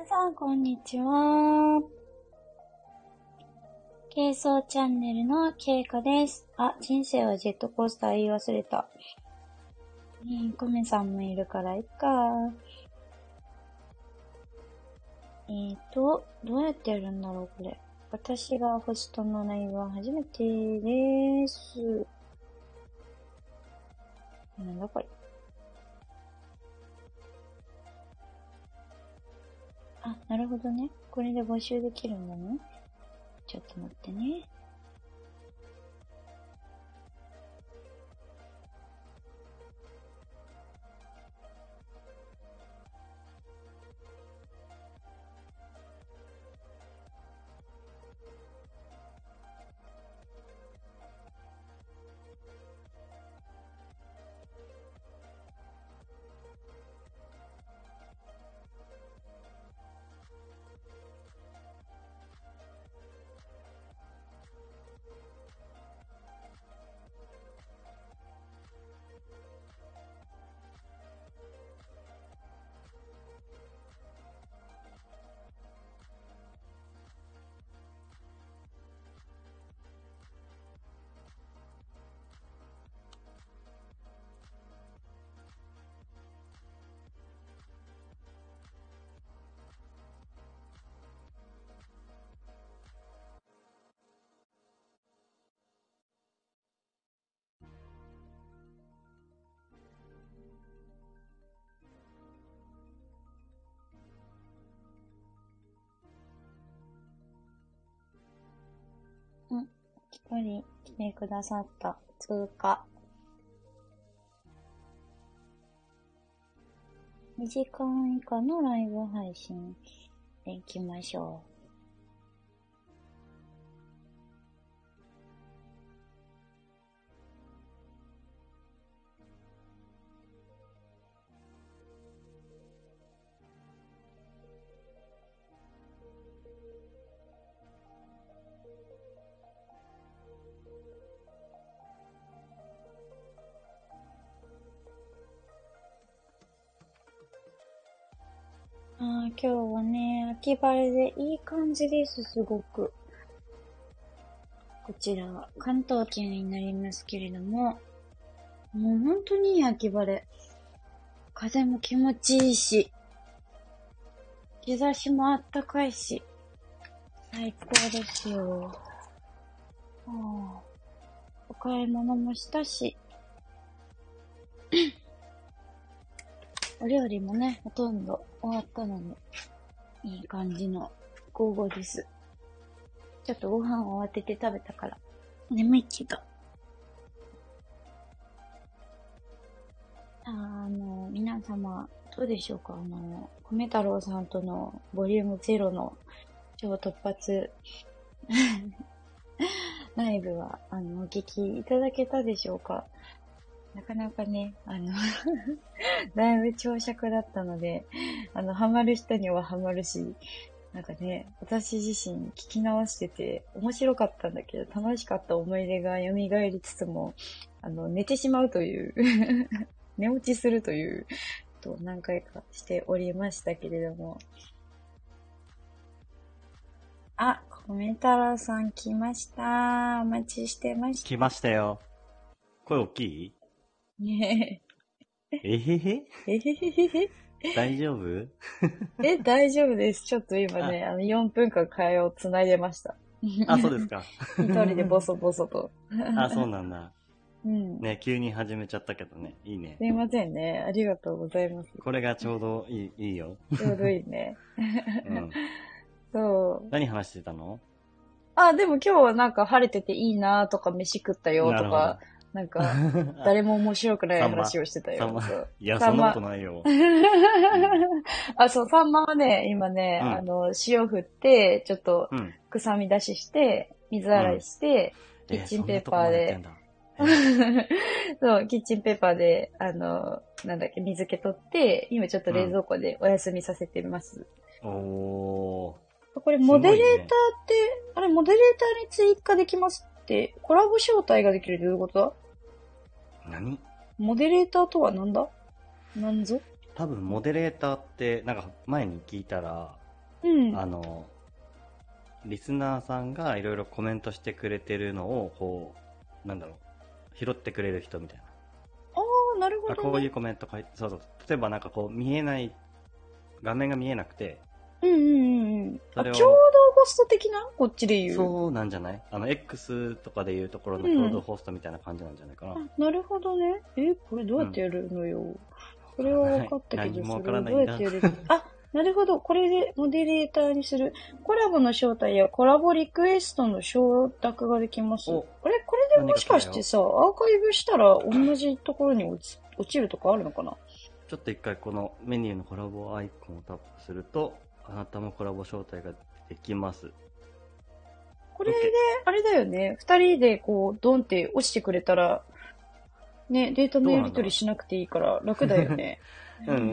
さん、こんにちは。軽装チャンネルのケイコです。あ、人生はジェットコースター言い忘れた。コメさんもいるからいっか。どうやってやるんだろう、これ。私がホストのライブは初めてです。なんだこれ。あ、なるほどね。これで募集できるんだね。ちょっと待ってね。一人来てくださった。通過。2時間以下のライブ配信でいきましょう。今日はね、秋晴れでいい感じです、すごく。こちらは関東圏になりますけれども、もう本当にいい秋晴れ。風も気持ちいいし、日差しもあったかいし、最高ですよ。お買い物もしたし、お料理もね、ほとんど終わったので、いい感じの午後です。ちょっとご飯を慌てて食べたから、眠いけど。皆様、どうでしょうか米太郎さんとのボリューム0の超突発ライブは、お聞きいただけたでしょうか。なかなかね、だいぶ長尺だったので、ハマる人にはハマるし、なんかね、私自身聞き直してて面白かったんだけど、楽しかった思い出が蘇りつつも、寝てしまうという寝落ちするというと何回かしておりましたけれども。あ、米太郎さん来ました。お待ちしてました。 来ましたよ。声大きい？ ねえへへえ。えへへへへ。 大丈夫？ 大丈夫です。ちょっと今ね、4分間会話をつないでました。 あ、そうですか。 一人でボソボソと。 あ、そうなんだ。 うん。 ね、急に始めちゃったけどね。いいね。 すいませんね。ありがとうございます。 これがちょうどいいよ。 ちょうどいいね。 うん。 そう。 何話してたの？ でも今日はなんか晴れてていいなとか、飯食ったよとか、なんか、誰も面白くない話をしてたよ。 いや、そんなことないよ。 そう、サンマはね、今ね、塩振って、ちょっと、臭み出しして、水洗いして、キッチンペーパーで、そう、キッチンペーパーで、なんだっけ、水気取って、今ちょっと冷蔵庫でお休みさせてます。 おー。 これ、モデレーターって、あれ、モデレーターに追加できますって、コラボ招待ができるってどういうことだ？ 何？ モデレーターとはなんだ？なんぞ？ 多分、モデレーターって、なんか前に聞いたら、 うん。 リスナーさんがいろいろコメントしてくれてるのを、こう、なんだろう、拾ってくれる人みたいな。 ああ、なるほあ、 どね。 こういうコメント書いて、そうそう。例えばなんかこう、見えない、画面が見えなくて、 うんうんうんうん。あ、 それを、 共同ホスト的なこっちで言う。 そうなんじゃない？X とかでいうところの共同ホストみたいな感じなんじゃないかな。 あ、なるほどね。これどうやってやるのよ。それは分かったけど、 何もわそれをからないんだ。 どうやってやるあ、なるほど。これでモデレーターにする。コラボの招待やコラボリクエストの承諾ができます。 おこれでもしかしてさ、アーカイブしたら同じところに落ちるとかあるのかな？ ちょっと一回このメニューのコラボアイコンをタップすると、あなたもコラボ招待ができます。 これで、あれだよね。二人でこう、ドンって落ちてくれたら、ね、データのやり取りしなくていいから楽だよね。 うんうんうん。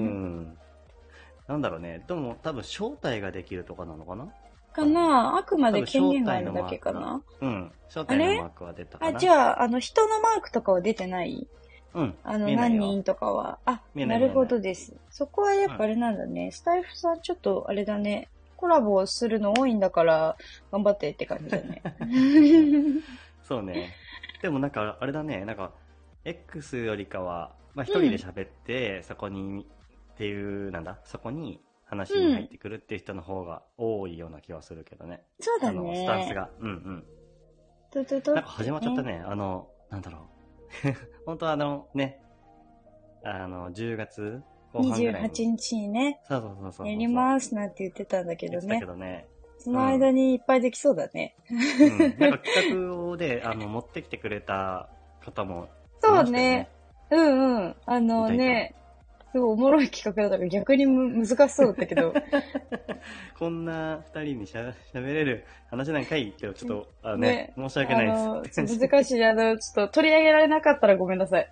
なんだろうね。でも多分招待ができるとかなのかな？ かな？あくまで権限があるだけかな？ うん。招待のマークは出たかな？ じゃあ、人のマークとかは出てない？ うん。 何人とかは。あ、なるほどです。そこはやっぱあれなんだね。スタイフさんちょっとあれだね。コラボするの多いんだから、頑張ってって感じだね。 そうね。でもなんか、あれだね。なんか、X よりかは、まあ一人で喋って、そこに、っていう、そこに話に入ってくるっていう人の方が多いような気はするけどね。 そうだね。 スタンスが。うんうん。なんか始まっちゃったね。なんだろう。本当はね、10月後半ぐらいに。 28日にね、 そう。 やりますなんて言ってたんだけどね。その間にいっぱいできそうだね。 なんか企画で、持ってきてくれた方もいましたよね。 そうね。うんうん。すごいおもろい企画だったから逆に難しそうだったけど。 こんな二人に喋れる話なんかいってちょっと、ね、申し訳ないです。 難しい。ちょっと取り上げられなかったらごめんなさい。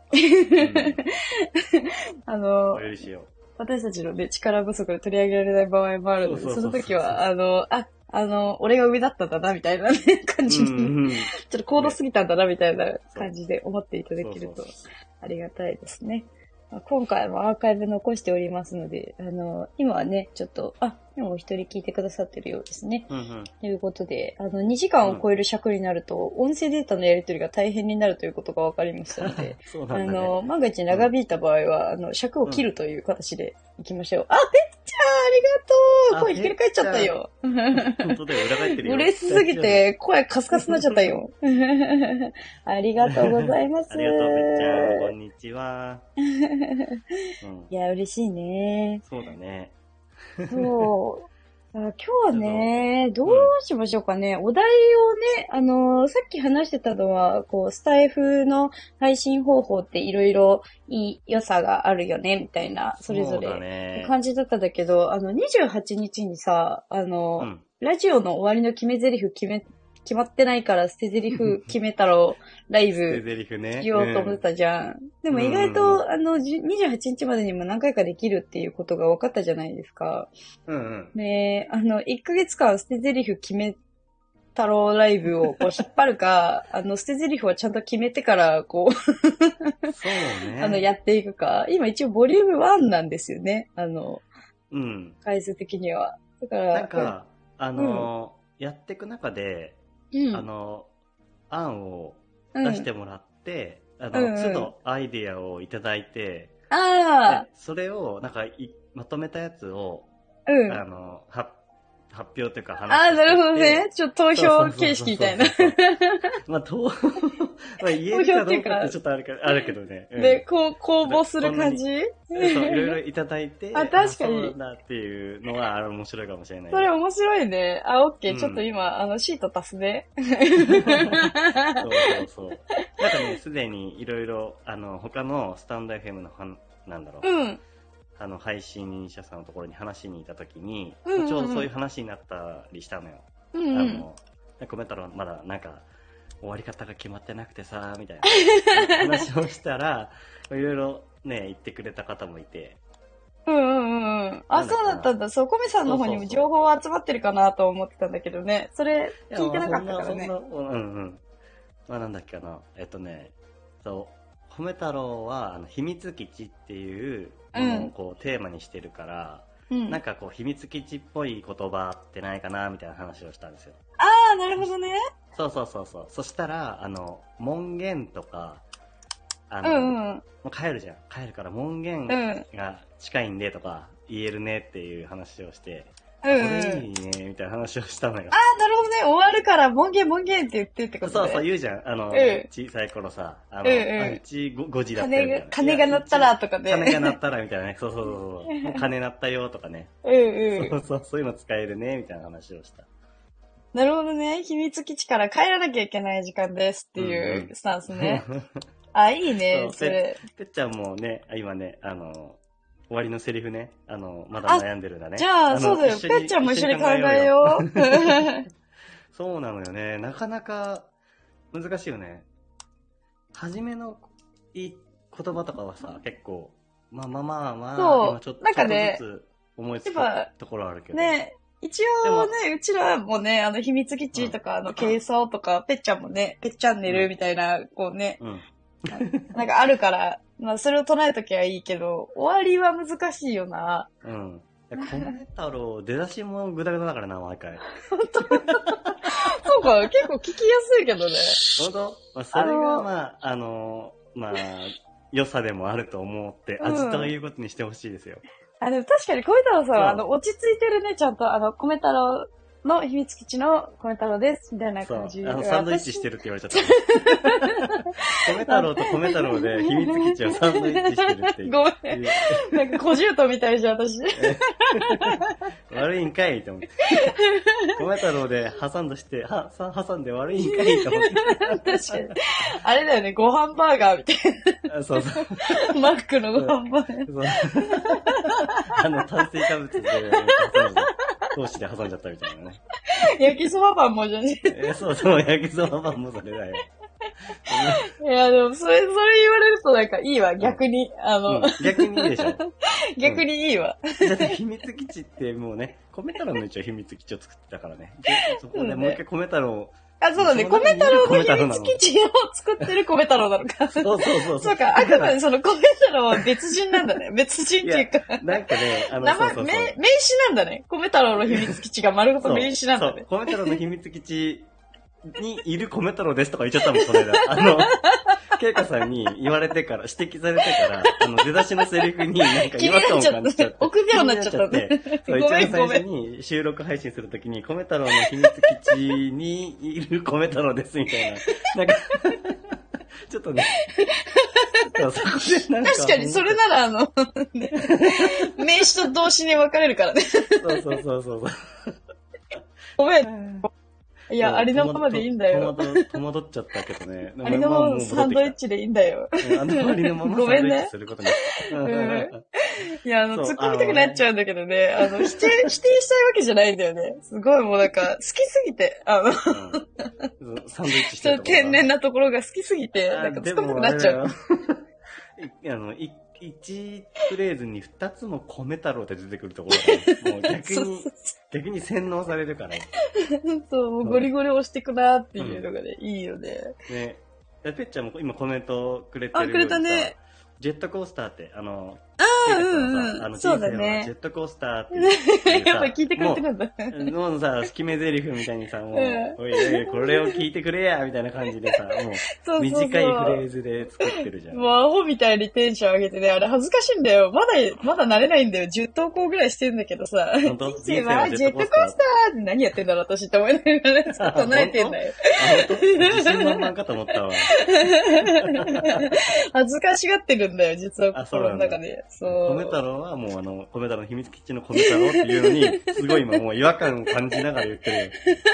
お許しを。 私たちのね、力不足で取り上げられない場合もあるので、その時は、俺が上だったんだな、みたいな、ね、感じに、ちょっと高度すぎたんだな、みたいな感じで思っていただけるとありがたいですね。今回もアーカイブ残しておりますので、今はね、ちょっと、今お一人聞いてくださってるようですね。ということで、2時間を超える尺になると、音声データのやり取りが大変になるということが分かりましたので、万が一長引いた場合は、尺を切るという形でいきましょう。ぺっちゃんありがとう声ひっくり返っちゃったよ。 本当だよ、裏返ってるよ。 嬉しすぎて、声カスカスになっちゃったよ。ありがとうございます。 ありがとう、ぺっちゃん。こんにちは。 いや、嬉しいね。 そうだね。 そう。今日はね、どうしましょうかね。お題をね、さっき話してたのは、スタイフの配信方法っていろいろ良さがあるよね、みたいな、それぞれ感じだったんだけど、28日にさ、ラジオの終わりの決め台詞決まってないから捨て台詞決めたらライブしようと思ってたじゃん。でも意外と28日までにも何回かできるっていうことが分かったじゃないですか。で、1ヶ月間捨て台詞決め太郎ライブを引っ張るか、捨て台詞はちゃんと決めてからそうね。 やっていくか。今一応ボリューム1なんですよね。回数的には。だから。 なんか、やっていく中で、案を出してもらって、都度アイディアをいただいて、それを、まとめたやつを、発表というか話して。 なるほどね。ちょっと投票形式みたいな。 言えるかどうかってちょっとあるけどね。 で、公募する感じ？ そう、いろいろいただいて。 確かに。 そうだっていうのは面白いかもしれない。 それ面白いね。オッケー。ちょっと今、シート足すね。 そう。すでにいろいろ、他のスタンド FM の配信者さんのところに話しに行った時に、ちょうどそういう話になったりしたのよ。コメント欄まだ終わり方が決まってなくてさ、みたいな話をしたら、いろいろね、言ってくれた方もいて。そうだったんだ。コメさんの方にも情報集まってるかなと思ってたんだけどね。それ、聞いてなかったからね。なんだっけな。そう、米太郎は、秘密基地っていうものをテーマにしてるから、 なんかこう、秘密基地っぽい言葉ってないかな、みたいな話をしたんですよ。 ああ、なるほどね。 そう。そしたら、門限とか、もう帰るじゃん。帰るから門限が近いんでとか言えるねっていう話をして、これいいね、みたいな話をしたのよ。 ああ、なるほどね。終わるから門限って言ってってことね。 そう、言うじゃん。小さい頃さ、うち5時だったよみたいな。 鐘が鳴ったらとかね。 鐘が鳴ったらみたいなね。そう。もう鐘鳴ったよとかね。そういうの使えるね、みたいな話をした。 なるほどね。秘密基地から帰らなきゃいけない時間ですっていうスタンスね。あ、いいね、それ。 ぺっちゃんもね、今ね、終わりのセリフね、まだ悩んでるんだね。 じゃあ、そうだよ。ぺっちゃんも一緒に考えよう。 そうなのよね。なかなか難しいよね。初めの言葉とかはさ、結構、まあ、今ちょっとずつ思いつくところあるけど。ね、 一応ね、うちらもね、秘密基地とか、軽装とか、ぺっちゃんもね、ぺっチャンネルみたいな、こうね、なんかあるから、まあそれを唱えときゃいいけど、終わりは難しいよな。 米太郎、出だしもグダグダだからな、毎回。 本当そうか、結構聞きやすいけどね。 本当まあ、それがまあ、良さでもあると思って、味ということにしてほしいですよ。 でも確かに、米太郎さんは、落ち着いてるね、ちゃんと、米太郎の秘密基地の米太郎です、みたいな感じで。 サンドイッチしてるって言われちゃった。米太郎と米太郎で秘密基地をサンドイッチしてるってごめん。なんか小獣みたいじゃん、私。 悪いんかいと思って。米太郎で挟んで悪いんかいと思って。 確かに。あれだよね、ご飯バーガーみたいな。 そう。 マックのご飯バーガー。炭水化物で、同士で挟んじゃったみたいなね。 焼きそばパンもじゃねそう、焼きそばパンもそれだよ。 いや、でも、それ言われるとなんかいいわ、逆に。 逆にいいでしょ。 逆にいいわ。 だって秘密基地ってもうね、米太郎の一応秘密基地を作ってたからね。そこでもう一回米太郎そうだね。米太郎の秘密基地を作ってる米太郎なのか。 そう。 そうか、あくまでその米太郎は別人なんだね。別人っていうか。 なんかね、 名詞なんだね。米太郎の秘密基地が丸ごと名詞なんだね。 そう、米太郎の秘密基地にいる米太郎ですとか言っちゃったもん、この間。ケイカさんに言われてから、指摘されてから、出だしのセリフになんか違和感を感じちゃって。 臆病になっちゃったね。 そう、一番最初に収録配信するときに、米太郎の秘密基地にいる米太郎ですみたいな。なんか、ちょっとね。そこでなんか確かに、それなら名詞と動詞に分かれるからね。 そう。 ごめん。いや、ありのままでいいんだよ。 戸惑っちゃったけどね。 ありのままサンドイッチでいいんだよ。 ありのままサンドイッチすることに。 いや、突っ込みたくなっちゃうんだけどね、否定したいわけじゃないんだよね。すごいもうなんか、好きすぎて、 サンドイッチしてる。 天然なところが好きすぎて、なんか突っ込みたくなっちゃう。 1フレーズに2つも米太郎って出てくるところが、もう逆に洗脳されるから。 そう、もうゴリゴリ押してくなっていうのがね、いいよね。 ね。ペッちゃんも今コメントくれてるようにさ。 くれたね。 ジェットコースターって、 そうだね。 ジェットコースターってやっぱ聞いてくれてるんだ。 もうさ、決め台詞みたいにさ、もう、おい、これを聞いてくれや、みたいな感じでさ、もう、短いフレーズで作ってるじゃん。 もうアホみたいにテンション上げてね、あれ恥ずかしいんだよ。まだ慣れないんだよ。10投稿ぐらいしてんだけどさ。 本当？ ジェットコースターって何やってんだろう、私って思いながらね、唱えてんだよ。 自信満々かと思ったわ。 恥ずかしがってるんだよ、実は心の中で。そう。 米太郎はもう米太郎の秘密基地の米太郎っていうのに、すごい今もう違和感を感じながら言ってるよ。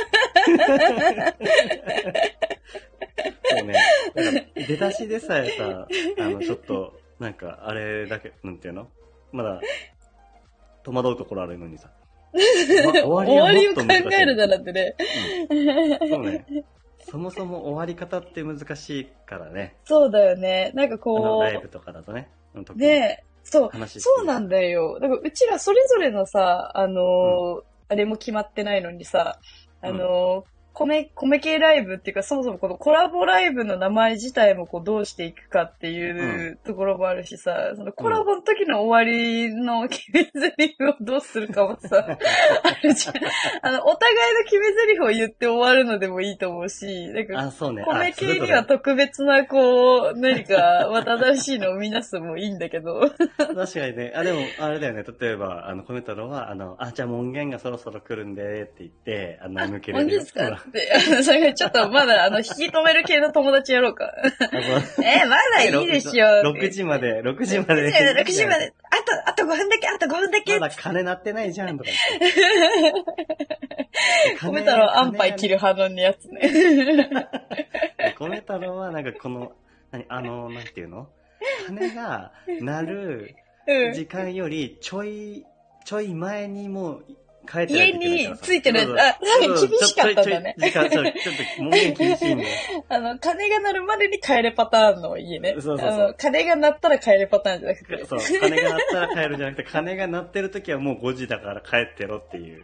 そうね。なんか出だしでさえさ、ちょっと、なんか、あれだけ、なんていうの？まだ、戸惑うところあるのにさ。 終わりを考えるだなんてね。 そうね。そもそも終わり方って難しいからね。 そうだよね。なんかこう。 ライブとかだとね。 ねえ。そうなんだよ。だからうちらそれぞれのさ、あれも決まってないのにさ、こ米系ライブっていうか、そもそもこのコラボライブの名前自体もこうどうしていくかっていうところもあるしさ、そのコラボの時の終わりの決め台詞をどうするかもさ、あるじゃん。お互いの決め台詞を言って終わるのでもいいと思うし、なんか、 そうね、 米系には特別なこう、何かまた新しいのを生み出すのもいいんだけど。 確かにね。でも、あれだよね。例えば、米太郎は、じゃあ門限がそろそろ来るんで、って言って、抜けれる。 本当ですかって。それちょっとまだ、引き止める系の友達やろうか。まだいいでしょ。 6時まで。 6時まで。あと5分だけ。 まだ鐘鳴ってないじゃん、とか言って。米太郎安牌切る派のやつね。 米太郎は、なんかこの、なんていうの鐘が鳴る時間よりちょい前にもう帰って家についてる。なんか厳しかったんだね。 ちょっと門限厳しいんで。 鐘が鳴るまでに帰れパターンの家ね。 そう。 鐘が鳴ったら帰れパターンじゃなくて。 そう。鐘が鳴ったら帰るじゃなくて、鐘が鳴ってる時はもう5時だから帰ってろっていう。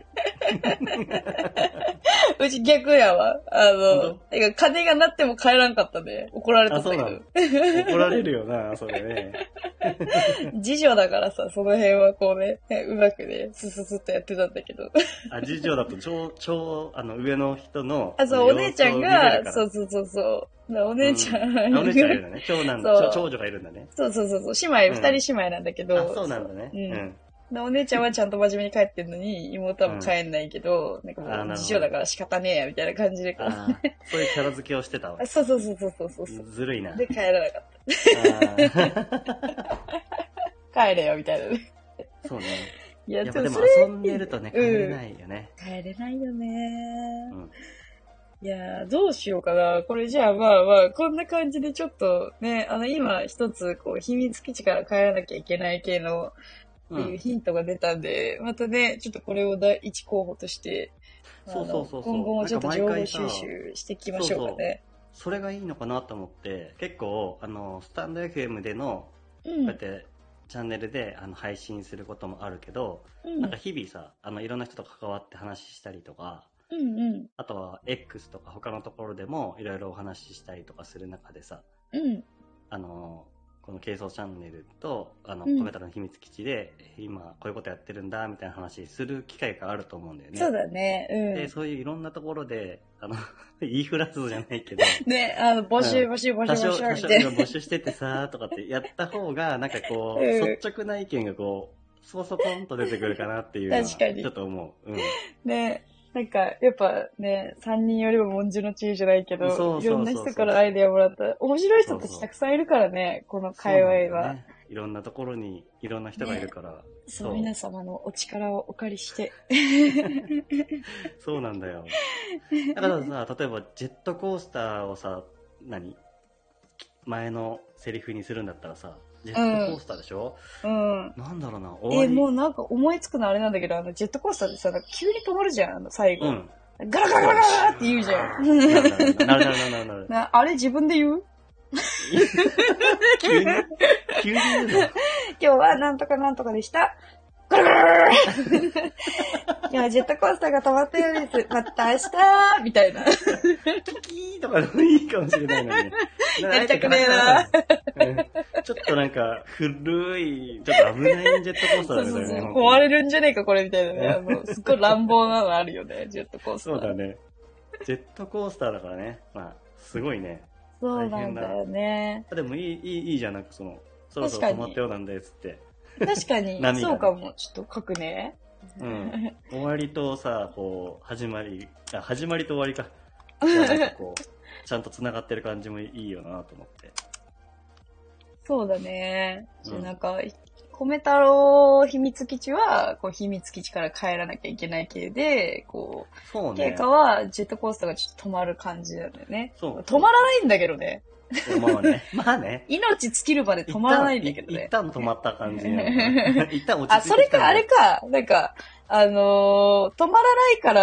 うち逆やわ。鐘が鳴っても帰らんかったね。怒られたんだけど。 怒られるよな、それね。 次女だからさ、その辺はこうね、うまくね、スッとやってたんだけど。 次女だと上の人の。 そう、お姉ちゃんが、そう。お姉ちゃん。 お姉ちゃんがいるんだね。長女がいるんだね。 そう。2人姉妹なんだけど。 そうなんだね。 お姉ちゃんはちゃんと真面目に帰ってんのに、妹はもう帰んないけど、なんかもう、次女だから仕方ねえや、みたいな感じでそういうキャラ付けをしてたわ。 そう。 ずるいな。 で、帰らなかった。帰れよ、みたいなね。 そうね。 いや、 でも遊んでるとね、帰れないよね。 帰れないよね。いや、どうしようかな。これじゃあまあ、こんな感じでちょっとね、今一つ、こう、秘密基地から帰らなきゃいけない系の、っていうヒントが出たんで、またね、ちょっとこれを第一候補として、 そう今後もちょっと情報収集していきましょうかね。 それがいいのかなと思って、結構、スタンド FM での、こうやってチャンネルで配信することもあるけど、なんか日々さ、いろんな人と関わって話したりとか、あとは X とか他のところでもいろいろお話ししたりとかする中でさ、この軽装チャンネルと米太郎の秘密基地で今こういうことやってるんだみたいな話する機会があると思うんだよね。 そうだね。 でそういういろんなところで言いふらすじゃないけどね、募集募集しててさとかってやった方がなんかこう、率直な意見がこうそこんと出てくるかなっていうのはちょっと思う。 ね。なんか、やっぱね、3人よりも文殊の知恵じゃないけど、いろんな人からアイデアもらった。面白い人たちたくさんいるからね、この界隈は。 いろんなところにいろんな人がいるから。 そう、皆様のお力をお借りして。 そうなんだよ。だからさ、例えばジェットコースターをさ、前のセリフにするんだったらさ、ジェットコースターでしょ？なんだろうな、 もうなんか思いつくのあれなんだけど、ジェットコースターってさ、なんか急に止まるじゃん、最後。ガラガラガラガラって言うじゃん。 なる。 あれ自分で言う？ 急に言うの？ 今日はなんとかなんとかでした。ガラガラ今ジェットコースターが止まったようです。また明日みたいな。 キキーとかでもいいかもしれないのに。 やりたくねえな。 ちょっとなんか、古い、ちょっと危ないジェットコースターだね。 そう壊れるんじゃねえか、これみたいなね。すっごい乱暴なのあるよね、ジェットコースター。 そうだね。ジェットコースターだからね。まあ、すごいね。 そうなんだよね。 でもいいじゃん、なんかそろそろ止まったようなんで、つって。 確かに、そうかも。ちょっと書くね。 終わりとさ、こう、始まりと終わりか。なんかこう、ちゃんと繋がってる感じもいいよなと思って。 そうだね。なんか、米太郎秘密基地は、こう、秘密基地から帰らなきゃいけない系で、こう、 そうね。 経過はジェットコースターがちょっと止まる感じなんだよね。 そう。 止まらないんだけどね。 まあね。 命尽きるまで止まらないんだけどね。 一旦止まった感じ。一旦落ち着いて。 それか、あれか。なんか、止まらないから、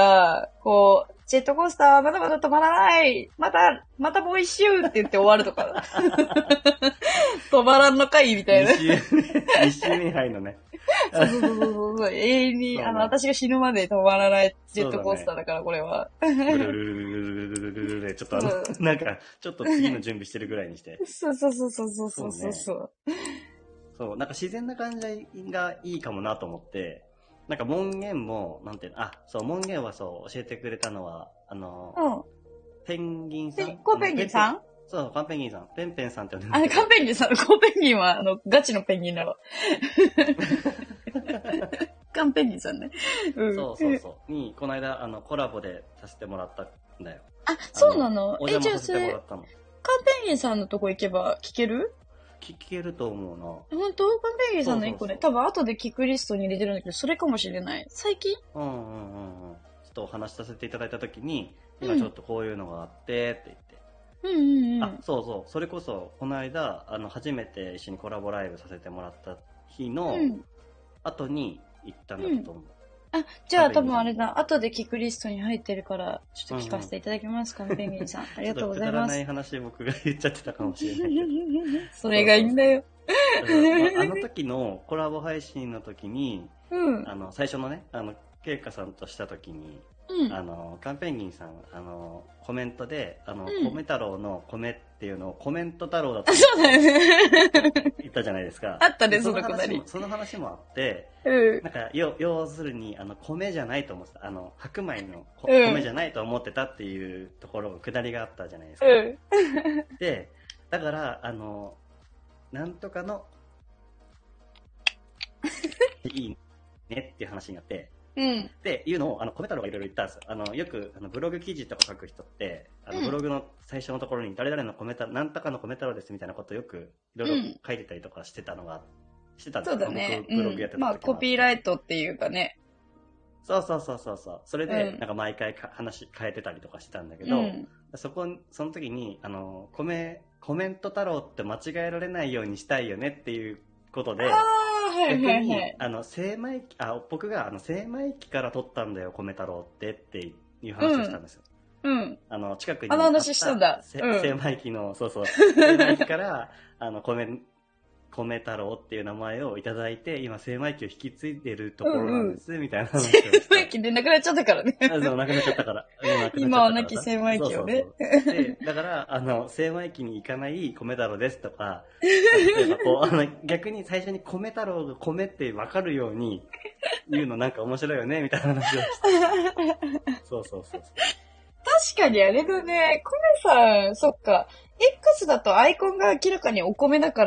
こう、ジェットコースターまだまだ止まらないまたもう一周って言って終わるとか。止まらんのかいみたいな。 2周目入るのね。 そうそうそうそう、永遠に、私が死ぬまで止まらないジェットコースターだから、これは。 ブルルルルルルルルルで、ちょっとなんか、ちょっと次の準備してるぐらいにして。 そうそうそうそうそうそうそう。 そう、なんか自然な感じがいいかもなと思って、なんか門限も、なんていうの、そう、門限はそう、教えてくれたのは、ペンギンさん。 コーペンギンさん？ そう、カンペンギンさん。ペンペンさんって呼んでる。カンペンギンさん、コーペンギンは、ガチのペンギンだわ。カンペンギンさんね。 そうそうそう。に、この間、コラボでさせてもらったんだよ。 そうなの？ じゃあさせてもらったの。 カンペンギンさんのとこ行けば聞ける？ 聞けると思うな。 本当？カンペンギンさんの1個ね、多分後で聞くリストに入れてるんだけど、それかもしれない。最近？ちょっとお話しさせていただいたときに、今ちょっとこういうのがあってって言って。そうそう。それこそ、この間、初めて一緒にコラボライブさせてもらった日の後に行ったんだと思う。 じゃあ多分あれだ。後で聞くリストに入ってるから、ちょっと聞かせていただきますか、ペンギンさん。ありがとうございます。くだらない話僕が言っちゃってたかもしれないけど。 それがいいんだよ。 あの時のコラボ配信の時に、最初のね、ケイカさんとした時に、カンペンギンさん、コメントで、米太郎の米っていうのをコメント太郎だとそうだよね。 言ったじゃないですか。 あったね、そのくだり。 その話もあって、なんか、要するに、米じゃないと思ってた。白米の米じゃないと思ってたっていうところが、くだりがあったじゃないですか。で、だから、なんとかの、いいねっていう話になって、っていうのを、米太郎がいろいろ言ったんですよ。よく、ブログ記事とか書く人って、ブログの最初のところに、誰々の米太郎、なんとかの米太郎ですみたいなことをよく、いろいろ書いてたりとかしてたのが、してたんですよ。そうだね。僕、ブログやってた時まあ、コピーライトっていうかね。 そう。それで、なんか毎回話変えてたりとかしてたんだけど、その時に、コメント太郎って間違えられないようにしたいよねっていうことで、逆に、僕が精米機から取ったんだよ、米太郎っていう話をしたんですよ。近くに。 話したんだ。 精米機の、精米機から、米太郎っていう名前をいただいて、今精米機を引き継いでるところなんです、みたいな話をした。 精米機でなくなっちゃったからね。 そう、なくなっちゃったから。 今はなき精米機をね。 で、だから、精米機に行かない米太郎ですとか、例えばこう、逆に最初に米太郎が米って分かるように言うのなんか面白いよね、みたいな話をして。そう。 確かにあれだね。米さん、そっか。X だとアイコンが明らかにお米だから、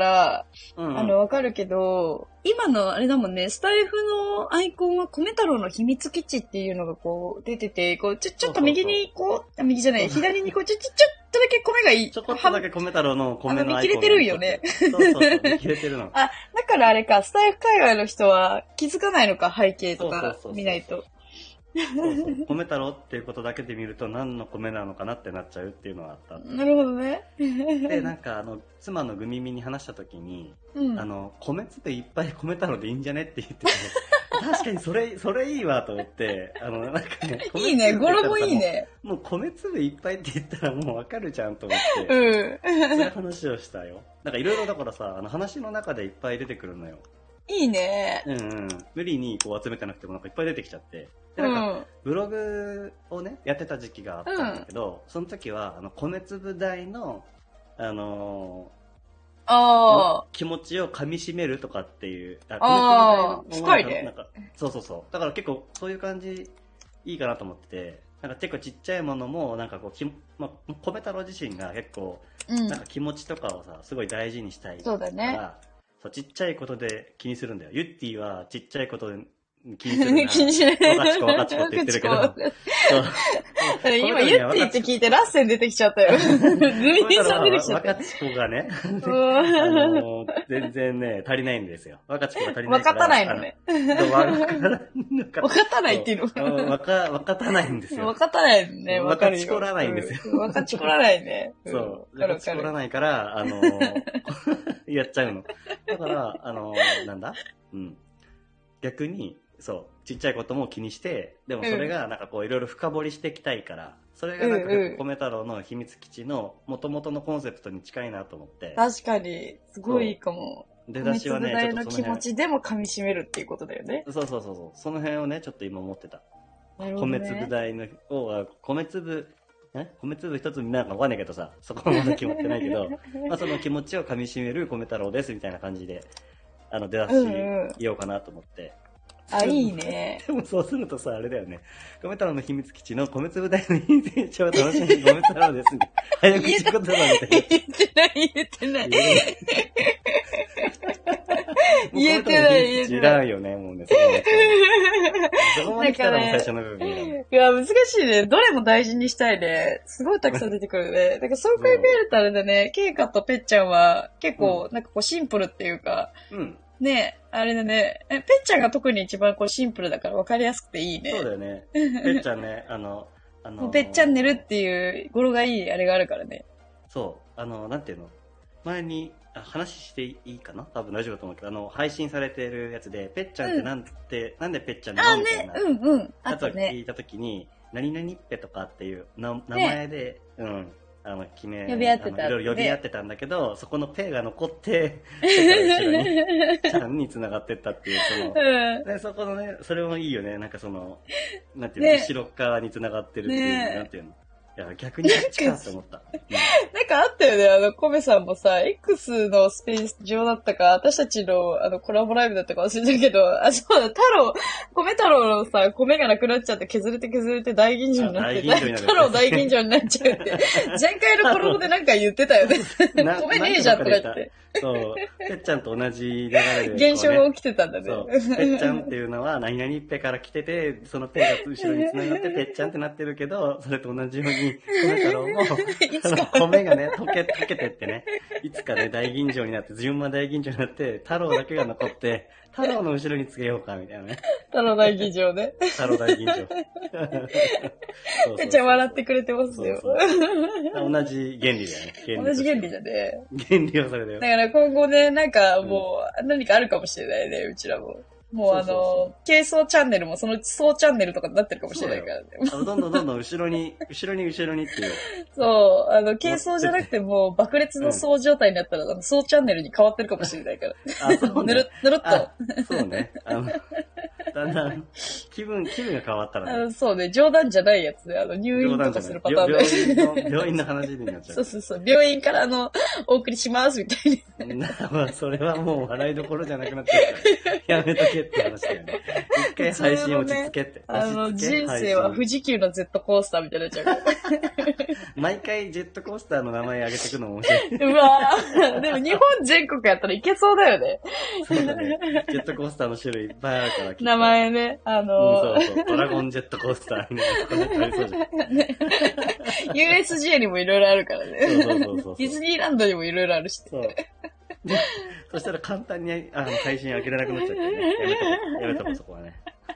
わかるけど、今のあれだもんね、スタイフのアイコンは米太郎の秘密基地っていうのがこう出てて、こうちょっと右にこう、右じゃない、左にこうちょっとだけ米がいい。 ちょこっとだけ米太郎の米のアイコン。 見切れてるよね。 そう、見切れてるの。 だからあれか、スタイフ界隈の人は気づかないのか、背景とか見ないと。 米太郎っていうことだけで見ると何の米なのかなってなっちゃうっていうのはあった。 なるほどね。 で、なんか妻のグミミに話した時に、米粒いっぱい米太郎でいいんじゃねって言ってて、確かにそれいいわと思って、なんかね、 いいね、語呂もいいね。 もう米粒いっぱいって言ったらもうわかるじゃんと思って、そういう話をしたよ。なんかいろいろだからさ、話の中でいっぱい出てくるのよ。 いいね。 無理にこう集めてなくてもなんかいっぱい出てきちゃって。で、なんか、ブログをね、やってた時期があったんだけど、その時は、米粒大の、気持ちを噛み締めるとかっていう、 深いね。 なんか、そう。だから結構そういう感じ、いいかなと思ってて、なんか結構ちっちゃいものも、なんかこう、米太郎自身が結構、なんか気持ちとかをさ、すごい大事にしたいから、 そうだね。 そう、ちっちゃいことで気にするんだよ。ユッティはちっちゃいことで気にするな。 気にしない。 若ちこって言ってるけど。 今ユッティって聞いてラッセン出てきちゃったよ。ルミネさん出てきちゃった。 若ちこがね、全然ね、足りないんですよ。若ちこが足りないから。分かたないのね。 分かたないっていうの。 分かたないんですよ。 分かたないね。 分かちこらないんですよ。 分かちこらないね。 そう。分かちこらないから、やっちゃうの。だから、なんだ？逆に、そう、ちっちゃいことも気にして、でもそれがなんかこういろいろ深掘りしていきたいから、それがなんか米太郎の秘密基地の元々のコンセプトに近いなと思って。 確かに、すごいいいかも。 出だしはね、 米粒大の気持ちでも噛み締めるっていうことだよね。 そう。その辺をね、ちょっと今思ってた。 なるほどね。 米粒大の、米粒一つなんかわかんないけどさ、そこはまだ決まってないけど、まあその気持ちを噛み締める米太郎ですみたいな感じで、出だし言おうかなと思って。 あ、いいね。 でもそうするとさ、あれだよね。米太郎の秘密基地の米粒大の秘密基地を楽しみに米太郎ですね。早口言葉みたいな。 言ってない。言ってない。 いらんよね、もうね。そこまで来たらもう最初の部分。 いや、難しいね。どれも大事にしたいね。すごいたくさん出てくるね。だからそう考えるとあれだね、ケイカとペッちゃんは結構、なんかこうシンプルっていうか、ね、あれだね。ペッちゃんが特に一番こうシンプルだから分かりやすくていいね。 そうだよね。ペッちゃんね、 ペッチャンネルっていう語呂がいいあれがあるからね。 そう。なんていうの前に、話していいかな多分大丈夫だと思うけど、配信されてるやつで、ペッちゃんってなんでペッちゃんなのみたいなやつを聞いたときに、何々っぺとかっていう名前で、 呼び合ってた。 いろいろ呼び合ってたんだけど、そこのペが残って、後ろに、ちゃんに繋がってったっていう、でそこのね、それもいいよね。なんかなんていうの、後ろ側に繋がってるっていう、なんていうの。いや、逆にこっちかって思った。 なんかあったよね、コメさんもさ、X のスペース上だったか、私たちのコラボライブだったか忘れたけど、そうだ、米太郎のさ、米がなくなっちゃって削れて大吟醸になって、太郎大吟醸になっちゃうって、前回のコラボでなんか言ってたよね。米ねえじゃんとか言って。 そう。ぺっちゃんと同じ流れで、 現象が起きてたんだね。 そう。ぺっちゃんっていうのは、何々っぺから来てて、そのぺが後ろに繋がってぺっちゃんってなってるけど、それと同じように、米太郎も、米がね、溶けてってね、いつかね、大吟醸になって、順番大吟醸になって、太郎だけが残って、太郎の後ろにつけようか、みたいなね。 太郎大吟醸ね。 太郎大吟醸。 めっちゃ笑ってくれてますよ。 同じ原理だよね。 同じ原理だね。 原理はそれだよ。 だから今後ね、なんかもう、何かあるかもしれないね、うちらも。もう軽装チャンネルもそのうち総チャンネルとかになってるかもしれないからね。 どんどん後ろにっていう。 そう、軽装じゃなくてもう爆裂の総状態になったら、総チャンネルに変わってるかもしれないから。ぬるっと。 そうね。だんだん、気分が変わったらね。 そうね、冗談じゃないやつで、入院とかするパターンで。病院の話になっちゃう。 そう。病院からお送りしますみたいな。まあ、それはもう笑いどころじゃなくなっちゃうから。やめとけって話だよね。一回配信落ち着けって。 人生は富士急のジェットコースターみたいになっちゃうから。 毎回ジェットコースターの名前上げてくのも面白い。 うわぁ。でも日本全国やったらいけそうだよね。 そうだね。ジェットコースターの種類いっぱいあるから。 名前ね。 そう。ドラゴンジェットコースターみたいな。ありそうじゃん。 USJ にもいろいろあるからね。 そう。 ディズニーランドにもいろいろあるし。 そう。そしたら簡単に配信上げれなくなっちゃってね。やめとこう、そこはね。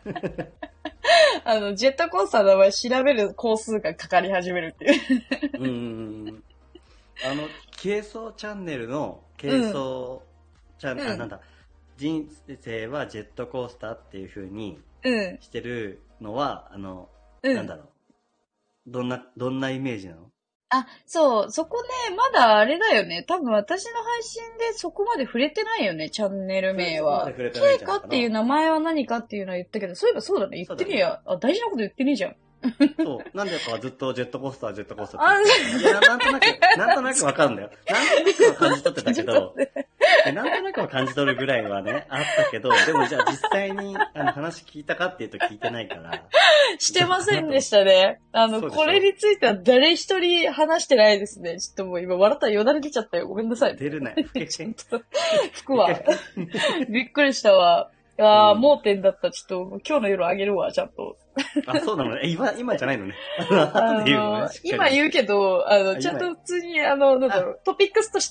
ジェットコースターの名前調べる工数がかかり始めるっていう。 軽装チャンネルの、軽装チャンネル、なんだ、人生はジェットコースターっていう風にしてるのは、なんだろう。どんなイメージなの？ そう、そこね、まだあれだよね。多分私の配信でそこまで触れてないよね、チャンネル名は。ケイカっていう名前は何かっていうのは言ったけど、そういえばそうだね、言ってねえや。大事なこと言ってねえじゃん。 そう。なんでかずっとジェットコースターって言って。いや、なんとなくわかるんだよ。なんとなくは感じ取ってたけど、なんとなくは感じ取るぐらいはね、あったけど、でもじゃあ実際に話聞いたかっていうと聞いてないから。 してませんでしたね。これについては誰一人話してないですね。ちょっともう今笑ったらよだれ出ちゃったよ。ごめんなさい。 出るなよ。 服は。びっくりしたわ。盲点だった。ちょっと今日の夜あげるわ、ちゃんと。 そうなのね。今じゃないのね。後で言うのね。 今言うけど、ちゃんと普通に、なんだろう、トピックスとして、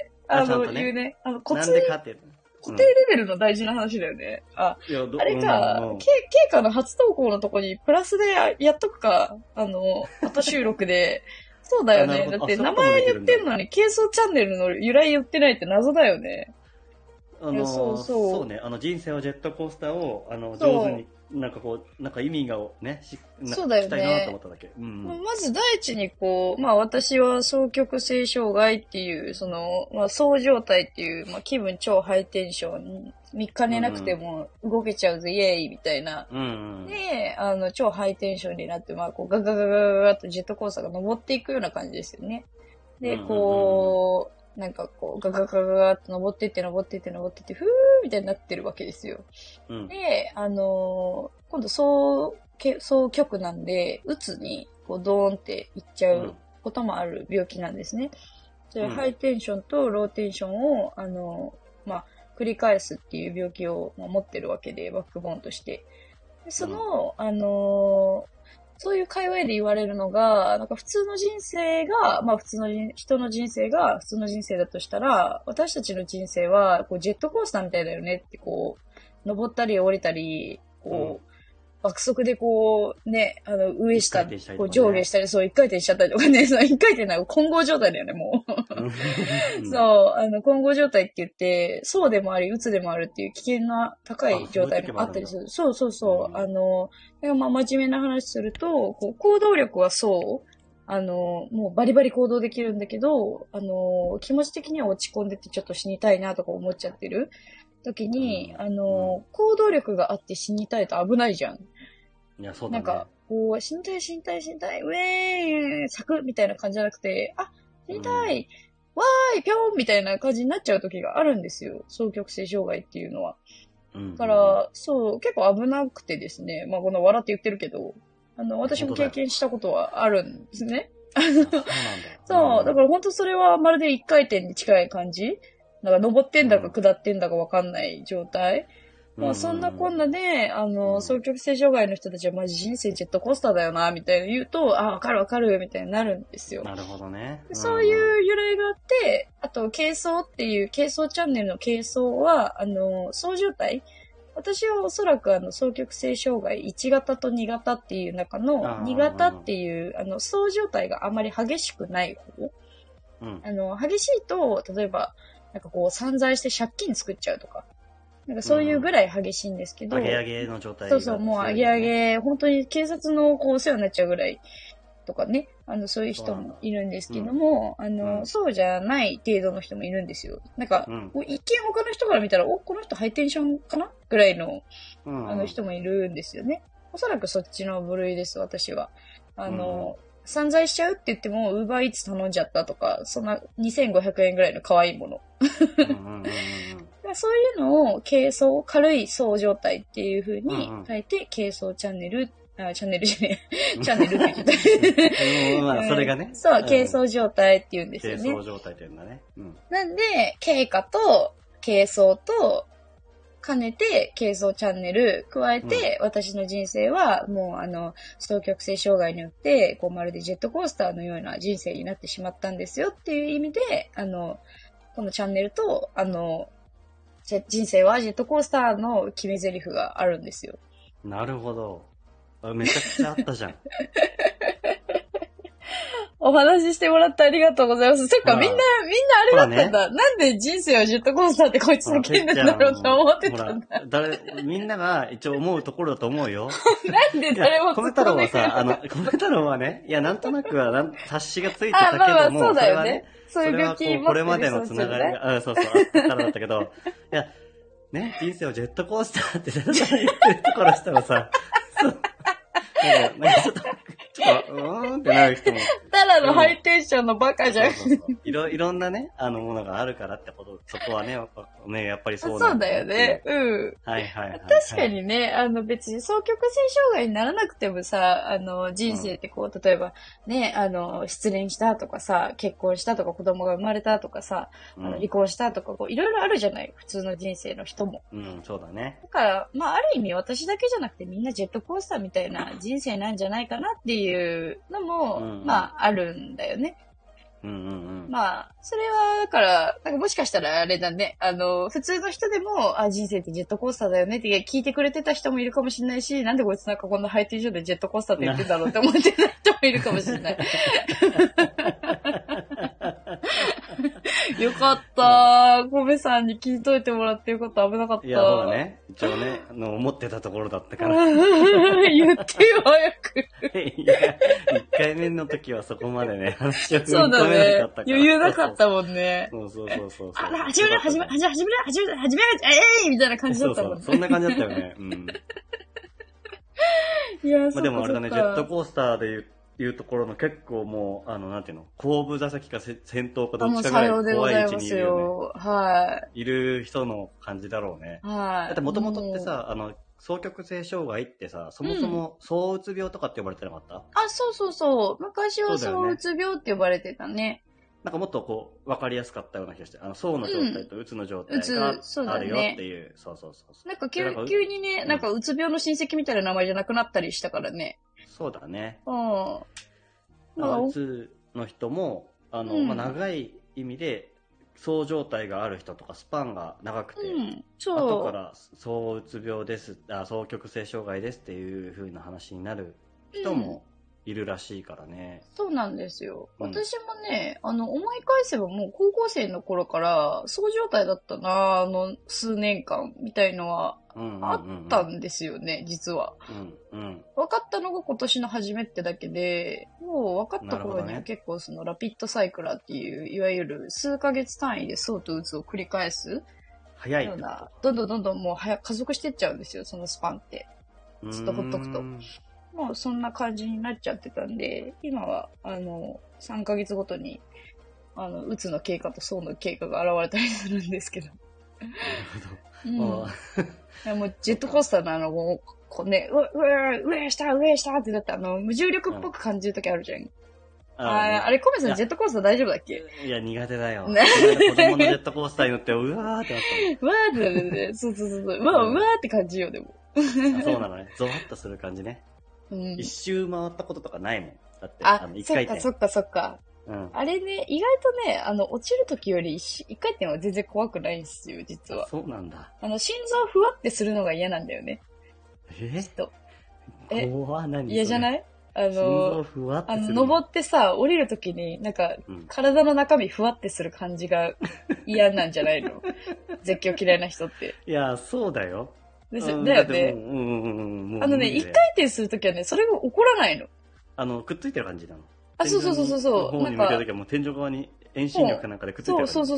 言うね。 なんでかって。 固定レベルの大事な話だよね。あれか、ケイカの初投稿のとこにプラスでやっとくか。後収録で。そうだよね。だって名前言ってんのに、軽装チャンネルの由来言ってないって謎だよね。 そうね。人生はジェットコースターを、上手になんかこう、なんか意味がね、 そうだよね。 聞きたいなと思っただけ。うん、 まず第一にこう、まあ私は双極性障害っていう、その、まあそう状態っていう、まあ気分超ハイテンション、見かねなくても動けちゃうぜ、イエーイみたいな。で、超ハイテンションになって、まあこうガガガガガガとジェットコースターが登っていくような感じですよね。で、こう、なんかこう、ガガガガガって登ってって登ってって、ふーみたいになってるわけですよ。で、今度双極なんで、うつにこうドーンっていっちゃうこともある病気なんですね。それハイテンションとローテンションを、まあ、繰り返すっていう病気を持ってるわけで、バックボーンとして。でその、そういう会話で言われるのが、なんか普通の人生が、まあ普通の人の人生が普通の人生だとしたら、私たちの人生はこうジェットコースターみたいだよねってこう、登ったり降りたり、こう、爆速でこう、ね、上下、こう上下したり、そう、一回転しちゃったりとかね、その一回転なんか混合状態だよね、もう。そう、混合状態って言って、そうでもあり、うつでもあるっていう危険な高い状態もあったりする。そうそうそう。まあ、真面目な話すると、こう行動力はそう、もうバリバリ行動できるんだけど、気持ち的には落ち込んでてちょっと死にたいなとか思っちゃってる時に、行動力があって死にたいと危ないじゃん。 いや、そうだね。 なんか、こう、死にたい、ウェーイ、咲くみたいな感じじゃなくて、あ、死にたい、わーい、ぴょんみたいな感じになっちゃう時があるんですよ。双極性障害っていうのは。だから、そう、結構危なくてですね。まあ、この笑って言ってるけど、私も経験したことはあるんですね。 そうなんだ。 そう、だから本当それはまるで一回転に近い感じ。なんか登ってんだか下ってんだかわかんない状態。まあそんなこんなで、双極性障害の人たちはマジ人生ジェットコースターだよな、みたいな言うと、あ、わかる、みたいになるんですよ。 なるほどね。 そういう由来があって、あと、軽装っていう、軽装チャンネルの軽装は、そう状態。私はおそらく双極性障害1型と2型っていう中の2型っていう、そう状態があまり激しくない方。激しいと、例えば、なんかこう散財して借金作っちゃうとか。なんかそういうぐらい激しいんですけど。 上げの状態、 そうそう、もう上げ、本当に警察のこうお世話になっちゃうぐらいとかね。そういう人もいるんですけども、そうじゃない程度の人もいるんですよ。なんか、一見他の人から見たら、お、この人ハイテンションかなぐらいの、人もいるんですよね。おそらくそっちの部類です、私は。散財しちゃうって言っても、ウーバーイーツ頼んじゃったとか、そんな2500円ぐらいの可愛いもの。そういうのを軽い層状態っていう風に書いて、軽層チャンネル、チャンネルじゃねえ、チャンネルって言ってた。 まあ、それがね。 そう、軽層状態って言うんですよね。 軽層状態って言うんだね。 なんで、軽化と軽層と兼ねて、軽層チャンネル加えて、私の人生はもう双極性障害によって、こうまるでジェットコースターのような人生になってしまったんですよっていう意味で、このチャンネルと、人生はジェットコースターの決め台詞があるんですよ。 なるほど。めちゃくちゃあったじゃん。 お話ししてもらってありがとうございます。そっか、みんなあれだったんだ。なんで人生はジェットコースターってこいつ叫んでんだろうと思ってたんだ。 みんなが一応思うところだと思うよ。 なんで誰もコメ太郎はさ、コメ太郎はね、いや、なんとなくは察しがついてたけども、 そうだよね。 そういう病気もこれまでのつながりが、そう、あったからだったけど、いや、ね、人生をジェットコースターって言ってるところしたらさ、なんかちょっと、ってなる人も。 ただのハイテンションのバカじゃん。 いろんなね、ものがあるからってこと、そこはね、やっぱりそうなんだよね。 はい。 確かにね、別に双極性障害にならなくてもさ、人生ってこう、例えばね、失恋したとかさ、結婚したとか子供が生まれたとかさ、離婚したとか、こう、いろいろあるじゃない、普通の人生の人も。 そうだね。 だから、まあ、ある意味私だけじゃなくてみんなジェットコースターみたいな人生なんじゃないかなっていうのも、まあ、あるんだよね。まあ、それは、だから、なんかもしかしたらあれだね、普通の人でも、人生ってジェットコースターだよねって聞いてくれてた人もいるかもしれないし、なんでこいつなんかこんなハイテンションでジェットコースターって言ってんだろうって思ってた人もいるかもしれない。 よかったー。コメさんに聞いといてもらってよかった。危なかった。 いや、ほらね、一応ね、思ってたところだったから。 言ってよ、早く。 いや、1回目の時はそこまでね、話をそうだね。余裕なかったもんね。 そう。 始めるみたいな感じだったもんね。 そんな感じだったよね。うん。 いや、 でもあれだね、ジェットコースターでいうところの結構もう、なんていうの、後部座席か先頭かどっちかぐらい怖い位置にいるよね。 はい。 いる人の感じだろうね。 はい。 だってもともとってさ、双極性障害ってさ、そもそも躁うつ病とかって呼ばれてなかった？ そう。昔は躁うつ病って呼ばれてたね。 なんかもっとこう、わかりやすかったような気がして、躁の状態とうつの状態があるよっていう。そう。 なんか急にね、なんかうつ病の親戚みたいな名前じゃなくなったりしたからね。 そうだね。 うん。 うつの人も、長い意味で、躁状態がある人とかスパンが長くて、後から躁うつ病です、双極性障害ですっていう風な話になる人もいるらしいからね。 そうなんですよ。私もね、思い返せばもう高校生の頃から躁状態だったな、数年間みたいのはあったんですよね、実は。分かったのが今年の初めってだけで、もう分かった頃には結構そのラピッドサイクラーっていう、いわゆる数ヶ月単位で躁とうつを繰り返す早いような、どんどんもう加速してっちゃうんですよ、そのスパンって。ずっとほっとくと。もうそんな感じになっちゃってたんで、今は、3ヶ月ごとに、うつの経過と躁の経過が現れたりするんですけど。 なるほど。もう、ジェットコースターのこうね、上下ってなって無重力っぽく感じるときあるじゃん。あれ、コメさんジェットコースター大丈夫だっけ？ いや、苦手だよ。子供のジェットコースターに乗って、うわーってなったの。うわーってなるね。そう。うわーって感じよ、でも。 そうなのね。ゾワッとする感じね。一周回ったこととかないもん。だって、一回転。 そっか。あれね、意外とね、落ちるときより一回転は全然怖くないんですよ、実は。 そうなんだ。 心臓ふわってするのが嫌なんだよね。 何嫌じゃない？ 心臓ふわってする。 登ってさ、降りるときに、なんか、体の中身ふわってする感じが嫌なんじゃないの？絶叫嫌いな人って。 いや、そうだよ。 だよね。一回転するときはね、それが起こらないの。 くっついてる感じなの。 そう。 方に向けるときはもう天井側に遠心力かなんかでくっついてる。 そう。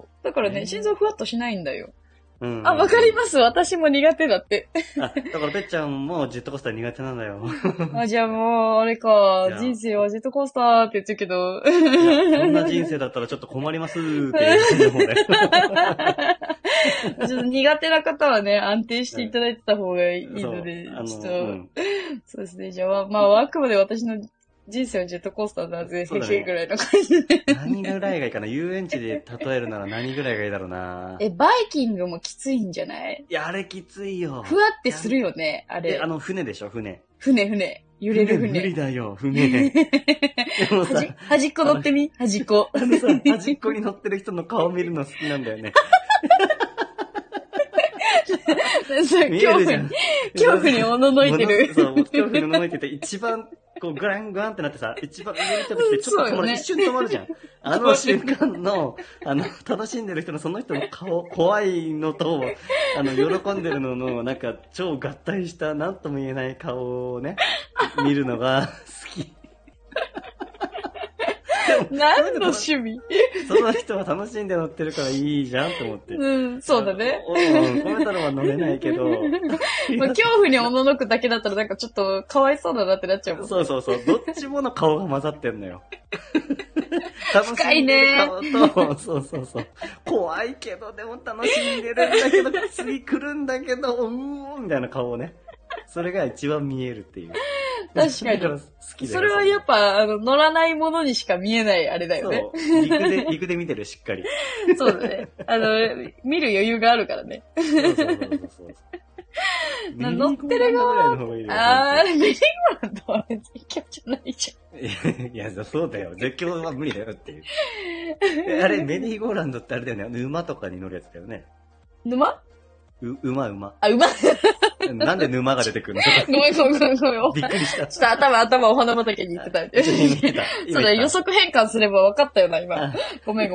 だからね、心臓ふわっとしないんだよ。わかります。私も苦手だって。 だからぺっちゃんもジェットコースター苦手なんだよ。 じゃあもう、あれか、人生はジェットコースターって言ってるけど。 そんな人生だったらちょっと困りますっていう方で。 ちょっと苦手な方はね、安定していただいてた方がいいので、ちょっと、そうですね。じゃあ、あくまで私の人生はジェットコースターだぜ、ぐらいの感じで。 何ぐらいがいいかな？遊園地で例えるなら何ぐらいがいいだろうな。 バイキングもきついんじゃない？ いや、あれきついよ。 ふわってするよね、あれ。 船でしょ、船。 揺れる船。 無理だよ、船。でもさ、端っこ乗ってみ？端っこ。 端っこに乗ってる人の顔見るの好きなんだよね。 恐怖におののいてる。 そう、恐怖におののいてて、一番、こう、グランってなってさ、一番上に行った時ってちょっと一瞬止まるじゃん。あの瞬間の、楽しんでる人のその人の顔、怖いのと、喜んでるのの、なんか、超合体した、なんとも言えない顔をね、見るのが好き。 何の趣味？ その人は楽しんで乗ってるからいいじゃんと思って。 そうだね。 コメ太郎は乗れないけど。 恐怖におののくだけだったらなんかちょっとかわいそうだなってなっちゃうもん。 そう。どっちもの顔が混ざってんのよ。 深いね。 顔と、そう。怖いけど、でも楽しんでるんだけど、次来るんだけど、みたいな顔をね。それが一番見えるっていう。 確かに。それはやっぱ、乗らないものにしか見えないあれだよね。 そう。陸で見てる、しっかり。 そうだね。見る余裕があるからね。そう。乗ってる側。メリーゴーランドは絶叫じゃないじゃん。いや、そうだよ。絶叫は無理だよっていう。あれ、メリーゴーランドってあれだよね。馬とかに乗るやつだよね。 沼？ 馬。 あ、馬。 なんで沼が出てくるのごめん。 びっくりした。 ちょっと頭お花畑に行ってた。そうだ、予測変換すれば分かったよな、今。ごめん。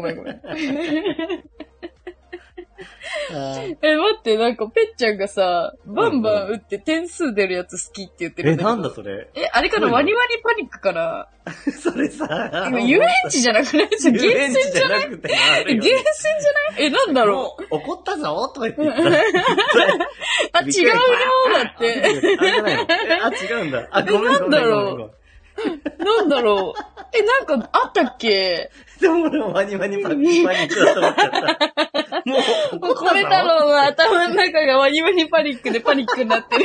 待って、なんか、ぺっちゃんがさ、バンバン打って点数出るやつ好きって言ってるんだけど。 なんだそれ。 あれかな、ワニワニパニックかな。 それさ、 遊園地じゃなくない遊園地じゃなくて、 ゲーセンじゃないなんだろう。怒ったぞとか言ってた。 あ、違うよだって。 あれじゃないの違うんだ。ごめん。 なんだろう。なんかあったっけ？ でも俺もワニワニパニックだと思っちゃった。もう、 米太郎の頭の中がワニワニパニックでパニックになってる。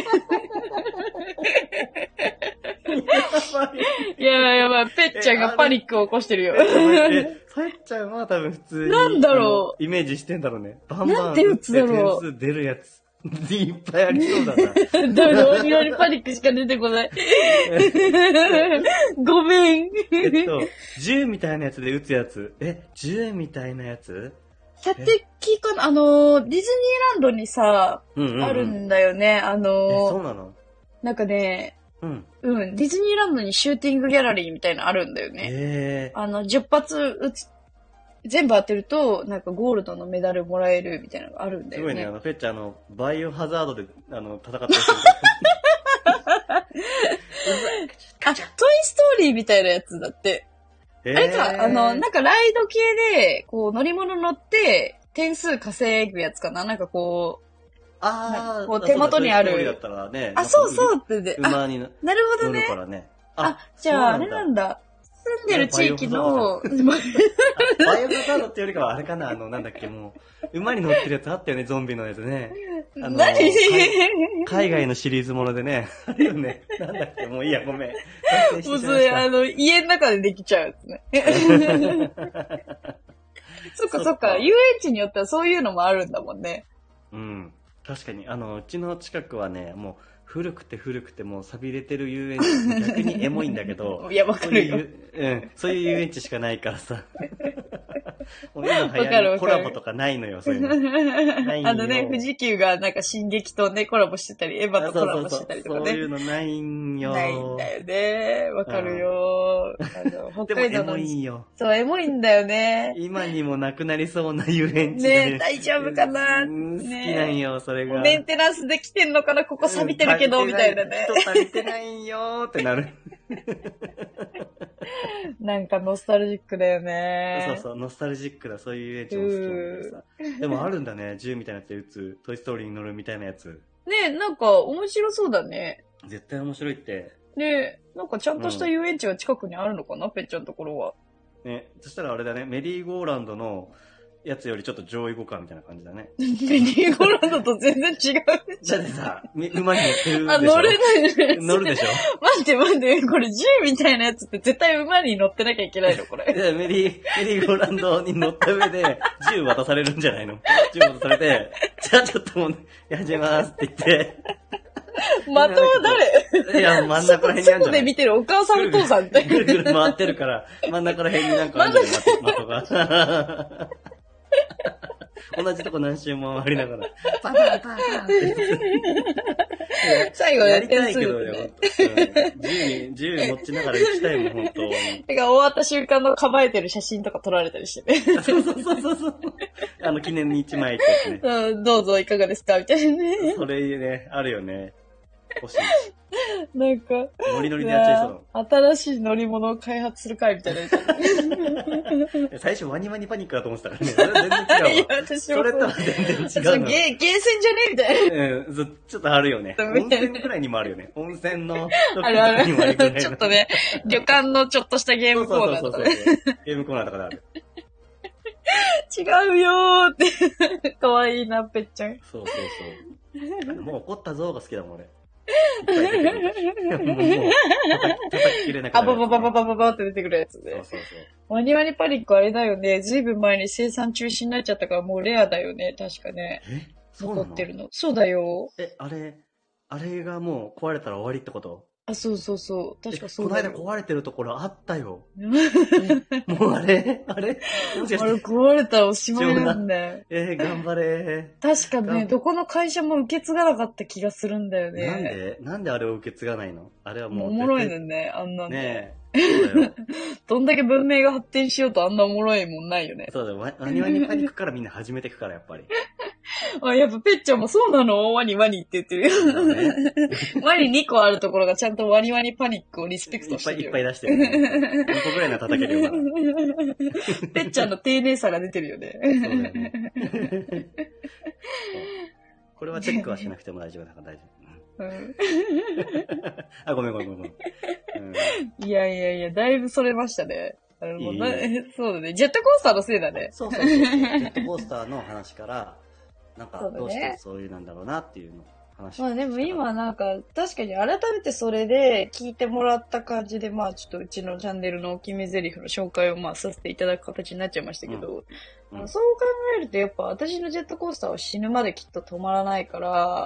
やばい。ぺっちゃんがパニックを起こしてるよ。 ぺっちゃんは多分普通に。 なんだろうイメージしてんだろうね。 バンバン打って点数出るやつ。いっぱいありそうだな。 だめだ、ワニワニパニックしか出てこない。ごめん。 銃みたいなやつで撃つやつ。銃みたいなやつ射的かなディズニーランドにさ、あるんだよね。 そうなの？ なんかね、ディズニーランドにシューティングギャラリーみたいなのあるんだよね。10発全部当てると、なんかゴールドのメダルもらえるみたいなのがあるんだよね。 すごいね、ペッチャバイオハザードで、戦ってる人トイストーリーみたいなやつだって。あれか、なんかライド系で、こう乗り物乗って、点数稼ぐやつかななんかこう、手元にある。そうって馬に乗るからね。 じゃああれなんだ。住んでる地域の、 バイオハザードってよりかはあれかななんだっけ、もう、馬に乗ってるやつあったよね、ゾンビのやつね。海外のシリーズものでね、あるよね。なんだっけ、もういいや、ごめん。 もうそれ、家の中でできちゃうやつね。そっか、遊園地によってはそういうのもあるんだもんね。 確かに、うちの近くはね、もう、古くてもう錆びれてる遊園地、逆にエモいんだけど、 いや、わかるよ。 そういう遊園地しかないからさ。もう今流行るコラボとかないのよ、そういうの。ないよ富士急がなんか進撃とね、コラボしてたり、エヴァとコラボしてたりとかね。 そういうのないんよ。 ないんだよね。わかるよ。 北海道の。でもエモいよ。 そう、エモいんだよね。 今にもなくなりそうな遊園地ね。大丈夫かな。 好きなんよ、それが。 メンテナンスできてんのかな、ここ錆びてるけど、みたいなね。 人足りてないよーってなる。 なんかノスタルジックだよね。 そう、ノスタルジックだ、そういう遊園地も好きなんだけどさ。でもあるんだね、銃みたいなやつで撃つ、トイストーリーに乗るみたいなやつ。 ね、なんか面白そうだね。 絶対面白いって。 ね、なんかちゃんとした遊園地が近くにあるのかな、ぺっちゃんのところは。 ね、そしたらあれだね、メリーゴーランドのやつよりちょっと上位互換みたいな感じだね。 メリーゴーランドと全然違う。 だってさ、馬に乗ってるでしょ。 乗れない乗るでしょ。 待って、これ銃みたいなやつって絶対馬に乗ってなきゃいけないのこれ。 メリーゴーランドに乗った上で銃渡されるんじゃないの？銃渡されて、じゃあちょっともう、始めますって言って。 的は誰？ いや、真ん中ら辺にあるんじゃない？ 外で見てるお母さんお父さんって。 ぐるぐる回ってるから、真ん中ら辺になんかあるんじゃない？的が。同じとこ何周も回りながら、パンパンパンパンって。 最後やりたいけどね、銃持ちながら行きたいもん、本当に。 てか、終わった瞬間の構えてる写真とか撮られたりしてね。 そう。記念に1枚ってやつね。どうぞいかがですかみたいなね。 それね、あるよね。欲しい。 なんか、 ノリノリでやっちゃいそう。 新しい乗り物を開発する会みたいな。 最初ワニワニパニックだと思ってたからね。それ全然違うわ。いや、私もそれとは全然違うの。 ゲーセンじゃねみたいな。ちょっとあるよね。温泉くらいにもあるよね。温泉のあるある。ちょっとね、旅館のちょっとしたゲームコーナーとかね。 ゲームコーナーとかである。 違うよーって。かわいいな、ぺっちゃん。 そう。もう怒ったぞーが好きだもん、俺。もう、叩ききれなくなる。 ババって出てくるやつで。 そう。 ワニワニパニックあれだよね。ずいぶん前に生産中止になっちゃったからもうレアだよね。確かね。 そうなの？ 残ってるの。そうだよ。 あれがもう壊れたら終わりってこと？ あ、そうそうそう。確かそうこの間だよ。 壊れてるところあったよ。もうあれもしかあれして。 壊れたらおしまいなんだよ。 頑張れ。 確かね、どこの会社も受け継がなかった気がするんだよね。 なんであれを受け継がないの？あれはもうおもろいのね、あんなんねえ。そうだよ。 どんだけ文明が発展しようとあんなおもろいもんないよね。 そうだよ。ワニワニパニックからみんな始めていくから、やっぱり。 あ、やっぱペッチョもそうなのワニワニって言ってるよ。ね、ワニ2個あるところがちゃんとワニワニパニックをリスペクトしてるよ。 いっぱい出してる、ね。2個ぐらいなら叩けるよ。 ペッチャンの丁寧さが出てるよね。そうだよね。 これはチェックはしなくても大丈夫だから大丈夫。あ、ごめん。 いや、だいぶそれましたね。そうだね。ジェットコースターのせいだね。 そう。ジェットコースターの話から、なんか、どうしてそういうなんだろうなっていうの話。 まあでも今なんか、確かに改めてそれで聞いてもらった感じで、まあちょっとうちのチャンネルの決め台詞の紹介をまあさせていただく形になっちゃいましたけど、そう考えるとやっぱ私のジェットコースターは死ぬまできっと止まらないから、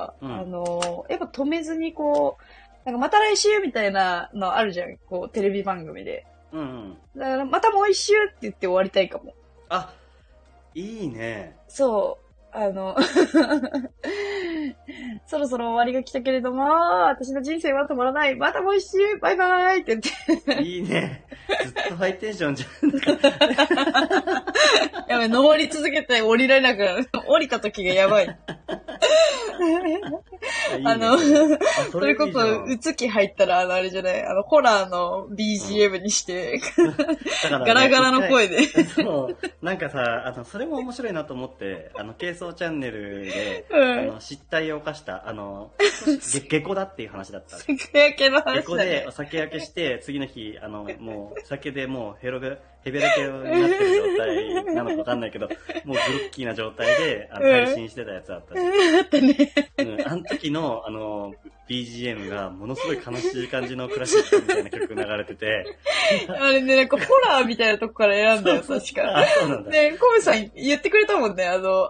やっぱ止めずにこう、なんかまた来週みたいなのあるじゃん、こうテレビ番組で。だからまたもう一周って言って終わりたいかも。 あ、いいね。 そう。そろそろ終わりが来たけれども、私の人生は止まらない。またもう一周、バイバイって言って。 いいね。ずっとハイテンションじゃん。やばい、登り続けて降りられなくなる。降りた時がやばい。それこそ、うつき入ったら、あれじゃない、ホラーの BGM にして、ガラガラの声で。 そう。なんかさ、それも面白いなと思って、軽装チャンネルで、失態を犯した、下戸だっていう話だった。 酒焼けの話だね。 下戸で酒焼けして、次の日、もう、酒でもうヘベレケになってる状態なのかわかんないけど、もうグロッキーな状態で、配信してたやつあったじゃん。 あったね。 あの時の、BGM がものすごい悲しい感じのクラシックみたいな曲流れてて。 あれね、なんかホラーみたいなとこから選んだよ、確か。 あ、そうなんだ。 ね、コムさん言ってくれたもんね、この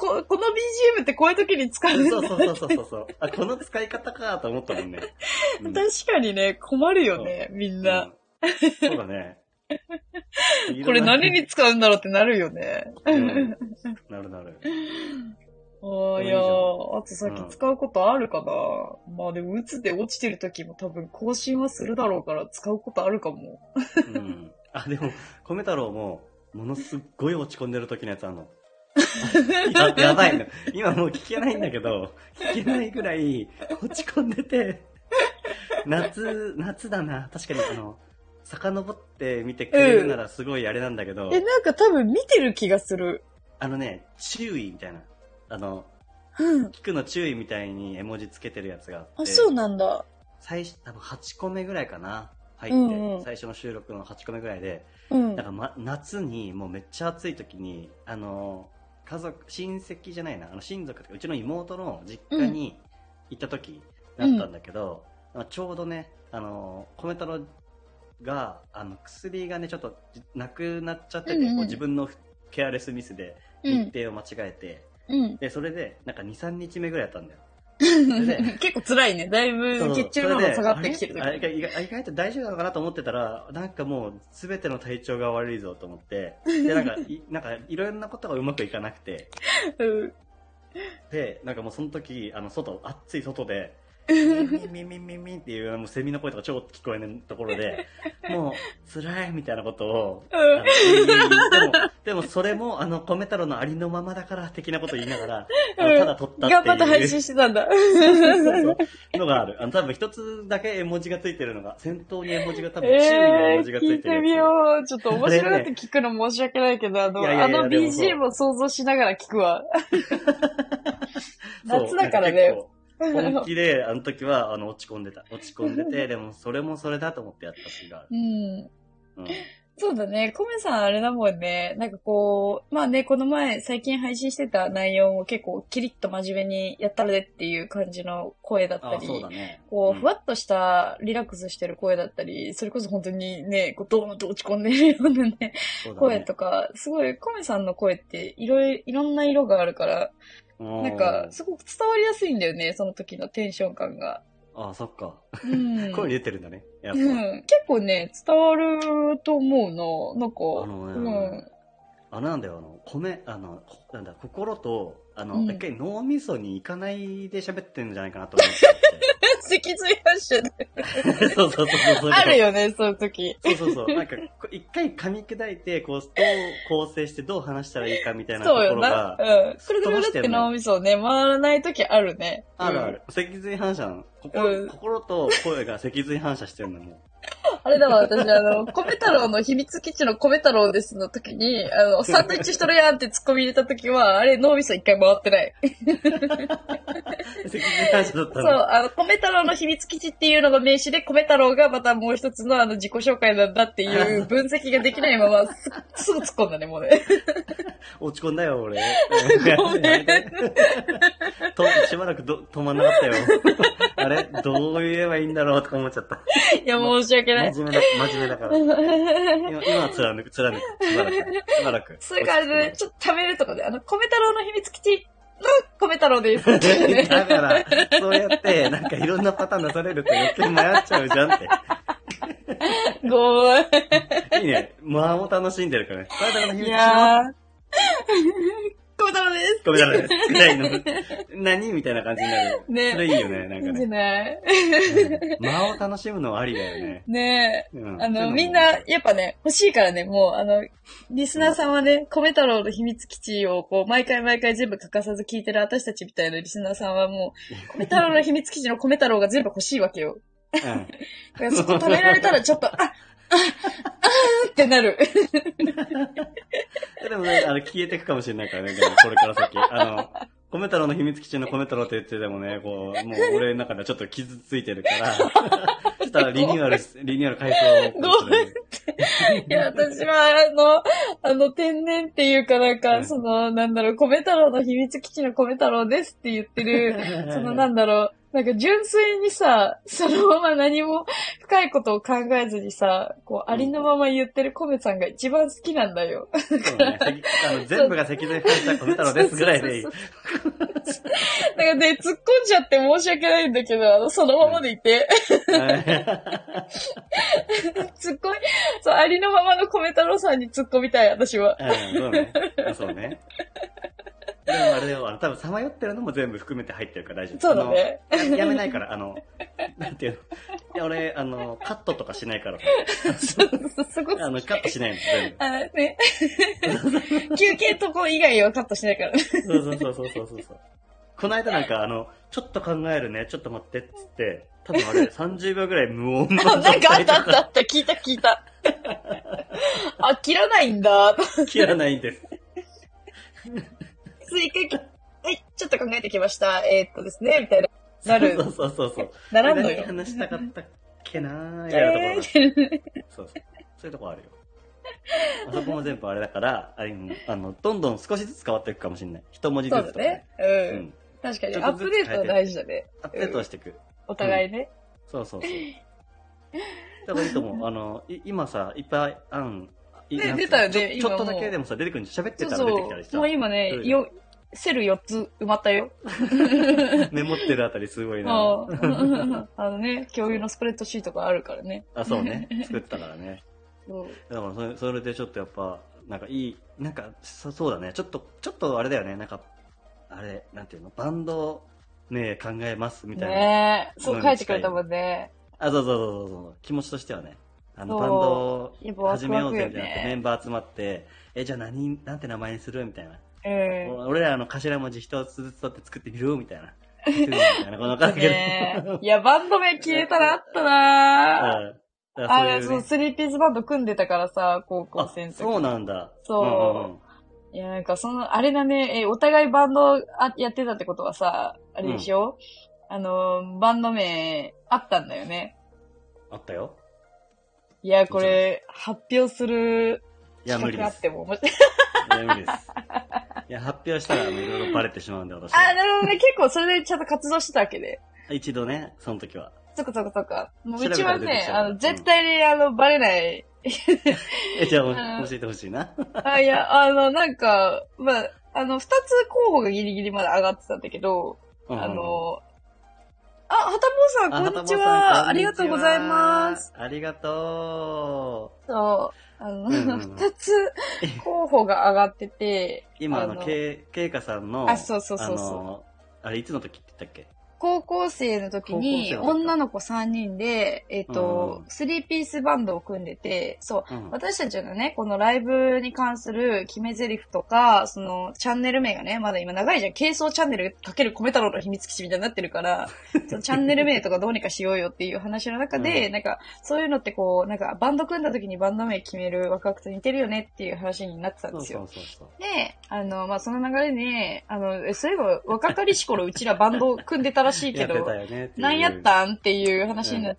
BGM ってこういう時に使うんだ。 そう。あ、この使い方かと思ったもんね。 確かにね、困るよね、みんな。 そうだね。 これ何に使うんだろうってなるよね。 なる。 いやあと先使うことあるかな、まあでも、うつで落ちてる時も多分更新はするだろうから使うことあるかも。 あ、でも、米太郎も、ものすっごい落ち込んでる時のやつあんの。やばいの。今もう聞けないんだけど、聞けないぐらい落ち込んでて、夏だな。確かに遡って見てくれるならすごいあれなんだけど。 なんか多分見てる気がする。 注意みたいな。聞くの注意みたいに絵文字つけてるやつがあって。 あ、そうなんだ。 多分8個目ぐらいかな。入って、最初の収録の8個目ぐらいで。なんか夏にもうめっちゃ暑い時に、家族、親戚じゃないな、親族とか、うちの妹の実家に行った時だったんだけど、ちょうどね、米太郎が、薬がね、ちょっとなくなっちゃってて、こう自分のケアレスミスで日程を間違えて、で、それで、なんか2、3日目ぐらいやったんだよ。 結構辛いね。だいぶ血中濃度下がってきてる時。 意外と大丈夫なのかなと思ってたら、なんかもう全ての体調が悪いぞと思って、で、なんかいろんなことがうまくいかなくて、で、なんかもうその時、暑い外で、ミンっていうもうセミの声とか超聞こえないところで、もう辛いみたいなことを、でもそれも米太郎のありのままだから的なこと言いながら、ただ撮ったっていう。 頑張って配信してたんだ。 のがある。多分一つだけ絵文字がついてるのが、先頭に絵文字が多分注意の絵文字がついてるやつ。 聞いてみよう。ちょっと面白がって聞くの申し訳ないけど、BGM を想像しながら聞くわ。夏だからね。 本気で、あの時は、落ち込んでて、でも、それもそれだと思ってやった時がある。 そうだね。コメさんあれだもんね。なんかこう、まあね、この前、最近配信してた内容も結構、キリッと真面目にやったらねっていう感じの声だったり、 そうだね。 こう、ふわっとしたリラックスしてる声だったり、それこそ本当にね、こう、ドーンと落ち込んでるようなね、声とか、すごい、コメさんの声っていろんな色があるから、なんか、すごく伝わりやすいんだよね、その時のテンション感が。 ああ、そっか。 うん。 声出てるんだね。やっぱ。 うん。結構ね、伝わると思うな。なんか、 なんだよ、なんだ、心と、一回脳みそに行かないで喋ってるんじゃないかなと思って。 脊髄発射で。 そうそうそう。 あるよね、そういう時。 そう。なんか、一回噛み砕いて、こう、どう構成してどう話したらいいかみたいなところが、 そうよな。うん。くるくるって脳みそをね、回らない時あるね。 ある。脊髄反射の。心と声が脊髄反射してるのも。 あれだわ、私、米太郎の秘密基地の米太郎ですの時に、サンドイッチしとるやんって突っ込み入れた時は、あれ、脳みそ一回回ってない。 脊髄反射だったの。そう、米太郎の秘密基地っていうのが名詞で、米太郎がまたもう一つの自己紹介なんだっていう分析ができないまま、すぐ突っ込んだね、もうね。 落ち込んだよ、俺。 ごめん。 しばらく止まんなかったよ。あれどう言えばいいんだろうとか思っちゃった。 いや、申し訳ない。 真面目だから。今は貫く。しばらく。 そういう感じで、ちょっと食べるとかで、米太郎の秘密基地の米太郎です。 だから、そうやって、なんかいろんなパターン出されると余計迷っちゃうじゃんって。 ごめん。 いいね。間も楽しんでるからね。米太郎の秘密基地の。米太郎です。 米太郎です。ぐらいの、何みたいな感じになる。ね。それいいよね、なんかね。 いいね。 間を楽しむのはありだよね。 ねえ。みんな、やっぱね、欲しいからね、もう、リスナーさんはね、米太郎の秘密基地を、こう、毎回全部欠かさず聞いてる私たちみたいなリスナーさんはもう、米太郎の秘密基地の米太郎が全部欲しいわけよ。だからそこ食べられたらちょっと、ってなる。 でもね、消えていくかもしれないからね、これから先。米太郎の秘密基地の米太郎って言っててもね、こう、もう俺の中ではちょっと傷ついてるから、ちょっとリニューアル回答を。 ごめんって。いや、私は天然っていうかなんか、米太郎の秘密基地の米太郎ですって言ってる、なんか純粋にさ、そのまま何も深いことを考えずにさ、こう、ありのまま言ってる米さんが一番好きなんだよ。 そうね。全部が脊髄反射米太郎ですぐらいでいい。だからね、突っ込んじゃって申し訳ないんだけど、そのままでいて。そう、ありのままの米太郎さんに突っ込みたい、私は。 そうね。でもあれよ、多分さまよってるのも全部含めて入ってるから大丈夫。 そうだね。 やめないから、なんていうの。いや、俺、カットとかしないから。 すごい。 カットしないの、全部。 ね。休憩とこ以外はカットしないから。 そう。この間なんか、ちょっと考えるね、ちょっと待ってっつって、多分あれ、30秒ぐらい無音のなんかあった、聞いた。あ、切らないんだ。 切らないんです。 はい、ちょっと考えてきました。ですね、みたいな。なる。 そう。 ならんのよ。 何話したかったっけなーみたいなところ。そういうとこあるよ。あそこも全部あれだから、どんどん少しずつ変わっていくかもしれない。一文字ずつとかね。 うん。確かに、アップデートは大事だね。 アップデートはしていく。 お互いね。 そう。だからいいと思う。今さ、いっぱい出たよね、 ちょっとだけでもさ、出てくるんじゃん。喋ってたら出てきたりさ。 もう今ね、セル4つ埋まったよ。 メモってるあたりすごいな。 共有のスプレッドシートがあるからね。 あ、そうね。作ってたからね。だからそれでちょっとやっぱ、なんかそうだね。ちょっとあれだよね。なんか、あれ、なんていうの、バンドね、考えますみたいな。 ねえ、そう書いてくれたもんね。 あ、そう。気持ちとしてはね。バンドを始めようぜみたいなメンバー集まって、じゃあなんて名前にするみたいな。俺ら頭文字一つずつ取って作ってみるみたいな。 いや、バンド名消えたらあったなぁ。そう、スリーピーズバンド組んでたからさ、高校生の時。 そうなんだ。 そう。いや、なんかあれだね、お互いバンドやってたってことはさ、あれでしょ、バンド名あったんだよね。 あったよ。 いや、これ、発表する企画あっても。 無理です。いや、発表したらいろいろバレてしまうんで、私。 なるほどね。結構それでちゃんと活動してたわけで。 一度ね、その時は。 そっか。もううちはね、絶対にバレない。 じゃあ、教えてほしいな。 いや、なんか、まあ、二つ候補がギリギリまで上がってたんだけど、 あ、はたぼうさん、こんにちは。ありがとうございます。 ありがとう。そう。二つ候補が上がってて。 今、ケイカさんの、 そう。 あれ、いつの時って言ったっけ？ 高校生の時に、女の子3人で、3ピースバンドを組んでて、そう、私たちのね、このライブに関する決め台詞とか、その、チャンネル名がね、まだ今長いじゃん。軽装チャンネルかける米太郎の秘密基地みたいになってるから、そのチャンネル名とかどうにかしようよっていう話の中で、なんか、そういうのってこう、なんか、バンド組んだ時にバンド名決めるワクワクと似てるよねっていう話になってたんですよ。で、まあ、その流れで、そういえば、若かりし頃うちらバンド組んでたらしいけど、何やったんっていう話になって、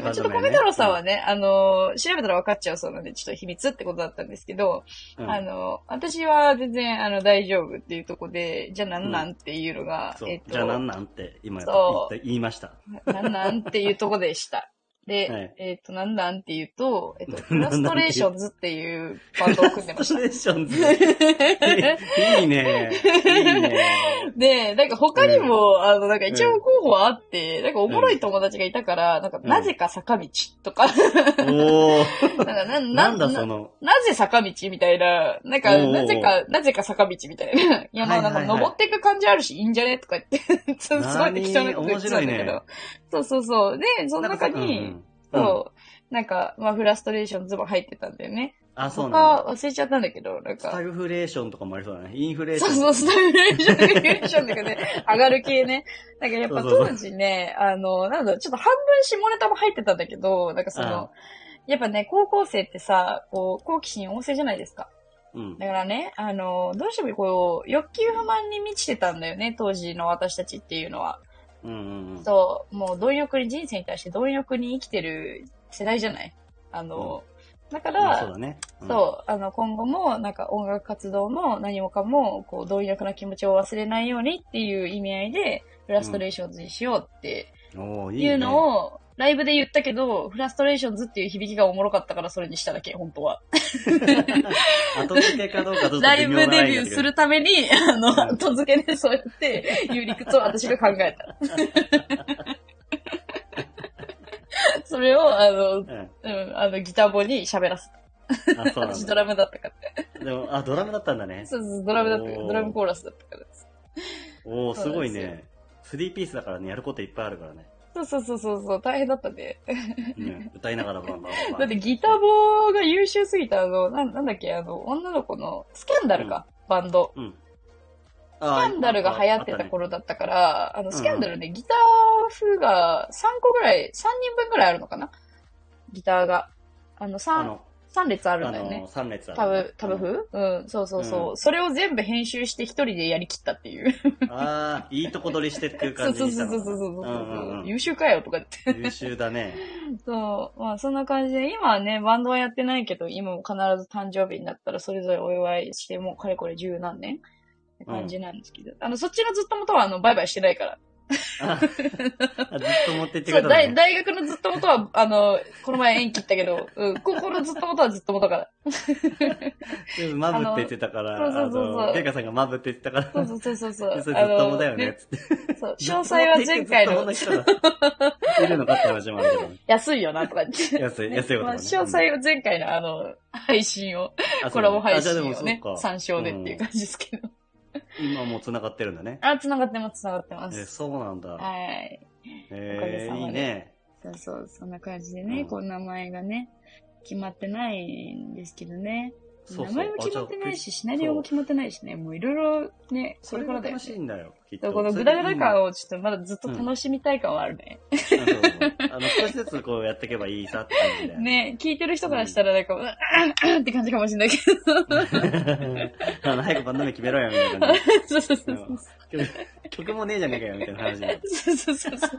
ちょっと米太郎さんはね、調べたら分かっちゃうそうなんで、ちょっと秘密ってことだったんですけど、私は全然、大丈夫っていうとこで、じゃあなんなんっていうのが、 じゃあなんなんって今言いました。 なんなんっていうとこでした。で、なんなんっていうと、フラストレーションズっていうバンドを組んでました。フラストレーションズいいね。いいね。 で、なんか他にも、なんか一応候補はあって、なんかおもろい友達がいたから、なんかなぜか坂道とか。なんだその。なぜ坂道みたいな、なんか、なぜか坂道みたいな。いや、まあなんか登っていく感じあるし、いいんじゃねとか言って、すごい適当なこと言ってたんだけど。そう。で、その中に、そう、なんか、まあ、フラストレーションズも入ってたんだよね。 あ、そうなんだ。 他忘れちゃったんだけど、なんか。 スタグフレーションとかもありそうだね。インフレーション。 そう、スタグフレーションとかね、上がる系ね。なんかやっぱ当時ね、なんだろう、ちょっと半分下ネタも入ってたんだけど、なんかその、やっぱね、高校生ってさ、こう、好奇心旺盛じゃないですか。だからね、どうしてもこう、欲求不満に満ちてたんだよね、当時の私たちっていうのは。そう、もう貪欲に、人生に対して貪欲に生きてる世代じゃない。だから、 そうだね。 そう、今後も、なんか音楽活動も何もかも、こう、貪欲な気持ちを忘れないようにっていう意味合いで、フラストレーションズにしようっていうのを、ライブで言ったけど、フラストレーションズっていう響きがおもろかったからそれにしただけ、本当は。 後付けかどうかどうか。 ライブデビューするために、後付けでそうやっていう理屈を私が考えた。それを、ギターボに喋らせた。私ドラムだったから。 でも、ドラムだったんだね。 そう、ドラムだったから。ドラムコーラスだったから。 おー、すごいね。3ピースだからね、やることいっぱいあるからね。 そう、大変だったね。 歌いながらバンバン。 だってギターボが優秀すぎたなんだっけ、女の子のスキャンダルか、バンド。スキャンダルが流行ってた頃だったから、スキャンダルね、ギター風が3個ぐらい、3人分ぐらいあるのかなギターが。3列あるんだよね。 3列ある。 タブ風そう。それを全部編集して一人でやりきったっていう。 いいとこ取りしてっていう感じにしたの。 そう。優秀かよとかって。 優秀だね。 そう。まあそんな感じで、今はね、バンドはやってないけど、今も必ず誕生日になったらそれぞれお祝いして、もうかれこれ十何年って感じなんですけど。そっちのずっと元はバイバイしてないから。 ずっと持ってってくれたね。 大学のずっと元は、この前縁切ったけど、高校のずっと元はずっと元から。 マブって言ってたから、ケイカさんがマブって言ってたから。 そう。 それずっともだよね、つって。 そう、詳細は前回の。 いるのかって話もあるけど。 安いよな、とか言って。 安いことね。 詳細は前回の配信を、コラボ配信をね、参照でっていう感じですけど。 今もう繋がってるんだね。 繋がってます。 そうなんだ。 はい。 いいね。 そう、そんな感じでね、こう名前がね、決まってないんですけどね。名前も決まってないし、シナリオも決まってないしね、もういろいろね、 それからだよ。楽しいんだよ、きっと。 このグダグダ感をちょっとまだずっと楽しみたい感はあるね。 少しずつこうやっていけばいいさって感じで。 ね、聞いてる人からしたらなんか、って感じかもしれないけど。早くバンド名決めろよ、みたいな感じ。 そう。 曲もねえじゃねえかよ、みたいな話になる。 そう。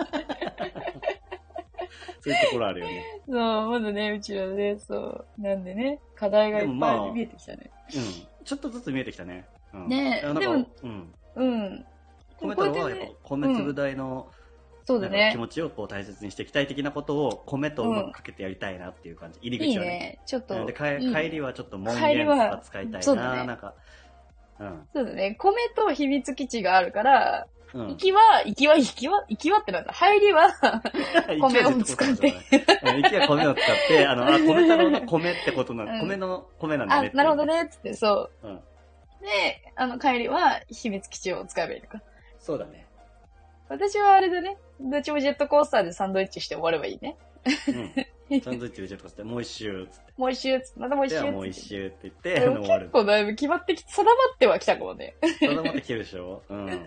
そういうところあるよね。 そう、まだね、うちはね、そう。なんでね、課題がいっぱい見えてきたね。 ちょっとずつ見えてきたね。 ねえ、でも、 米太郎は米粒大の気持ちをこう大切にしていきたい的なことを米とうまくかけてやりたいなっていう感じ。入り口はね。いいね、 ちょっと。 で、帰りはちょっと門限とか使いたいな、なんか。 そうだね。米と秘密基地があるから、 行きはってなんだ。入りは、米を使って。 行きは米を使って、米太郎の米ってことなの。米なんだね。 なるほどね、つって、そう。で、帰りは秘密基地を使えばいいのか。 そうだね。 私はあれだね。どっちもジェットコースターでサンドイッチして終わればいいね。 サンドイッチでジェットコースターでもう一周、つって。 もう一周、つって。またもう一周。 もう一周って言って、終わる。 結構だいぶ決まってきて、定まってはきたかもね。 定まってきてるでしょ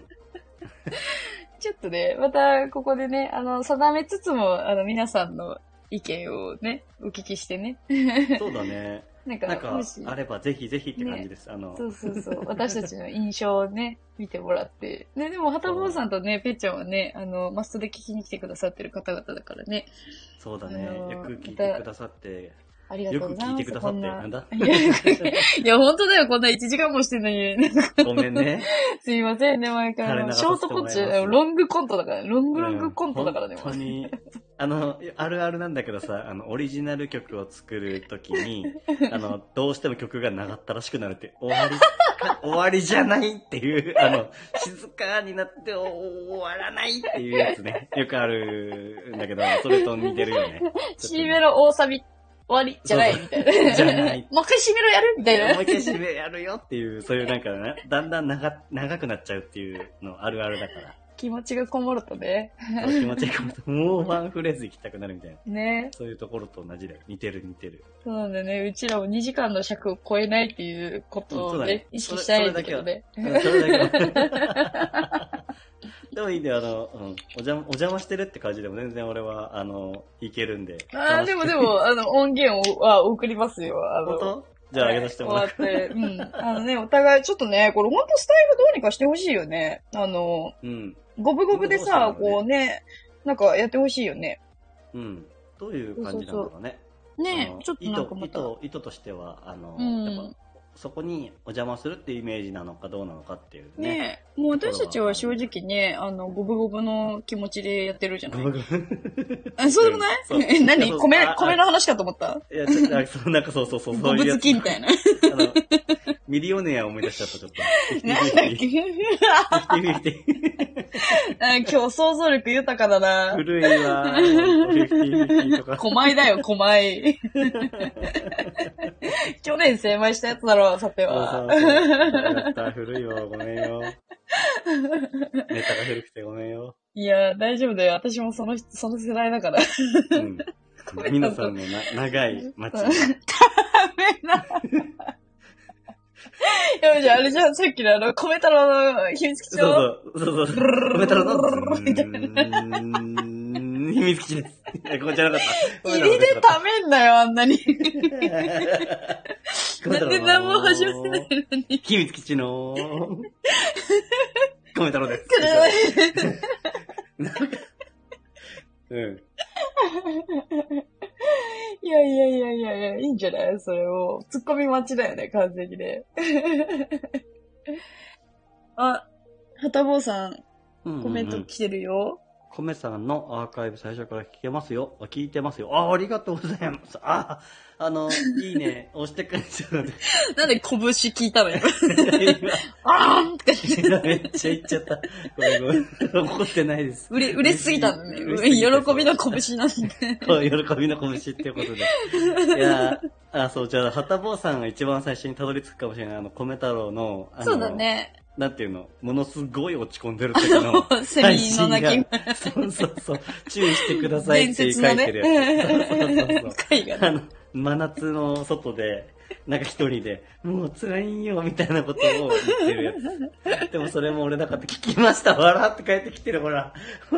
ちょっとね、またここでね、定めつつも、皆さんの意見をね、お聞きしてね。 そうだね。なんかあればぜひぜひって感じです。 そう。私たちの印象をね、見てもらって。ね、でも、はたぼうさんとね、ぺっちゃんはね、マストで聞きに来てくださってる方々だからね。 そうだね。よく聞いてくださって。 ありがとうございます。よく聞いてくださって。 なんだいや、本当だよ。こんな1時間もしてんのに。 ごめんね。 すいませんね、毎回。ショートコント、ロングコントだからね。ロングコントだからね。 本当に。あるあるなんだけどさ、オリジナル曲を作るときに、どうしても曲が長ったらしくなるって、終わりじゃないっていう、静かになって終わらないっていうやつね。よくあるんだけど、それと似てるよね。 C メロ大サビ。終わりじゃないみたいな。 じゃない。 もう一回締めろやるみたいな。 もう一回締めやるよっていう、そういうなんかね、だんだん長くなっちゃうっていうのあるあるだから。 気持ちがこもるとね。 気持ちがこもると、もうワンフレーズ行きたくなるみたいな。 ね。 そういうところと同じだよ。似てる。 そうなんだよね。うちらも2時間の尺を超えないっていうことをね、意識したいんだけどね。 それだけでもいいんだよ、お邪魔してるって感じでも全然俺は、いけるんで。 でも、音源は送りますよ。 本当？じゃあ、あげさせてもらって。 お互い、ちょっとね、これほんとスタイルどうにかしてほしいよね。五分五分でさ、こうね、なんかやってほしいよね。 どういう感じなんだろうね。 ねちょっとなんかまた。 意図としては、やっぱ、そこにお邪魔するっていうイメージなのかどうなのかっていうね。 ねもう私たちは正直ね、五分五分の気持ちでやってるじゃない。そうでもない何米の話かと思ったいや、ちょっと、なんかそう。 五分好きみたいな。 ミリオネアを思い出しちゃった、ちょっと。 なんだっけ今日想像力豊かだな。 古いわ。50-50とか。 狛江だよ、狛江。去年精米したやつだろ、さては。 古いわ、ごめんよ。ネタが古くてごめんよ。 いや、大丈夫だよ。私もその世代だから。 皆さんの長い街。ダメだ。いや、じゃあ、あれじゃん、さっきの米太郎の秘密基地の。 そう。米太郎の秘密基地です。ここじゃなかった。 入りでためんなよ、あんなに。なんで何も始まってないのに。 秘密基地の米太郎です。 いや、いいんじゃないそれを。ツッコミ待ちだよね、完全にね。はたぼうさん、コメント来てるよ。 米さんのアーカイブ最初から聞いてますよ。ありがとうございます。いいね。押してくれちゃう。 なんで拳聞いたのよ。あーんってめっちゃ言っちゃった。ごめん。怒ってないです。 嬉しすぎたんだね。喜びの拳なんで。 喜びの拳っていうことで。いやそう、じゃあ、はたぼうさんが一番最初にたどり着くかもしれない、米太郎の、 そうだね。 なんていうの、ものすごい落ち込んでる時のセミの鳴きそう。注意してくださいって書いてるやつ。 回がね。 真夏の外で、なんか一人で、もう辛いんよ、みたいなことを言ってるやつ。でもそれも俺なかった。聞きました。笑って帰ってきてる、ほら。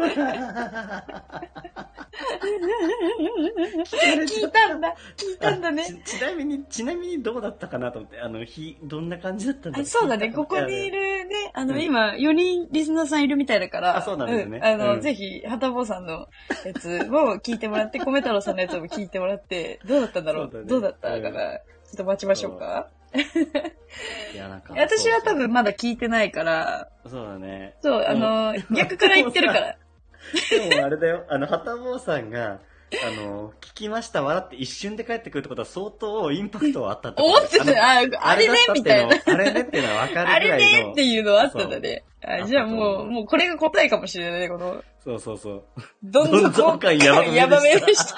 聞いたんだね。 ちなみにどうだったかなと思って、どんな感じだったんだろう。 そうだね、ここにいるね、今、4人リスナーさんいるみたいだから、 そうなんですね。 ぜひ、はたぼうさんのやつを聞いてもらって、米太郎さんのやつも聞いてもらって、どうだったんだろう、どうだったかな。ちょっと待ちましょうか。 いや、なんか。 私は多分まだ聞いてないから。 そうだね。 そう、逆から言ってるから。 でもあれだよ、はたぼうさんが、 聞きました、笑って一瞬で帰ってくるってことは相当インパクトはあったってこと思ってた、あれねみたいな。 あれねっていうのは分かるぐらあいの。 れねっていうのはあったんだね。じゃあもうこれが答えかもしれないね、この。 そうそうそう。 どん底感ヤバめでした。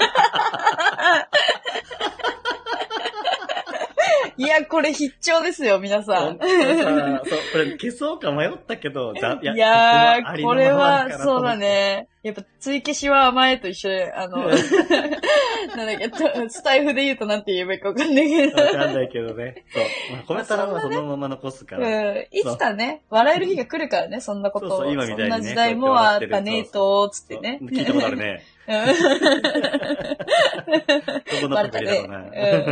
いや、これ必聴ですよ、皆さん。 そう、これ消そうか迷ったけど、 いやー、これは、そうだね。やっぱ、追消しは甘えと一緒で、なんだっけ、スタイフで言うとなんて言えばいいかわかんないけど。 わかんないけどね。そう。まあ、コメント欄はそのまま残すから。 いつかね、笑える日が来るからね、そんなことを。 そう、今みたいにね。 そんな時代もあったね、と、つってね。 聞いたことあるね。どこの国だろうな。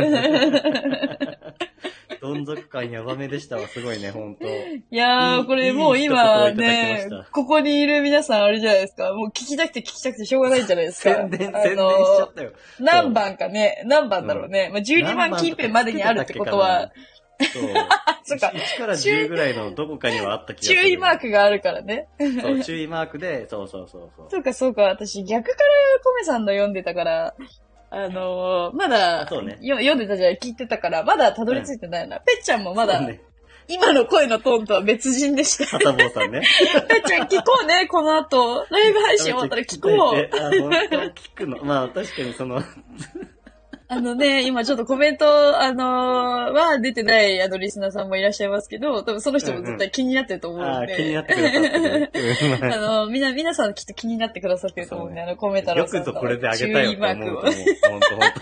どん底感やばめでしたわ、すごいね、ほんと。 いやー、これもう今ね、ここにいる皆さんあれじゃないですか。もう聞きたくてしょうがないんじゃないですか。 宣伝しちゃったよ。 何番かね、何番だろうね。まあ、12番近辺までにあるってことは、 そう。そっか。1から10ぐらいのどこかにはあった気がする。 注意マークがあるからね。 そう、注意マークで、そう。 そうか、私逆からコメさんの読んでたから、まだ、読んでたじゃん、聞いてたから、まだたどり着いてないな。ぺっちゃんもまだ、今の声のトーンとは別人でした。 はたぼうさんね。 ぺっちゃん聞こうね、この後。ライブ配信終わったら聞こう。 本当聞くの。まあ確かに今ちょっとコメント、は出てない、リスナーさんもいらっしゃいますけど、多分その人も絶対気になってると思うんで。 気になってくださってる。 皆さんきっと気になってくださってると思うんで、コメント欄さんのよくぞこれであげたよって思うと思う。ほん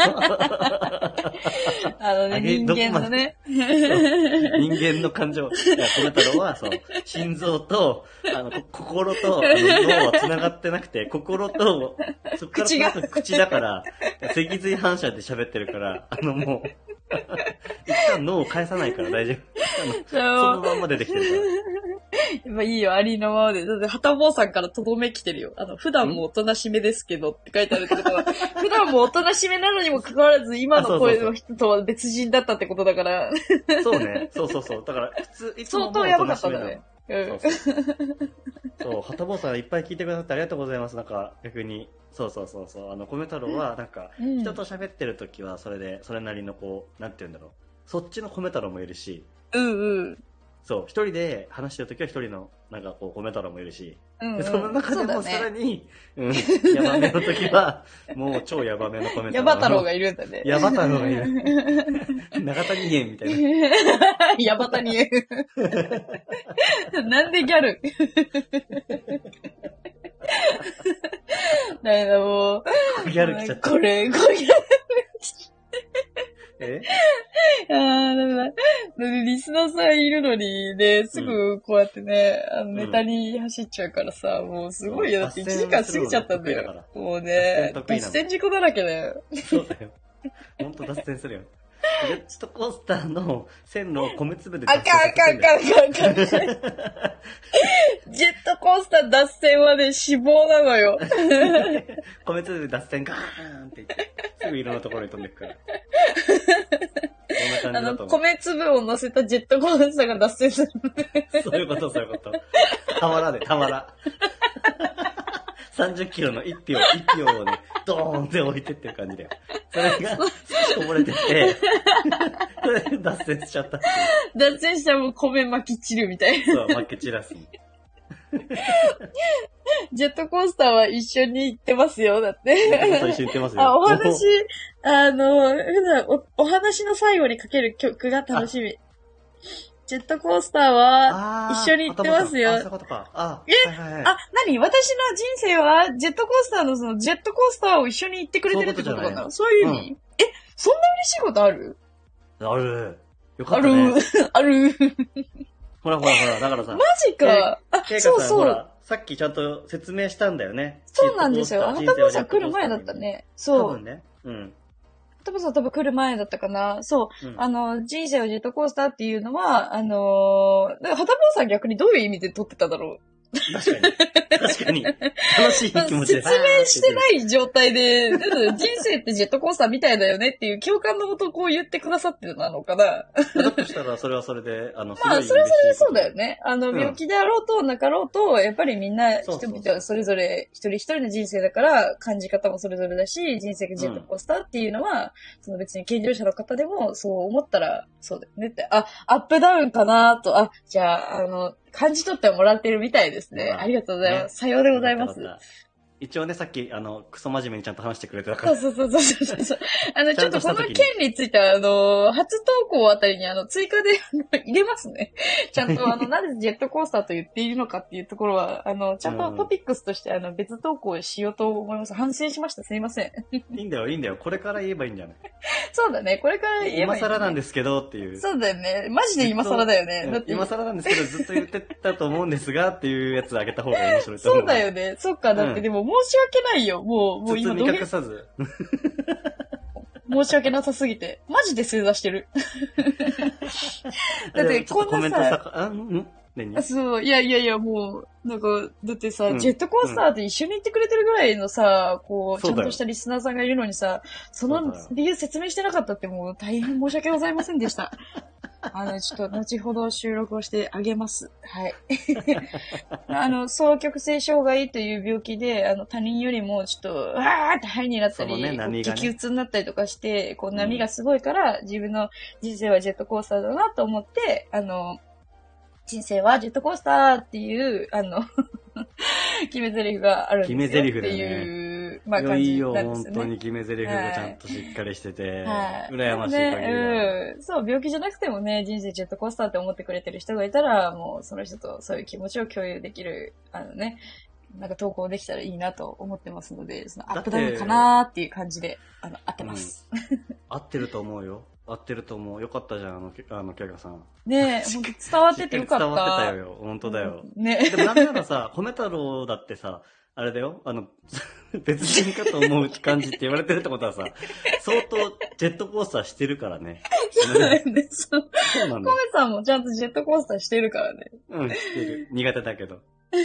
と。 人間のね。 人間の感情。コメ太郎は、そう、心臓と、心と、脳は繋がってなくて、心と、そっから口だから、脊髄反射で喋ってるから、もう、一旦脳を返さないから大丈夫。そのまんま出てきてるから。 やっぱいいよ、ありのままで。だって、はたぼうさんからとどめ来てるよ。普段もおとなしめですけどって書いてあるってことは、普段もおとなしめなのにもかかわらず、今の声の人とは別人だったってことだから。 そうね。そう。だから、普通、いつも相当やばかったんだね。 そう、はたぼうさんいっぱい聞いてくださってありがとうございます。なんか、逆に。そう。米太郎は、なんか、人と喋ってるときは、それなりのなんて言うんだろう。そっちの米太郎もいるし。そう、一人で話してるときは一人の、なんか米太郎もいるし。その中でもさらに、ヤバめのときは、もう超ヤバめの米太郎。 ヤバ太郎がいるんだね。 ヤバ太郎がいる。長谷園みたいな。 ヤバ谷園。なんでギャルだけどもう。 ギャル来ちゃった。 これギャルダメだ。リスナーさんいるのにね、すぐこうやってね、ネタに走っちゃうからさ、もうすごいよ。だって1時間過ぎちゃったんだよ。もうね、脱線事故だらけだよ。 そうだよ。ほんと脱線するよ。ジェットコースターの線路を米粒で脱線させてんだよ。あかん。ジェットコースター脱線はね、死亡なのよ。 米粒で脱線ガーンって言って、すぐいろんなところに飛んでくから。 米粒を乗せたジェットコースターが脱線する。 そういうこと。たまら。30キロの1票をね、ドーンって置いてってる感じだよ。それが、少しこぼれてて、それで脱線しちゃったっていう。 脱線したらもう米巻き散るみたいな。 そう、巻き散らす。 ジェットコースターは一緒に行ってますよ、だって。 一緒に行ってますよ。 お話、普段お話の最後にかける曲が楽しみ。ジェットコースターは一緒に行ってますよ。 そういうことか。 何私の人生はジェットコースターのそのジェットコースターを一緒に行ってくれてるってことかな？そういう意味？そんな嬉しいことある？ ある。よかったね。 ある。 ほら、だからさ。 マジか。そう。 さっきちゃんと説明したんだよね。 そうなんですよ。はたぼうさん来る前だったね。そう。 多分ね。 はたぼうさん多分来る前だったかな。そう。人生をジェットコースターっていうのは、はたぼうさん逆にどういう意味で撮ってただろう。 確かに。確かに。楽しい気持ちで。 説明してない状態で、人生ってジェットコースターみたいだよねっていう共感のことをこう言ってくださってるのかな。 だとしたら、それはそれで、 まあ、それはそれでそうだよね。病気であろうとなかろうと、やっぱりみんな、人々はそれぞれ一人一人の人生だから、感じ方もそれぞれだし、人生がジェットコースターっていうのは、その別に健常者の方でもそう思ったら、そうだよねって。アップダウンかなと、じゃあ、感じ取ってもらってるみたいですね。ありがとうございます。さようでございます。 一応ね、さっき、クソ真面目にちゃんと話してくれてたから。 そう。ちょっとこの件については、初投稿あたりに、追加で、入れますね。ちゃんと、なぜジェットコースターと言っているのかっていうところは、ちゃんとトピックスとして、別投稿しようと思います。反省しました。すいません。 いいんだよ。これから言えばいいんじゃない？ そうだね。これから言えばいい、ね。 今更なんですけどっていう。 そうだよね。マジで今更だよね。 だって今更なんですけど、ずっと言ってたと思うんですが、っていうやつあげた方が面白いと思う。 そうだよね。そっか。だってでも申し訳ないよ。もう今包み隠さず。 申し訳なさすぎて。マジで正座してる。だってこんなさ、コメントそう、いや、もう、なんか、だってさ、ジェットコースターって一緒に行ってくれてるぐらいのさ、こう、ちゃんとしたリスナーさんがいるのにさ、その理由説明してなかったってもう大変申し訳ございませんでした。ちょっと後ほど収録をしてあげます。はい。双極性障害という病気で、他人よりもちょっと、わーってハイになったり、激鬱になったりとかして、こう波がすごいから、自分の人生はジェットコースターだなと思って、人生はジェットコースターっていう、決め台詞があるんですよっていう、まあ感じなんですよね。 本当に決め台詞がちゃんとしっかりしてて、羨ましい限りだ。 そう、病気じゃなくてもね、人生ジェットコースターって思ってくれてる人がいたら、もうその人とそういう気持ちを共有できる、なんか投稿できたらいいなと思ってますので、そのアップダウンかなーっていう感じで、合ってます。 合ってると思うよ。合ってると思う。よかったじゃん、キャガさん。 ねえ、ほんと伝わっててよかった。 伝わってたよ。ほんとだよ。 ねでもなんならさ、米太郎だってさ、あれだよ、別人かと思う感じって言われてるってことはさ、相当ジェットコースターしてるからね。 そうだよね。そうなんだよ。 米さんもちゃんとジェットコースターしてるからね。 してる。苦手だけど。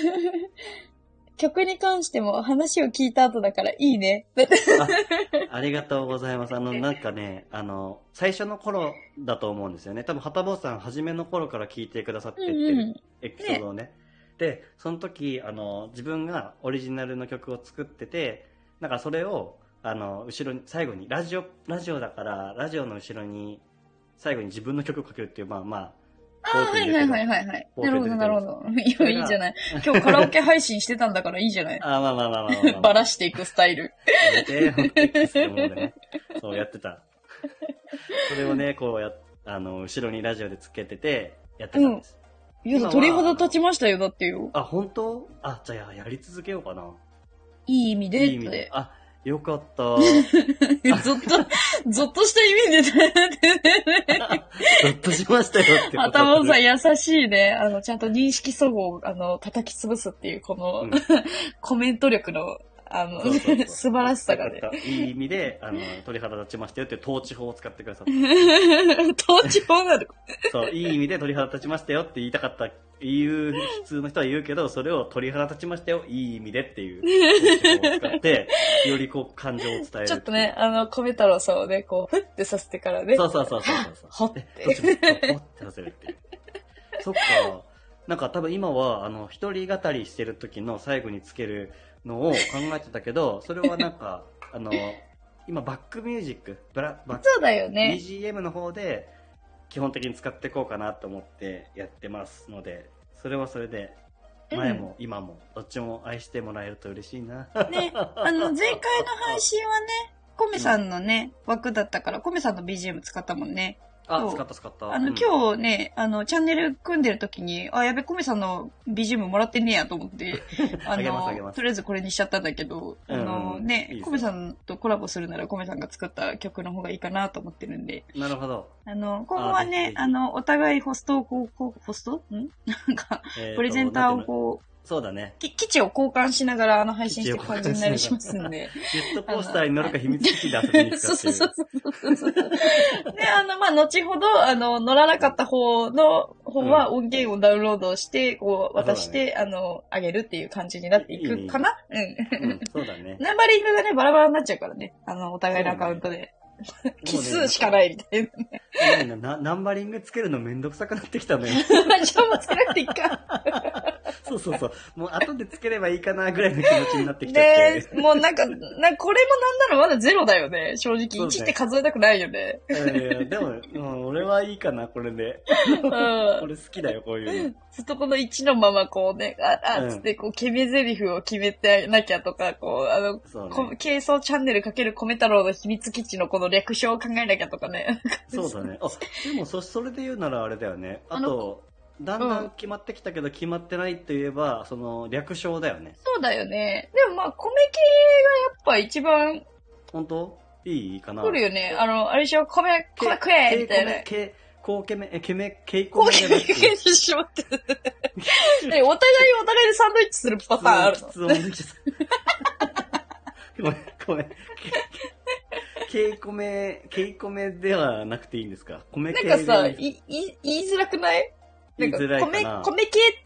曲に関しても話を聞いた後だからいいね。 ありがとうございます。なんかね、最初の頃だと思うんですよね。多分、はたぼうさん、初めの頃から聞いてくださってるエピソードをね。で、その時、自分がオリジナルの曲を作ってて、なんかそれを、後ろに、最後に、ラジオだから、ラジオの後ろに、最後に自分の曲をかけるっていう、まあ、 はい。なるほど。いいじゃない。今日カラオケ配信してたんだからいいじゃない。 まあ。 バラしていくスタイル。 そうやってた。それをね、こう後ろにラジオでつけてて、やってたんです。 いや、鳥肌立ちましたよ、だってよ。 本当？じゃあやり続けようかな。 いい意味で。いい意味で。 よかった。 ゾッとした意味でゾッとしましたよってこと。 頭さん優しいね。ちゃんと認識齟齬を、叩き潰すっていう、この、コメント力の、素晴らしさがね。 いい意味で、鳥肌立ちましたよっていう統治法を使ってくださった。 統治法なの？ そう、いい意味で鳥肌立ちましたよって言いたかった。普通の人は言うけど、それを鳥肌立ちましたよ、いい意味でっていう統治法を使って、よりこう感情を伝える。 ちょっとね、米太郎さんをね、こう、ふってさせてからね。 そう。 ほって。 ほってさせるっていう。そっか。なんか多分今は、一人語りしてる時の最後につけるのを考えてたけど、それはなんか、今バックミュージック、 そうだよね。 BGM の方で、基本的に使っていこうかなと思ってやってますので、それはそれで、前も今も、どっちも愛してもらえると嬉しいな。 ね、前回の配信はね、コメさんのね、枠だったから、コメさんの BGM 使ったもんね。 使った。 今日ね、チャンネル組んでる時に、やべ、コメさんの BGM もらってねえやと思って、とりあえずこれにしちゃったんだけど、コメさんとコラボするならコメさんが作った曲の方がいいかなと思ってるんで。 なるほど。 今後はね、お互いホストなんか、プレゼンターをこう、 そうだね。 基地を交換しながら配信していく感じになりしますんで。 ジェットコースターに乗るか秘密基地で遊びに行くかっていう。 そう。で、まあ、後ほど、乗らなかった方は音源をダウンロードして、こう、渡して、あげるっていう感じになっていくかな。 そうだね。 ナンバリングがね、バラバラになっちゃうからね。お互いのアカウントで。奇数しかないみたいなね。ナンバリングつけるのめんどくさくなってきたのよ。 じゃあもうつけなくていいか。 そう。もう後でつければいいかなぐらいの気持ちになってきちゃって。 もうなんかこれもなんならまだゼロだよね。正直。1って数えたくないよね。 でも、俺はいいかな、これで。俺好きだよ、こういうの。 ずっとこの1のままこうね、つってこう、決め台詞を決めてなきゃとか、こう、軽装チャンネルかける米太郎の秘密基地のこの略称を考えなきゃとかね。 そうだね。でもそれで言うならあれだよね。あと、だんだん決まってきたけど決まってないといえば、その略称だよね。 そうだよね。でもまあ、米系がやっぱ一番。 本当？いいかな。 来るよね。あれでしょ、米食えみたいな。 こうけめじゃなくて。 こうけめにしまって。お互いでサンドイッチするパターンあるの。 ごめん。ケイコメではなくていいんですか？米系なんかさ、言いづらくない？なんか米系って、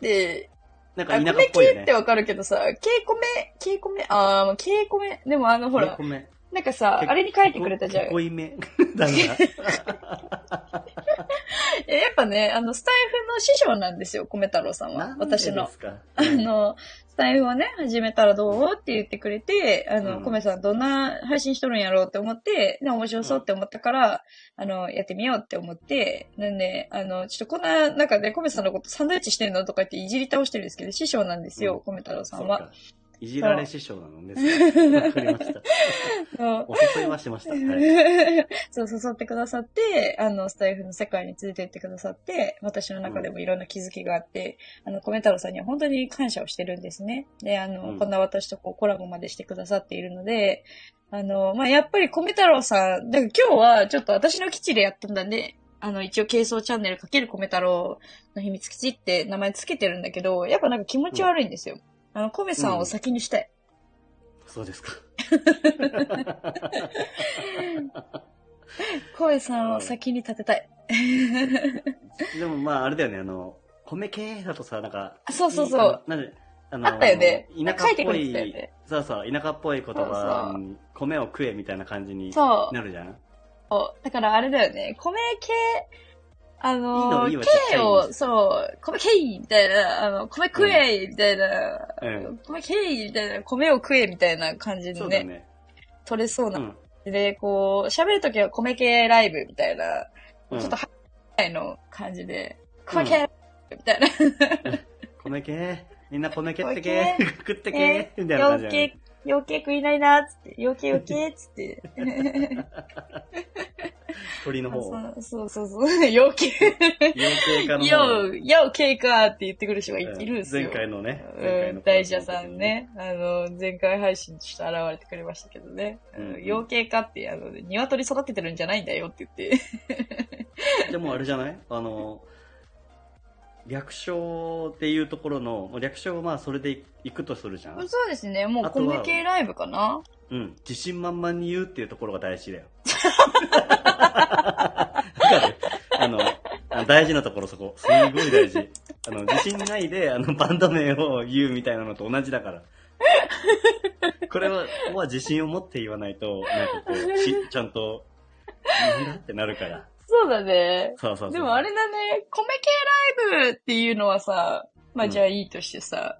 なんか田舎っぽいよね。 米系ってわかるけどさ、ケイコメ、でもほら、なんかさ、あれに書いてくれたじゃん。 濃いめ。だから。 やっぱね、スタイフの師匠なんですよ、米太郎さんは。私の。スタイフをね、始めたらどうって言ってくれて、米さんどんな配信しとるんやろうって思って、面白そうって思ったから、やってみようって思って、なんで、ちょっとこんな、なんかね、米さんのことサンドイッチしてんのとか言っていじり倒してるんですけど、師匠なんですよ、米太郎さんは。 いじられ師匠なのね。わかりました。お誘いはしました。 そう、誘ってくださって、スタイフの世界に連れて行ってくださって、私の中でもいろんな気づきがあって、米太郎さんには本当に感謝をしてるんですね。で、こんな私とコラボまでしてくださっているので、まあ、やっぱり米太郎さん、だから今日はちょっと私の基地でやったんだね。一応、軽装チャンネル×米太郎の秘密基地って名前つけてるんだけど、やっぱなんか気持ち悪いんですよ。米さんを先にしたい。 そうですか。 米さんを先に立てたい。 でもまあ、あれだよね、米系だとさ、なんか。 そう。あったよね。 田舎っぽい、ね、そう、田舎っぽい言葉に、米を食えみたいな感じになるじゃん。 そう。だからあれだよね、米系、K を、そう、米けいみたいな、米食えみたいな、米けいみたいな、米を食えみたいな感じでね、取れそうな。で、こう、喋るときは米系ライブみたいな、ちょっとハイの感じで、米系みたいな。 米系みんな米系ってけ食ってけみたいな感じで。 養鶏食いないな、つって、養鶏つって。 鳥の方。 そう。養鶏家の方。 養鶏かって言ってくる人がいるんですよ。 前回のね。 大社さんね。前回配信として現れてくれましたけどね。養鶏かって、鶏育ててるんじゃないんだよって言って。 でもあれじゃない略称っていうところの、略称はまあそれでいくとするじゃん。 そうですね。もう米系ライブかな。 自信満々に言うっていうところが大事だよ。わかる？大事なところそこ。すごい大事。自信ないで、バンド名を言うみたいなのと同じだから。これは自信を持って言わないと、なんかこう、ちゃんと、なんだってなるから。 そうだね。 そう。 でもあれだね、米系ライブっていうのはさ、まあじゃあいいとしてさ、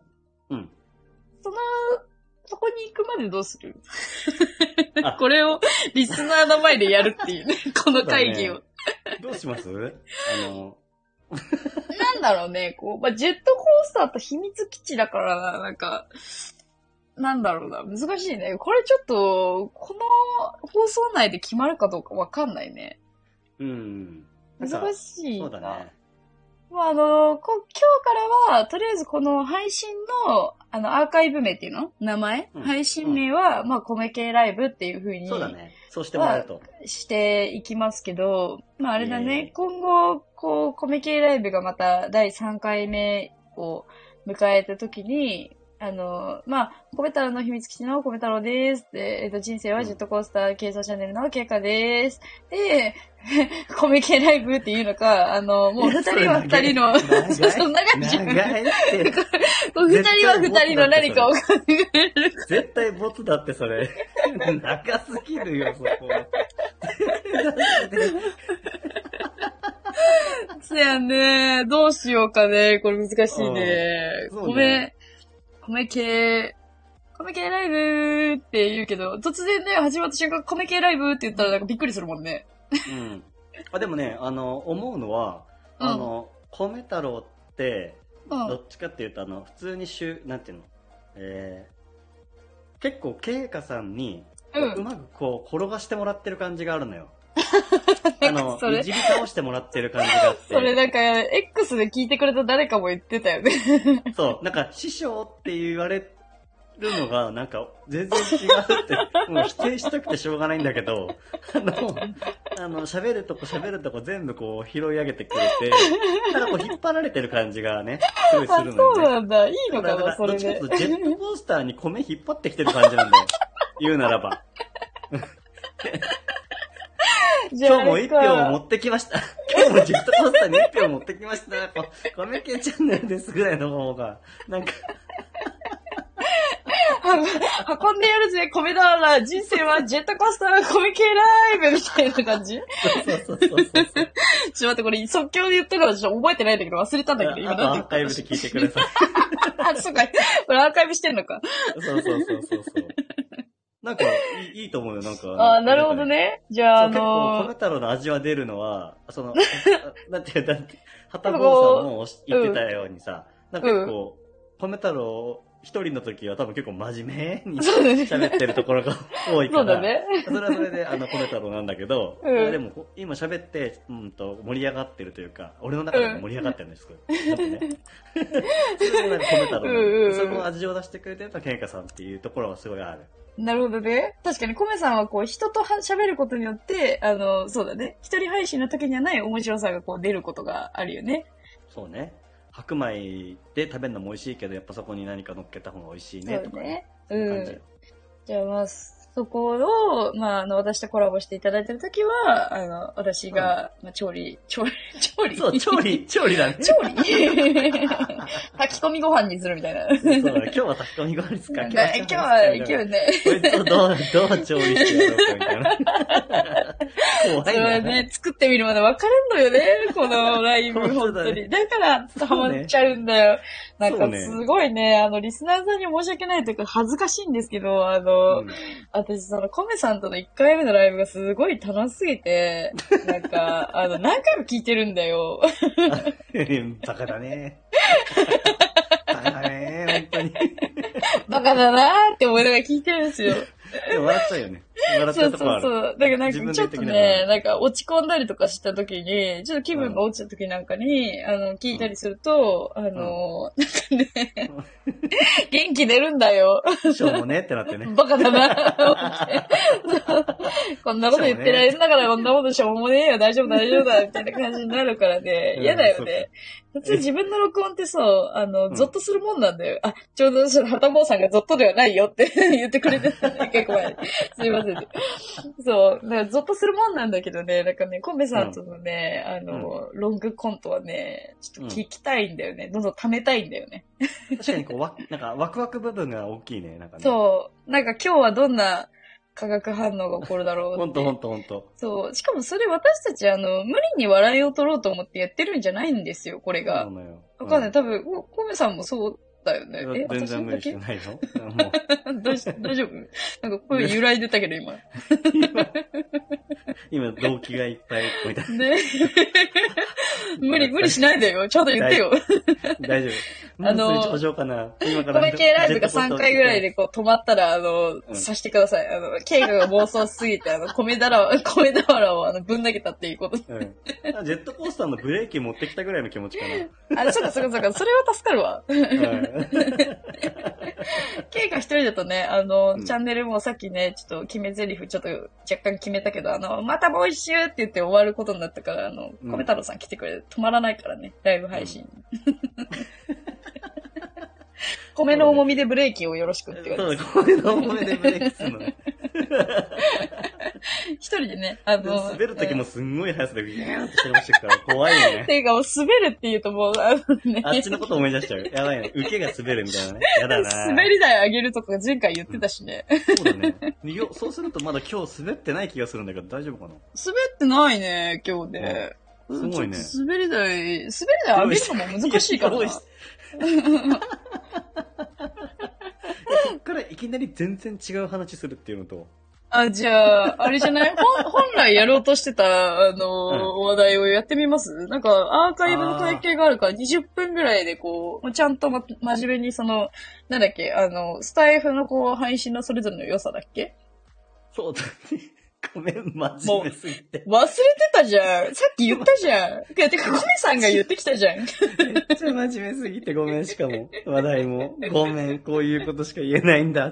そこに行くまでどうする？これをリスナーの前でやるっていうね、この会議を。 どうします？ なんだろうね、こう、まあ、ジェットコースターと秘密基地だからな、なんか、なんだろうな、難しいね。これちょっと、この放送内で決まるかどうかわかんないね。難しいな。そうだね。まあ今日からは、とりあえずこの配信の、アーカイブ名っていうの名前、配信名は、まあ、米系ライブっていう風に。 そうだね。そうしてもらうと。 していきますけど、まあ、あれだね。今後、こう、米系ライブがまた第3回目を迎えた時に、米太郎の秘密基地の米太郎です。で、人生はジェットコースター系統チャンネルの経過です。で、米系ライブっていうのか、もう二人は二人の、そんな感じ。二人は二人の何かを考える。 絶対ボツだってそれ。長すぎるよ、そこ。 そやね。どうしようかね。これ難しいね。米系ライブーって言うけど、突然ね、始まった瞬間、米系ライブって言ったらなんかびっくりするもんね。 うん。でもね、思うのは、米太郎って、どっちかっていうと、普通になんていうの、結構、ケイカさんに、うまくこう、転がしてもらってる感じがあるのよ。いじり倒してもらってる感じがあって。 それなんか、X で聞いてくれた誰かも言ってたよね。 そう、なんか、師匠って言われるのが、なんか、全然違うって、もう否定したくてしょうがないんだけど、喋るとこ全部こう、拾い上げてくれて、なんかこう、引っ張られてる感じがね、すごいするのよね。 そうなんだ。いいのかな、それで。 ちょっとジェットコースターに米引っ張ってきてる感じなんだよ。言うならば。今日も1票を持ってきました。今日もジェットコースターに1票を持ってきました。米系チャンネルですぐらいの方が、なんか運んでやるぜ、米だら、人生はジェットコースター米系ライブみたいな感じ。 そう。ちょっと待って、これ即興で言ったからちょっと覚えてないんだけど、忘れたんだけど、今アーカイブで聞いてください。 あ、そうか。これアーカイブしてんのか。 そう。なんか、いいと思うよ、なんか。 なるほどね。じゃあ、 結構、米太郎の味は出るのは、だって、はたぼうさんも言ってたようにさ、なんか結構、米太郎一人の時は多分結構真面目に喋ってるところが多いから、 そうだね。 それはそれで、米太郎なんだけど、でも、今喋って、盛り上がってるというか、俺の中でも盛り上がってるんですけど、ね。それでなんか米太郎その味を出してくれてると、ケンカさんっていうところはすごいある。 なるほどね。確かに、コメさんはこう、人と喋ることによって、そうだね。一人配信の時にはない面白さがこう、出ることがあるよね。 そうね。白米で食べるのも美味しいけど、やっぱそこに何か乗っけた方が美味しいね、とかね。そうね。じゃあ、そこを、私とコラボしていただいてるときは、私が、調理そう、調理だね。 調理炊き込みご飯にするみたいな。 そうだね。今日は炊き込みご飯にするか。 今日はね。 こいつをどう調理してやろうか、みたいな。 それはね、作ってみるまで分かれんのよね、このライブ、本当に。だから、ハマっちゃうんだよ。なんか、すごいね、リスナーさんに申し訳ないというか、恥ずかしいんですけど、私、コメさんとの1回目のライブがすごい楽しすぎて、なんか、何回も聞いてるんだよ。 バカだね。バカだね、本当に。 バカだなーって思いながら聞いてるんですよ。 でも笑っちゃうよね。笑っちゃうとこある。 そう。だからなんかちょっとね、なんか落ち込んだりとかした時に、ちょっと気分が落ちた時なんかに、聞いたりすると、なんかね、元気出るんだよ。 しょうもねってなってね。 バカだなこんなこと言ってられるんだからこんなことしょうもねえよ、大丈夫だ、みたいな感じになるからね、嫌だよね。普通自分の録音ってそう、ゾッとするもんなんだよ。ちょうど、はたぼうさんがゾッとではないよって言ってくれてたね、結構前に。すいませんね。そう、だからゾッとするもんなんだけどね、なんかね、コンベさんとのね、ロングコントはね、ちょっと聞きたいんだよね。どんどん貯めたいんだよね。 確かにこう、なんかワクワク部分が大きいね、なんかね。 そう、なんか今日はどんな、化学反応が起こるだろうって。 ほんと。 そう。しかもそれ私たち無理に笑いを取ろうと思ってやってるんじゃないんですよ、これが。 そうなのよ。 わかんない。多分、コメさんもそうだよね。 全然無理してないよ。 大丈夫なんか声揺らいでたけど今。 今、動機がいっぱいこいた。 ね。無理しないでよ。ちゃんと言ってよ。 大丈夫。上々かな。 今から。米系ライブが3回ぐらいでこう止まったら、さしてください。経過が暴走しすぎて、米俵をぶん投げたっていうこと。 ジェットコースターのブレーキ持ってきたぐらいの気持ちかな。 そうか。それは助かるわ。経過一人だとね、チャンネルもさっきね、ちょっと決め台詞ちょっと若干決めたけど、またもう一周って言って終わることになったから、米太郎さん来てくれて止まらないからね、ライブ配信。 米の重みでブレーキをよろしくって言われて。 そう、米の重みでブレーキするのね。 一人でね、 滑るときもすんごい速さでビャーってしてましたから怖いよね。 ていうかもう滑るって言うともう、 ね、あっちのこと思い出しちゃう。やばいね。受けが滑るみたいなね。やだな。 滑り台上げるとか前回言ってたしね。 そうだね。そうするとまだ今日滑ってない気がするんだけど大丈夫かな？ 滑ってないね、今日で。 すごいね。 滑り台上げるのも難しいからな。こっからいきなり全然違う話するっていうのと。 じゃあ、あれじゃない本来やろうとしてた、話題をやってみます？なんか、アーカイブの体系があるから20分ぐらいでこう、ちゃんと真面目になんだっけ、スタイフのこう、配信のそれぞれの良さだっけ？ そうだね。ごめん、真面目すぎて。 忘れてたじゃん。さっき言ったじゃん。てか、コメさんが言ってきたじゃん。めっちゃ真面目すぎてごめん、しかも、話題も。ごめん、こういうことしか言えないんだ。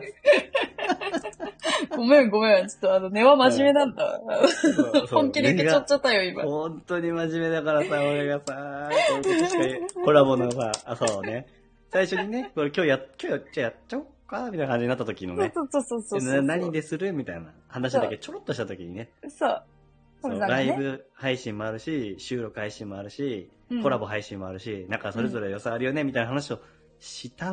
ごめん。ちょっと根は真面目なんだ。本気で言っちゃったよ、今。 本当に真面目だからさ、俺がさ、こういうことしかコラボのさ、そうね。最初にね、これ今日やっちゃおうかみたいな感じになった時のね。 そう。 何でするみたいな話だけちょろっとした時にね。 そう。 ライブ配信もあるし、収録配信もあるし、コラボ配信もあるし、なんかそれぞれ良さあるよね、みたいな話をした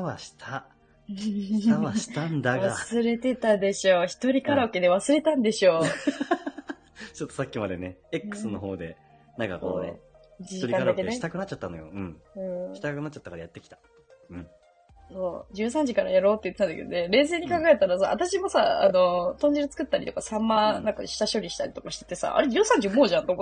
んだが。 忘れてたでしょ。一人カラオケで忘れたんでしょ。 ちょっとさっきまでね、X の方で、なんかこうね、一人カラオケしたくなっちゃったのよ。したくなっちゃったからやってきた。 そう、13時からやろうって言ってたんだけどね、冷静に考えたらさ、私もさ、豚汁作ったりとか、サンマなんか下処理したりとかしててさ、あれ13時もうじゃんと思って。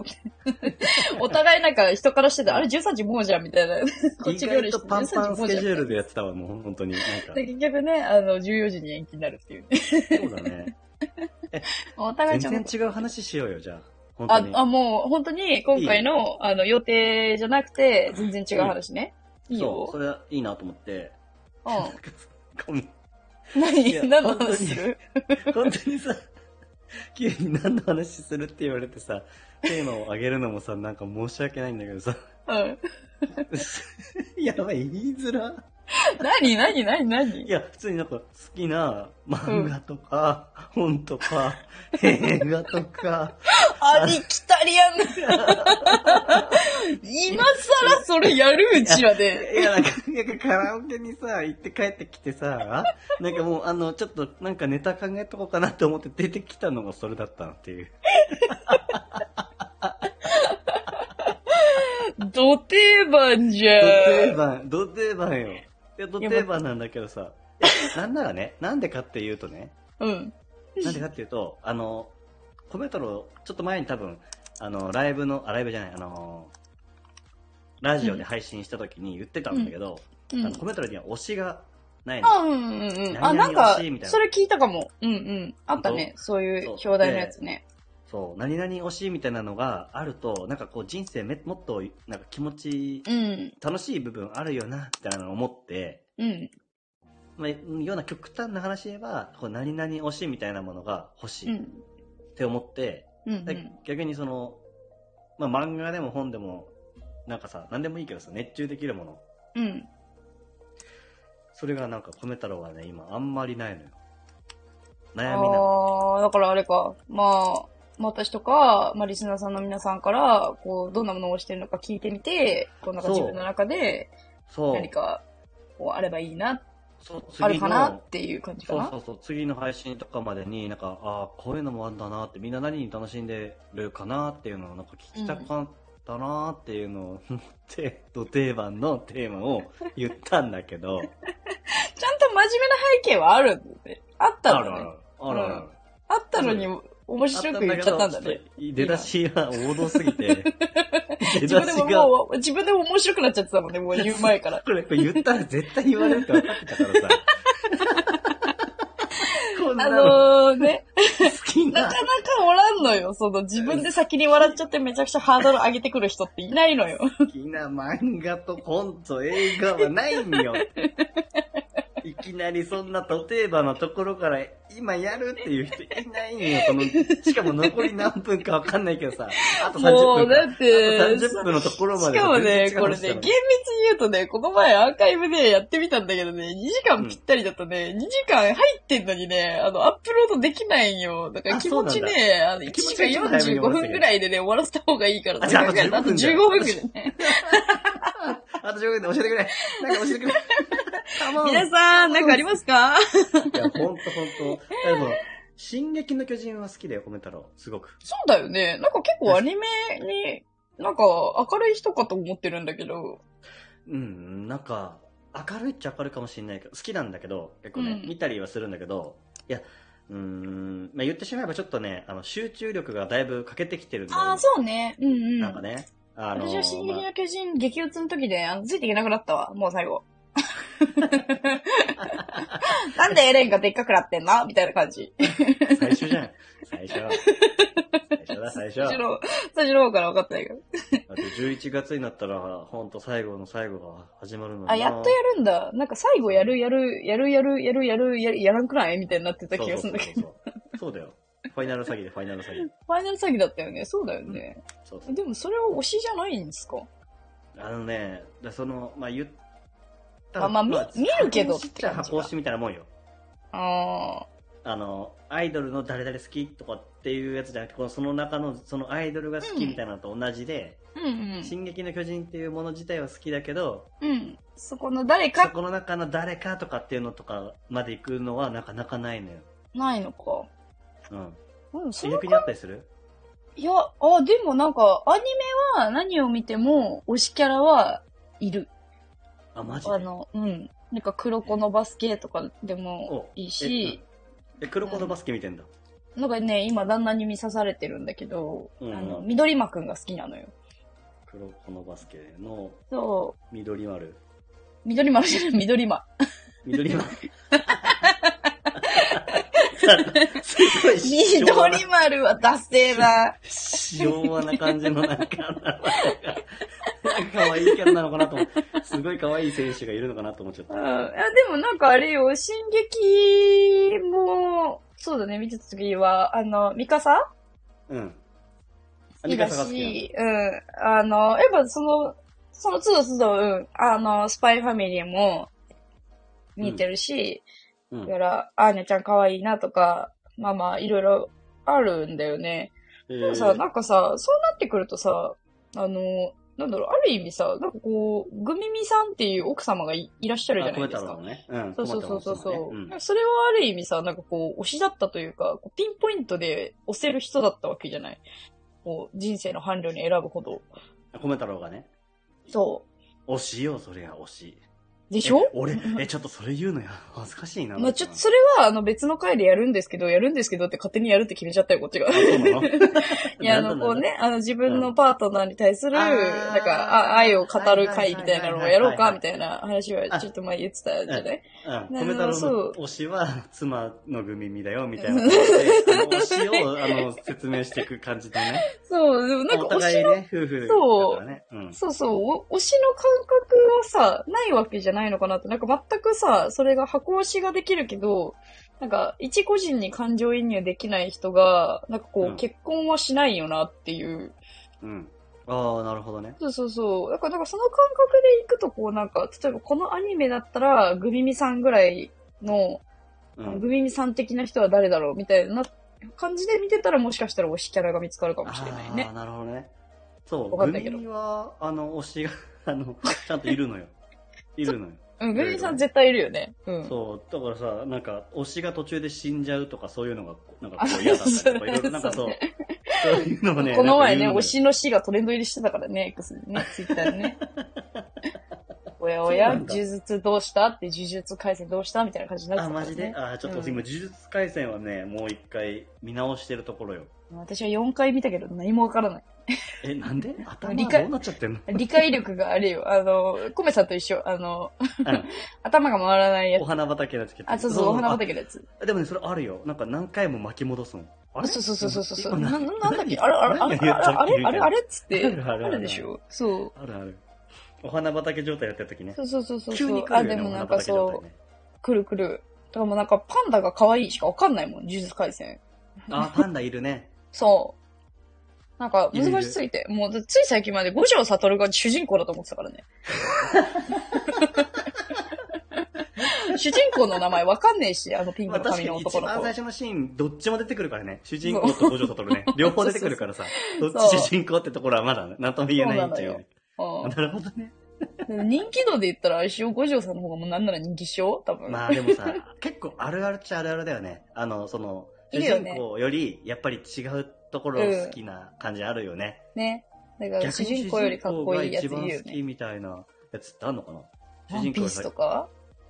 お互いなんか人からしてて、あれ13時もうじゃんみたいな。こっち料理して 13時パンパンスケジュールでやってたわ、もう本当に。なんかで結局ね、14時に延期になるっていうね。 そうだね。お互い全然違う話しようよ、じゃあ。本当にもう本当に今回の、予定じゃなくて、全然違う話ね。いいよ。 そう、それはいいなと思って。ごめん。 何の話する？ 本当にさ、急に何の話するって言われてさ、テーマをあげるのもさ、なんか申し訳ないんだけどさ。やばい、言いづら。 何いや、普通になんか好きな漫画とか、本とか、映画とか。 ありきたりやんな。今更それやるうちらで。 いや、なんかカラオケにさ、行って帰ってきてさ、なんかもうちょっとなんかネタ考えとこうかなって思って出てきたのがそれだったなっていう。 ド定番じゃん。ド定番よ。いや、ド定番なんだけどさ、なんならね、なんでかっていうとね、なんでかっていうと、コメ太郎、ちょっと前に多分、ライブじゃない、ラジオで配信した時に言ってたんだけど、コメ太郎には推しがないの。 なんか、それ聞いたかも。あったね、そういう表題のやつね。 そう、何々推しみたいなのがあると、なんかこう人生もっとなんか気持ち、楽しい部分あるよな、みたいなのを思って、まあ、ような極端な話言えば、こう何々推しみたいなものが欲しいって思って、逆にまあ漫画でも本でも、なんかさ、何でもいいけどさ、熱中できるもの。それがなんか米太郎はね、今あんまりないのよ。悩みなの。 だからあれか、まあ私とか、まあ、リスナーさんの皆さんから、こう、どんなものをしてるのか聞いてみて、こう、なんか自分の中で、何か、こう、あればいいな、あるかなっていう感じかな。 そう、次の配信とかまでに、なんか、こういうのもあんだなって、みんな何に楽しんでるかなっていうのを、なんか聞きたかったなっていうのを思って、ド定番のテーマを言ったんだけど。ちゃんと真面目な背景はあるんだね。あったのね。 あったのに、面白く言っちゃったんだね。 出だしが王道すぎて。 自分でも面白くなっちゃってたもんね、もう言う前から。 これ言ったら絶対言われるって分かってたからさ。 ね。なかなかおらんのよ。自分で先に笑っちゃってめちゃくちゃハードル上げてくる人っていないのよ。 好きな漫画と本と映画はないんよ。いいきなりそんな例えばのところから今やるっていう人いないんよ。しかも残り何分かわかんないけどさ、あと30分か。 もうだって、 あと30分のところまで。 しかもね、これね、厳密に言うとね、この前アーカイブでやってみたんだけどね、2時間ぴったりだとね、2時間入ってんのにね、アップロードできないんよ。だから気持ちね、1時間45分ぐらいでね、終わらせた方がいいから。 じゃあ、あと15 分でね。 あと15分で教えてくれ。なんか教えてくれ。 皆さん、なんかありますか？ いや、ほんと。でも、進撃の巨人は好きだよ、コメ太郎。すごく。 そうだよね。なんか結構アニメに、なんか明るい人かと思ってるんだけど。 うん、なんか、明るいっちゃ明るいかもしれないけど、好きなんだけど、結構ね、見たりはするんだけど、いや、まあ、言ってしまえばちょっとね、集中力がだいぶ欠けてきてるんだよね。 ああ、そうね。うんうん。 なんかね。 私は進撃の巨人激打つの時で、ついていけなくなったわ、もう最後。なんでエレンがでっかくなってんのみたいな感じ。 最初じゃん。最初。最初の方から分かったよ。 だって11月になったら、ほんと最後の最後が始まるのにな。 あ、やっとやるんだ。なんか最後やらんくないみたいになってた気がするんだけど。 そうだよ。ファイナル詐欺。 ファイナル詐欺だったよね。そうだよね。 そう。 でもそれは推しじゃないんですか？ まあ言ったら。見るけどって感じ。箱推しみたいなもんよ。アイドルの誰々好きとかっていうやつじゃなくて、その中のそのアイドルが好きみたいなのと同じで、進撃の巨人っていうもの自体は好きだけど、 そこの中の誰かとかっていうのとかまで行くのはなかなかないのよ。 ないのか。 逆にあったりする？ いや、でもなんか、アニメは何を見ても推しキャラはいる。 あ、マジで？ なんか黒子のバスケとかでもいいし。 黒子のバスケ見てんだ。 なんかね、今旦那に見さされてるんだけど、緑間くんが好きなのよ。 黒子のバスケの、 そう。 緑丸じゃない、緑間。 緑間。 緑丸はダセーな。 昭和な感じのなんか、可愛いキャラなのかなと思って、すごい可愛い選手がいるのかなと思っちゃった。 でもなんかあれよ、進撃も、そうだね、見てた時は、ミカサ？ ミカサが好きなの。やっぱその都度、スパイファミリーも見てるし、だから、アーニャちゃん可愛いなとか、まあ、いろいろあるんだよね。でもさ、なんかさ、そうなってくるとさ、なんだろう、ある意味さ、なんかこう、グミミさんっていう奥様がいらっしゃるじゃないですか。そう。それはある意味さ、なんかこう、推しだったというか、ピンポイントで推せる人だったわけじゃない。こう、人生の伴侶に選ぶほど。 米太郎がね。 そう。 推しよ、それが推し。 でしょ？ ちょっとそれ言うのや、恥ずかしいな。 まあ、ちょっとそれは、別の回でやるんですけどって勝手にやるって決めちゃったよ、こっちが。 そうなの？いや、こうね、自分のパートナーに対する、なんか、愛を語る回みたいなのをやろうか、みたいな話は、ちょっと前言ってたじゃない？ 米太郎の推しは、妻のグミミだよ、みたいな感じで、推しを、説明していく感じだね。 そう、でもなんか、 お互いね、夫婦だからね。 そう、推しの感覚はさ、ないわけじゃないのかなって、なんか全くさ、それが箱推しができるけど、なんか、一個人に感情移入できない人が、なんかこう、結婚はしないよなっていう。 ああ、なるほどね。 そう。だからその感覚でいくと、こうなんか、例えばこのアニメだったら、グミミさんぐらいの、グミミさん的な人は誰だろうみたいな感じで見てたら、もしかしたら推しキャラが見つかるかもしれないね。 ああ、なるほどね。そう、グミミは、推しが、ちゃんといるのよ。 グミミさん絶対いるよね。 そう、だからさ、なんか、推しが途中で死んじゃうとか、そういうのが、なんかこう嫌だったりとか、いろいろなんかそういうのもね。 この前ね、推しの死がトレンド入りしてたからね、X でね、ツイッターでね。おや、呪術どうしたって、呪術廻戦どうしたみたいな感じになってた、ね。 マジで？ちょっと今、呪術廻戦はね、もう一回見直してるところよ。 私は4回見たけど何もわからない。 なんで？頭どうなっちゃってんの？ 理解力があれよ。コメさんと一緒。頭が回らないやつ。 お花畑のやつ。 そう、お花畑のやつ。 でもね、それあるよ。なんか何回も巻き戻すの。あれ？ そう。なんだっけ？あれっつって。あるでしょ？そう。 ある。お花畑状態やってる時ね。 そう。 急に来るよね、 でもなんかそう。 来る来る。だからもうなんかパンダが可愛いしかわかんないもん、呪術廻戦。 あ、パンダいるね。 そう。なんか難しすぎて、もうつい最近まで五条悟が主人公だと思ってたからね。主人公の名前わかんねえし、ピンクの髪の男の子。 一番最初のシーン、どっちも出てくるからね。主人公と五条悟ね。両方出てくるからさ。どっち主人公ってところはまだなんとも言えないんちゃうね。なるほどね。 人気度で言ったら、五条さんの方がもうなんなら人気っしょ多分。 まあでもさ、結構あるあるっちゃあるあるだよね。主人公より、やっぱり違うところ好きな感じあるよね。 ね。だから主人公よりかっこいいやついるよね。 一番好きみたいなやつってあんのかな？ ワンピースとか？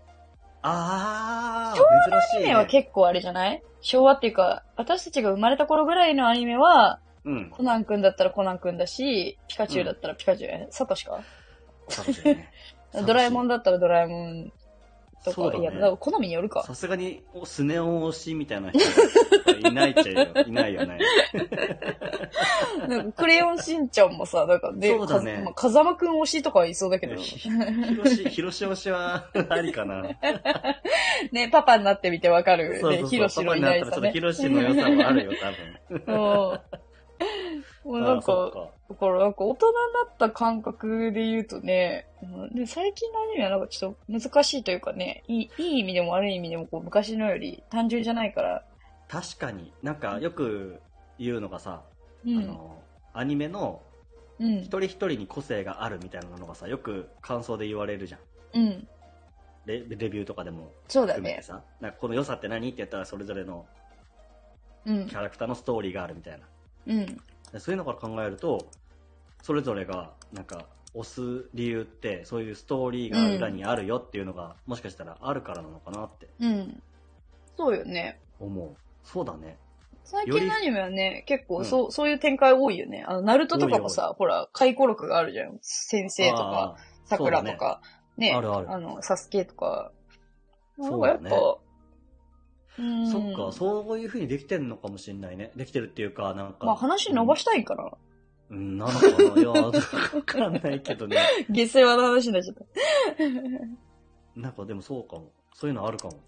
あー、 昭和のアニメは結構あれじゃない？昭和っていうか、私たちが生まれた頃ぐらいのアニメは、コナン君だったらコナン君だし、ピカチュウだったらピカチュウ、サトシか？ サトシね。 ドラえもんだったらドラえもんとか、 ね、いや、好みによるか。 さすがにスネ夫推しみたいな人いないっちゃよ。いないよね。 なんかクレヨンしんちゃんもさ、なんかね、 そうだね。 風間くん推しとかはいそうだけど。 ヒロシ推しはありかな。 ね、パパになってみてわかる。 ね、 ヒロシのいないさね。 ヒロシの良さもあるよ、多分。 もうなんか、だからなんか大人になった感覚で言うとね、で最近のアニメはなんかちょっと難しいというかね、いい意味でも悪い意味でもこう昔のより単純じゃないから。 確かに、なんかよく言うのがさ、アニメの一人一人に個性があるみたいなのがさ、よく感想で言われるじゃん。うん。レビューとかでも含めてさ、なんかこの良さって何って言ったらそれぞれのキャラクターのストーリーがあるみたいな。うん。そういうのから考えると、それぞれがなんか推す理由ってそういうストーリーが裏にあるよっていうのが、もしかしたらあるからなのかなって。 うん。そうよね。 思う。そうだね。 最近のアニメはね、結構そういう展開多いよね。ナルトとかもさ、ほら、回顧録があるじゃん。先生とか、桜とか、ね。あるある。サスケとか。そうやっぱ、 そっか、そういう風にできてんのかもしれないね。できてるっていうか、なんか。 まあ話伸ばしたいかな。 なのかな。いや、わかんないけどね。 下世話の話になっちゃった。 なんかでもそうかも。そういうのあるかも。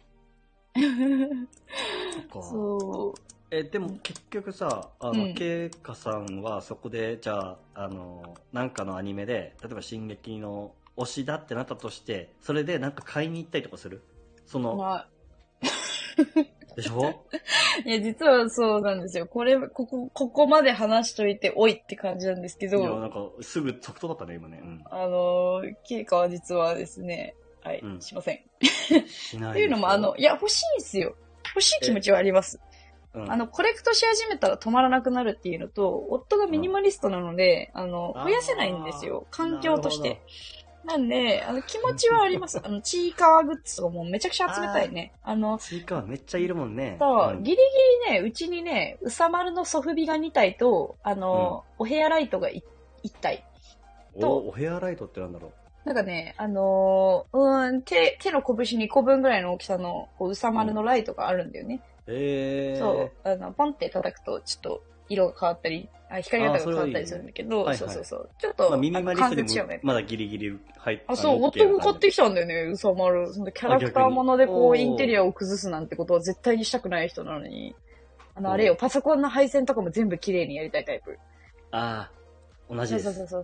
そっか。そう。でも結局さ、ケイカさんはそこで、じゃあ、なんかのアニメで、例えば進撃の推しだってなったとして、それでなんか買いに行ったりとかする？でしょ？ いや、実はそうなんですよ。ここまで話しといて、おいって感じなんですけど。 いや、なんか、すぐ即答だったね、今ね。 ケイカは実はですね、はい、しません。 しない。 っていうのも、いや、欲しいんすよ。欲しい気持ちはあります。コレクトし始めたら止まらなくなるっていうのと、夫がミニマリストなので、増やせないんですよ。環境として。なんで、気持ちはあります。ちいかわグッズとかもめちゃくちゃ集めたいね。 ちいかわめっちゃいるもんね。 そう、ギリギリね、うちにね、うさまるのソフビが2体と、おヘアライトが1体。 おヘアライトってなんだろう。 なんかね、手の拳2個分ぐらいの大きさの、うさまるのライトがあるんだよね。そう、ポンって叩くと、ちょっと、色が変わったり、光り方が変わったりするんだけど、そうそうそう。ちょっと、 ミニマリストでもまだギリギリ入ってそう、夫が買ってきたんだよね、うさまる。キャラクターものでこう、インテリアを崩すなんてことは絶対にしたくない人なのに、あれよ、パソコンの配線とかも全部綺麗にやりたいタイプ。 ああ、同じです。 そう。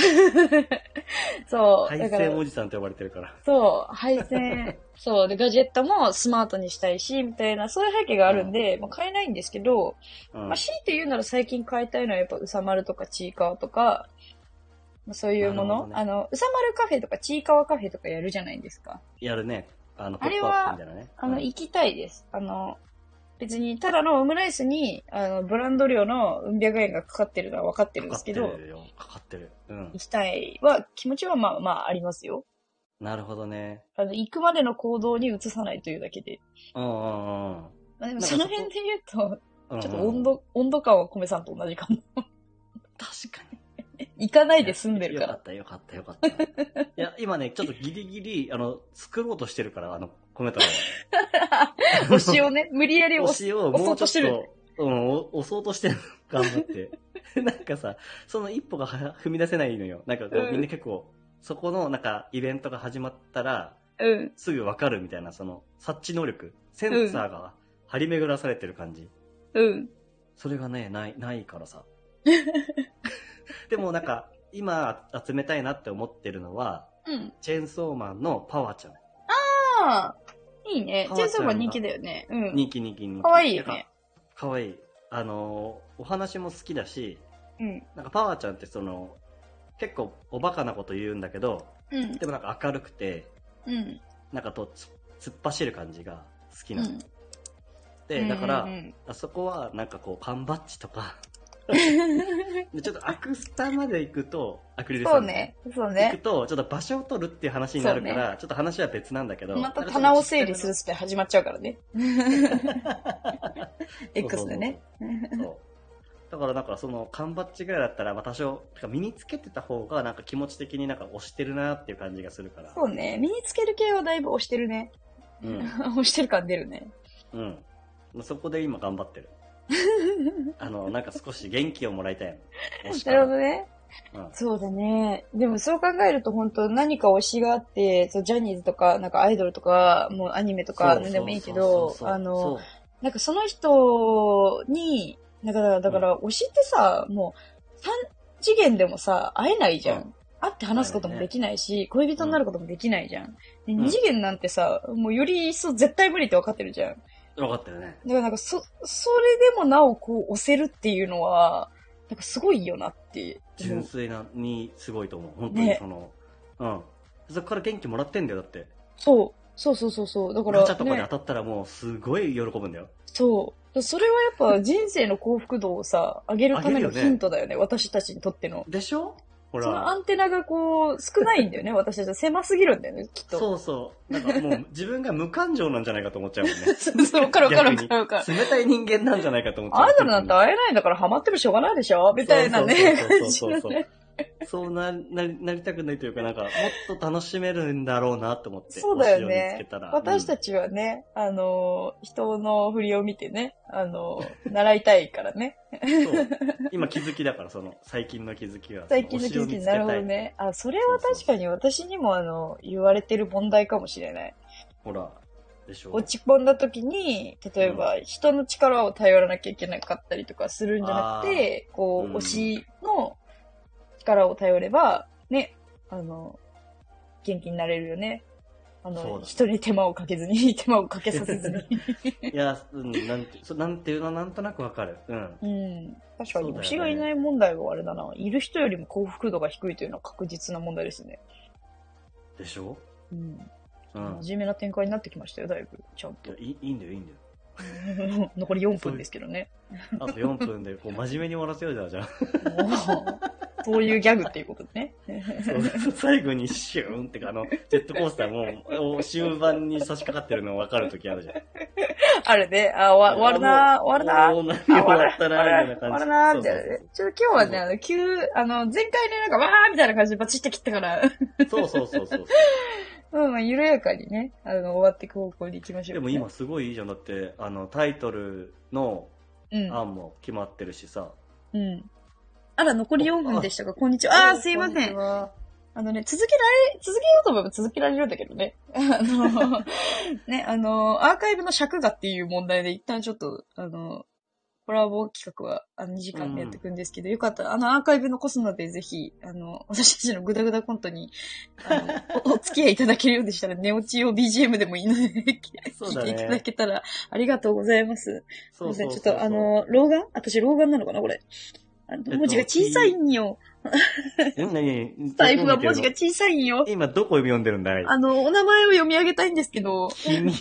そう。 配線おじさんって呼ばれてるから。 そう、配線。そう。で、ガジェットもスマートにしたいし、みたいな、そういう背景があるんで、買えないんですけど、強いて言うなら最近買いたいのはやっぱうさまるとかちいかわとか、そういうもの。うさまるカフェとかちいかわカフェとかやるじゃないですか。 やるね。 あれは、行きたいです。別に、ただのオムライスに、ブランド料のうん百円がかかってるのは分かってるんですけど。 かかってる。 行きたいは、気持ちはまあありますよ。 なるほどね。 行くまでの行動に移さないというだけで。でもその辺で言うと、ちょっと温度感は米さんと同じかも。 確かに。 行かないで済んでるから。 よかった。いや、今ね、ちょっとギリギリ、作ろうとしてるから、米太郎は。推しをね、無理やり押そうとしてる。 押そうとしてる。頑張って。なんかさ、その一歩が踏み出せないのよ。なんかみんな結構、そこのなんかイベントが始まったら、 すぐわかるみたいな、その、察知能力、センサーが張り巡らされてる感じ。それがね、ないからさ。でもなんか、今集めたいなって思ってるのは、チェーンソーマンのパワーちゃん。 ああ、いいね。チェーンソーマン人気だよね。 人気。 かわいいよね。 かわいい。お話も好きだし、なんかパワーちゃんってその、結構おバカなこと言うんだけど、でもなんか明るくて、なんか突っ走る感じが好きなの。で、だから、あそこはなんかこう、缶バッジとか、でちょっとアクスタまで行くと、アクリルスタンドそうね。行くと、ちょっと場所を取るっていう話になるから、ちょっと話は別なんだけど。 また棚を整理するって始まっちゃうからね。X でね。そう。 だからなんかその缶バッジぐらいだったら、まあ多少、身につけてた方がなんか気持ち的になんか押してるなっていう感じがするから。 そうね。身につける系はだいぶ押してるね。押してる感出るね。 そこで今頑張ってる。なんか少し元気をもらいたいの。なるほどね。そうだね。でもそう考えると本当何か推しがあって、ジャニーズとか、なんかアイドルとか、もうアニメとか、何でもいいけど、なんかその人に、だから推しってさ、もう3次元でもさ、会えないじゃん。会って話すこともできないし、恋人になることもできないじゃん。で2次元なんてさ、もうより一層絶対無理って分かってるじゃん。 分かってるね。 だからなんかそれでもなおこう押せるっていうのは、なんかすごいよなって。 純粋にすごいと思う。本当にその、そこから元気もらってんだよ、だって。 そう。だから、 ガチャとかで当たったらもうすごい喜ぶんだよ。 そう。それはやっぱ人生の幸福度をさ、上げるためのヒントだよね、私たちにとっての。 でしょほら。 そのアンテナがこう、少ないんだよね、私たちは。狭すぎるんだよね、きっと。 そう。なんかもう自分が無感情なんじゃないかと思っちゃうもんね。 そう、わかる。冷たい人間なんじゃないかと思っちゃう。 アイドルなんて会えないんだからハマってもしょうがないでしょみたいなね。 そうなりたくないというか、なんか、もっと楽しめるんだろうなと思って。 そうだよね。私たちはね、人の振りを見てね、習いたいからね。 そう。今気づきだから、最近の気づきは。 最近の気づき、なるほどね。それは確かに私にも言われてる問題かもしれない。 ほら。でしょ。 落ち込んだ時に、例えば、人の力を頼らなきゃいけなかったりとかするんじゃなくて、こう、推しの、力を頼れば、ね、元気になれるよね。人に手間をかけさせずに。 いや、なんていうのなんとなくわかる。 確かに、推しがいない問題はあれだな。いる人よりも幸福度が低いというのは確実な問題ですね。 でしょ？ 真面目な展開になってきましたよ、だいぶ。ちゃんと。 いいんだよ。 残り4分ですけどね。 あと4分で、こう、真面目に終わらせようじゃん。 そういうギャグっていうことね。 そう最後にシューンってか、ジェットコースターもう終盤に差し掛かってるの分かるときあるじゃん。 あるね。終わるな終わったなみたいな感じ。 終わるなみたいなね。ちょっと今日はね、前回ね、なんかわーみたいな感じでバチって切ったから。 そう。 緩やかにね、終わっていく方向に行きましょう、 でも今すごいいいじゃん。だって、タイトルの案も決まってるしさ。 あら、残り4分でしたが、こんにちは。すいません。続けようと思えば続けられるんだけどね。ね、アーカイブの尺がっていう問題で一旦ちょっと、コラボ企画は2時間でやっていくんですけど、よかったら、アーカイブ残すので、ぜひ、私たちのグダグダコントに、お付き合いいただけるようでしたら、寝落ちを BGM でもいいので、聞いていただけたら、ありがとうございます。ちょっと、老眼？私老眼なのかなこれ。文字が小さいんよ。財布は文字が小さいんよ。 今どこ読んでるんだい？ お名前を読み上げたいんですけど。 君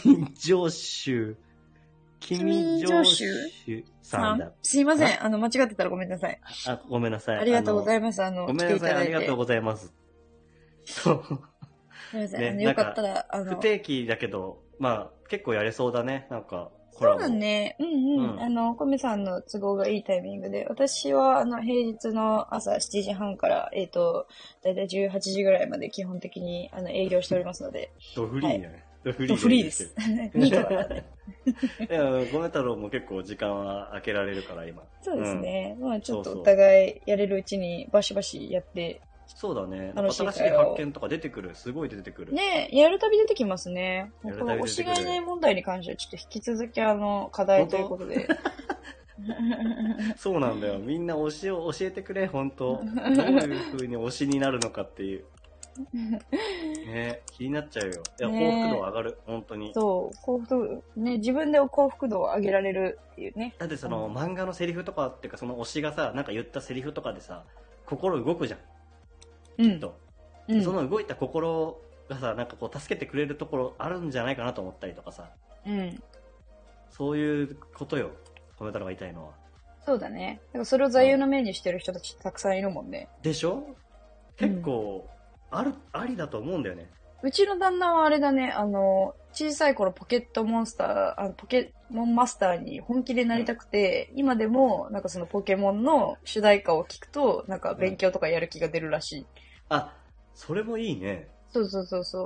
城主さんだ。 すいません。間違ってたらごめんなさい。 ごめんなさい。 ありがとうございます。 ごめんなさい。ありがとうございます。そう。 すいません。よかったら、 不定期だけど、まあ、結構やれそうだね。なんか。 そうだね。コメさんの都合がいいタイミングで、私は、平日の朝7時半から、だいたい18時ぐらいまで基本的に、営業しておりますので。 ドフリーね。 ドフリーです。ニートだからね。 いや、ごめ太郎も結構時間は空けられるから、今。 そうですね。まあ、ちょっとお互いやれるうちにバシバシやってそうだね。 楽しい新しい発見とか出てくる。すごい出てくる。 ねやるたび出てきますね。 やるこの推たび出てくるしがいない問題に関しては、ちょっと引き続き課題ということで。 そうなんだよ。みんな推しを教えてくれ、本当どういう風に推しになるのかっていう。ね、気になっちゃうよ。いや、幸福度上がる、本当に。 そう、幸福度、ね、自分で幸福度を上げられるっていうね。 だって漫画のセリフとかっていうか、その推しがさ、なんか言ったセリフとかでさ、心動くじゃん。きっと。その動いた心がさ、なんかこう助けてくれるところあるんじゃないかなと思ったりとかさ。そういうことよ。コメ太郎が言いたいのは。 そうだね。だからそれを座右の銘にしてる人たちたくさんいるもんね。 でしょ？結構、ありだと思うんだよね。 うちの旦那はあれだね、小さい頃ポケットモンスター、ポケモンマスターに本気でなりたくて、今でも、なんかそのポケモンの主題歌を聞くと、なんか勉強とかやる気が出るらしい。 あ、それもいいね。 そう。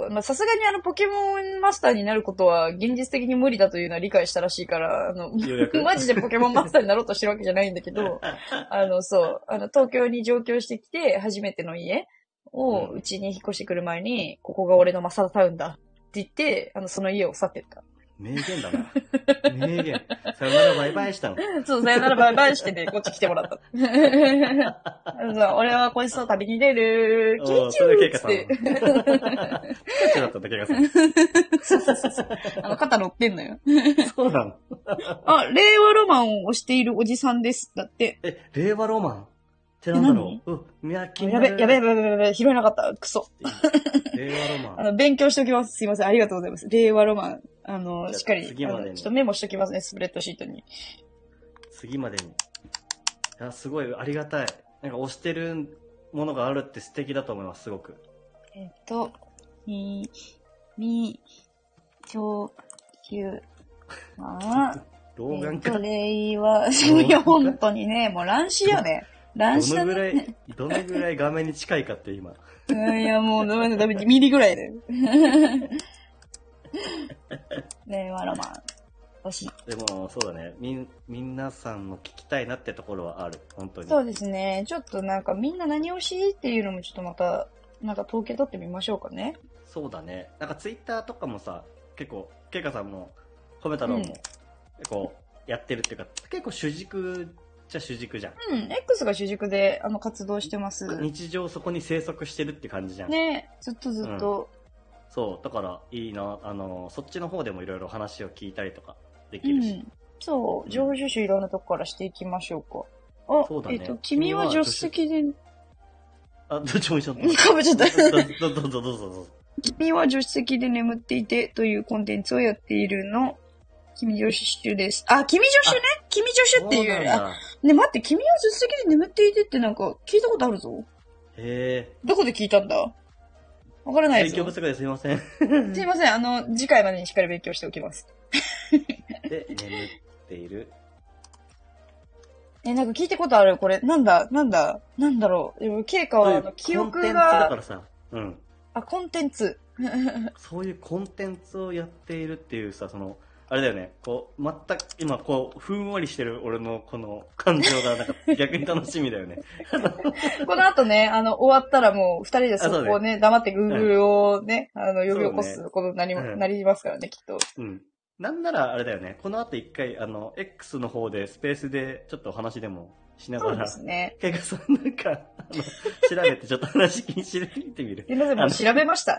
まあ、さすがにポケモンマスターになることは現実的に無理だというのは理解したらしいから、マジでポケモンマスターになろうとしてるわけじゃないんだけど、東京に上京してきて、初めての家をうちに引っ越してくる前に、ここが俺のマサタウンだって言って、その家を去ってった。 名言だな。名言。さよならバイバイしたの。 そう、さよならバイバイしてね、こっち来てもらった。俺はこいつと旅に出る。キッチューって。キッチューだったんだ、ケイカさん。 そう。肩乗ってんのよ。 そうなの。 あ、令和ロマンを推しているおじさんです。だって。 令和ロマンってなんだろう。 やべ、拾えなかった。クソ。 令和ロマン。 勉強しておきます。すいません。ありがとうございます。令和ロマン。しっかり、 次までにちょっとメモしときますね、スプレッドシートに。 次までに。いや、すごいありがたい。なんか推してるものがあるって素敵だと思います、すごく。 超級。 老眼か。 令和、いや、本当にね、もう乱視よね。乱視だね。 どのぐらい画面に近いかって今。 いや、もうダメ、ミリぐらいだよ。令和ロマン。欲しい。 でも、そうだね。皆さんの聞きたいなってところはある。本当に。 そうですね。ちょっとなんかみんな何推しっていうのもちょっとまた、なんか統計取ってみましょうかね。 そうだね。なんかツイッターとかもさ、結構、ケイカさんも、褒め太郎も、結構やってるっていうか、結構主軸じゃ主軸じゃん。 X が主軸で活動してます。 日常そこに生息してるって感じじゃん。 ね、ずっと。 そう、だからいいな、そっちの方でもいろいろ話を聞いたりとかできるし。 そう、情報収集いろんなとこからしていきましょうか。あ、 そうだね。 君は助手席で、 どっちも一緒だ。 かぶっちゃった。 どうぞ。 君は助手席で眠っていてというコンテンツをやっているの。君助手です。あ、君助手ね。君助手っていう。ね、待って、君は助手席で眠っていてってなんか聞いたことあるぞ。どこで聞いたんだ？わからないです。 勉強不足ですいません。 すいません。次回までにしっかり勉強しておきます。 で、眠っている。 なんか聞いたことあるこれ。なんだろう。経過は記憶が。コンテンツだからさ。 コンテンツ。 そういうコンテンツをやっているっていうさ、あれだよね。こう、全く、今、こう、ふんわりしてる俺のこの感情が、なんか逆に楽しみだよね。 この後ね、終わったらもう、二人でそこをね、黙って Google をね、呼び起こすことになりますからね、きっと。 なんなら、あれだよね。この後一回、X の方で、スペースで、ちょっとお話でもしながら。 そうですね。 ケイカさんなんか、調べてちょっと話聞いてみる。 すいません、もう調べました。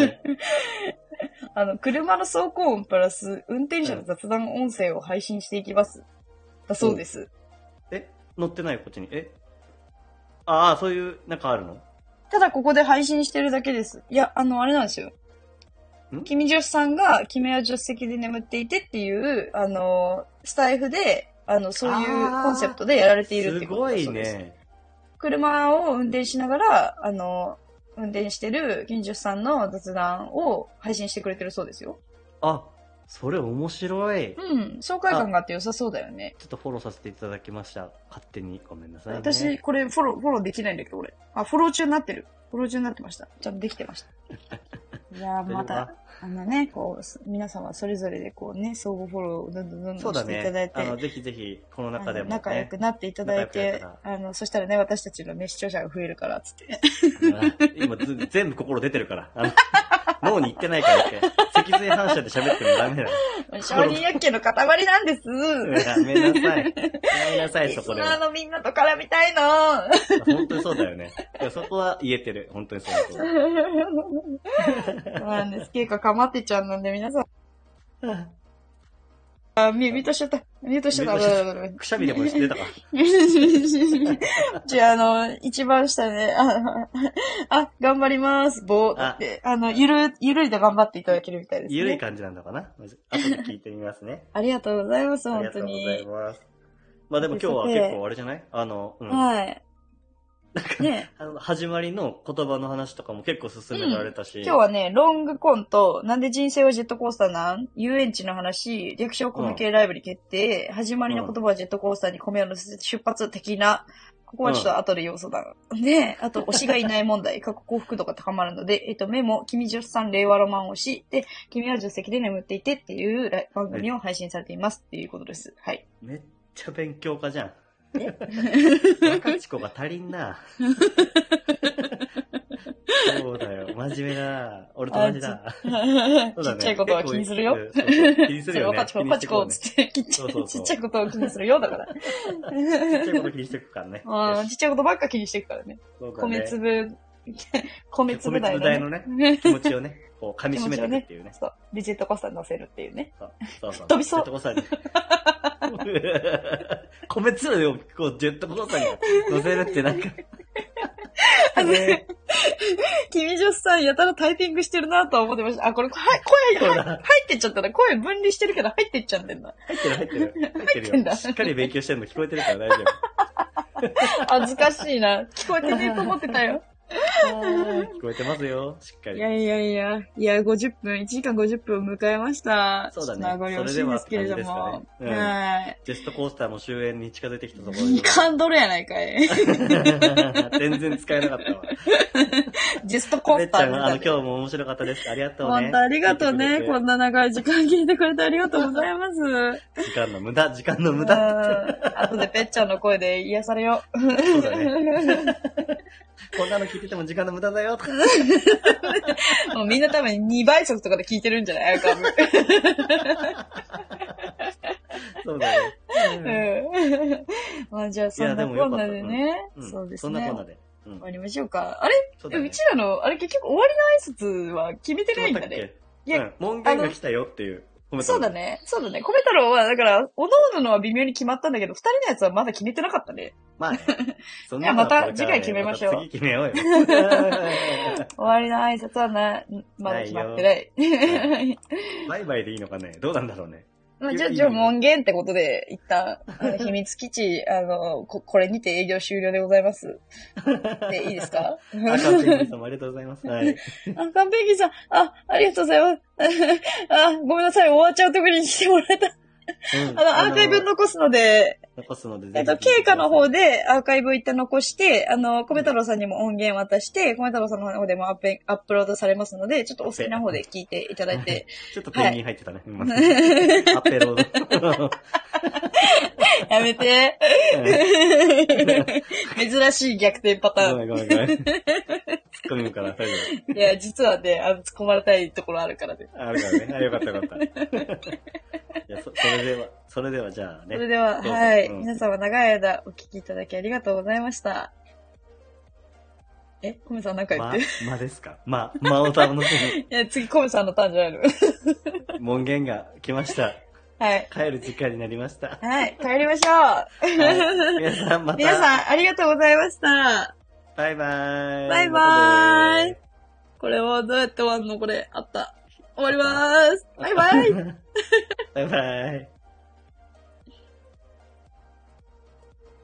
車の走行音プラス、運転者の雑談音声を配信していきます。だそうです。 乗ってないこっちに。そういう、なんかあるの？ ただここで配信してるだけです。いや、あれなんですよ。君助手さんが、君は助手席で眠っていてっていう、スタイフで、そういうコンセプトでやられているってことだそうです。すごいね。車を運転しながら、運転してる君助手さんの雑談を配信してくれてるそうですよ。 それ面白い。 爽快感があって良さそうだよね。 ちょっとフォローさせていただきました。勝手にごめんなさいね。 私、これフォローできないんだけど、俺。フォロー中になってる。フォロー中になってました。ちゃんとできてました。 いやー、また、皆様それぞれでこうね、相互フォローをどんどんしていただいて。 ぜひぜひ、この中でも、ね。 仲良くなっていただいて、そしたらね、私たちのね、視聴者が増えるから、つって。 今、全部心出てるから。脳に行ってないからって。脊髄反射で喋ってもダメだよ。 承認欲求の塊なんです。 やめなさい。やめなさい、そこで。 リスナーのみんなと絡みたいの。 本当にそうだよね。いや、そこは言えてる。本当にそうだ。 そうなんです。結構かまってちゃんなんで、皆さん。ミュートしちゃった。 くしゃみでも出たか。 じゃあ、一番下ね、頑張ります。って、ゆるいと頑張っていただけるみたいですね。 ゆるい感じなのかな。後で聞いてみますね。 ありがとうございます、本当に。 ありがとうございます。まあでも今日は結構あれじゃないはい。 なんかね、始まりの言葉の話とかも結構進められたし、 今日はね、ロングコント、なんで人生はジェットコースターなん遊園地の話、略称コミケライブに決定、始まりの言葉はジェットコースターに米を乗せて出発的な、ここはちょっと後で要素だ。で、あと、推しがいない問題、過去幸福度が高まるので、メモ、君女子さん令和ロマン推し、で、君は助手席で眠っていてっていう番組を配信されていますっていうことです。はい。 めっちゃ勉強家じゃん。若ち子が足りんな。そうだよ。真面目だ。俺と同じだ。 ちっちゃいことは気にするよ。 気にするよね。 パチコつって、ちっちゃいことを気にするよ、だから。ちっちゃいこと気にしていくからね。 ちっちゃいことばっか気にしていくからね。米粒大のね、気持ちをね、こう噛み締めていくっていうね。 そう。で、ジェットコースターに乗せるっていうね。 そう。 飛びそう。 ジェットコースターに。米粒をこうジェットコースターに乗せるってなんか。 君女子さんやたらタイピングしてるなとは思ってました。これ、声入ってっちゃったら、声分離してるけど入ってっちゃうんだよな。 入ってるよ。しっかり勉強してるの聞こえてるから大丈夫。 恥ずかしいな。聞こえてねえと思ってたよ。 聞こえてますよ、しっかり。 いや、50分、1時間50分を迎えました。 そうだね。 名残惜しいんですけれども。はい。 ジェストコースターも終焉に近づいてきたところに。感動るやないかい。 全然使えなかったわ。 ジェストコースター。 今日も面白かったです。ありがとうね。 本当ありがとうね。こんな長い時間聞いてくれてありがとうございます。 時間の無駄。 後でぺっちゃんの声で癒されよう。 そうだね。こんなの聞いてても時間の無駄だよとか。 もうみんな多分2倍速とかで聞いてるんじゃないかそうだね。 まあじゃあそんなこんなでね。そうですね。 そんなこんなで。 終わりましょうか。あれうちらの、結局終わりの挨拶は決めてないんだね。 いや、門限が来たよっていう。 そうだね。米太郎は、だから、おのおののは微妙に決まったんだけど、二人のやつはまだ決めてなかったね。 まあね。 いや、また次回決めましょう。 次決めようよ。 終わりの挨拶はまだ決まってない。 バイバイでいいのかね。どうなんだろうね。 じゃあ門限ってことで、一旦、秘密基地、これにて営業終了でございます。で、いいですか？ カンペンギンさんもありがとうございます。はい。 カンペンギンさん、ありがとうございます。ごめんなさい、終わっちゃうとこに来てもらえた。アーカイブ残すので、経過の方でアーカイブ一旦残して、米太郎さんにも音源渡して、米太郎さんの方でもアップロードされますので、ちょっとお好きな方で聞いていただいて。 ちょっとペンギン入ってたね。アッペロード。 やめて。珍しい逆転パターン。 ごめん。突っ込むから、最後。 いや、実はね、突っ込まれたいところあるからね。 あるからね。よかった。いや、それではじゃあね。 それでは、はい。皆様長い間お聞きいただきありがとうございました。コメさんなんか言ってる？ 間ですか？間を楽しみ。 いや、次コメさんのターンじゃないの。 門限が来ました。 はい。 帰る時間になりました。 はい。帰りましょう。 皆さんありがとうございました。 バイバーイ。 バイバーイ。これはどうやって終わるの？これ、あった。終わりまーす。バイバイ。 バイバイ。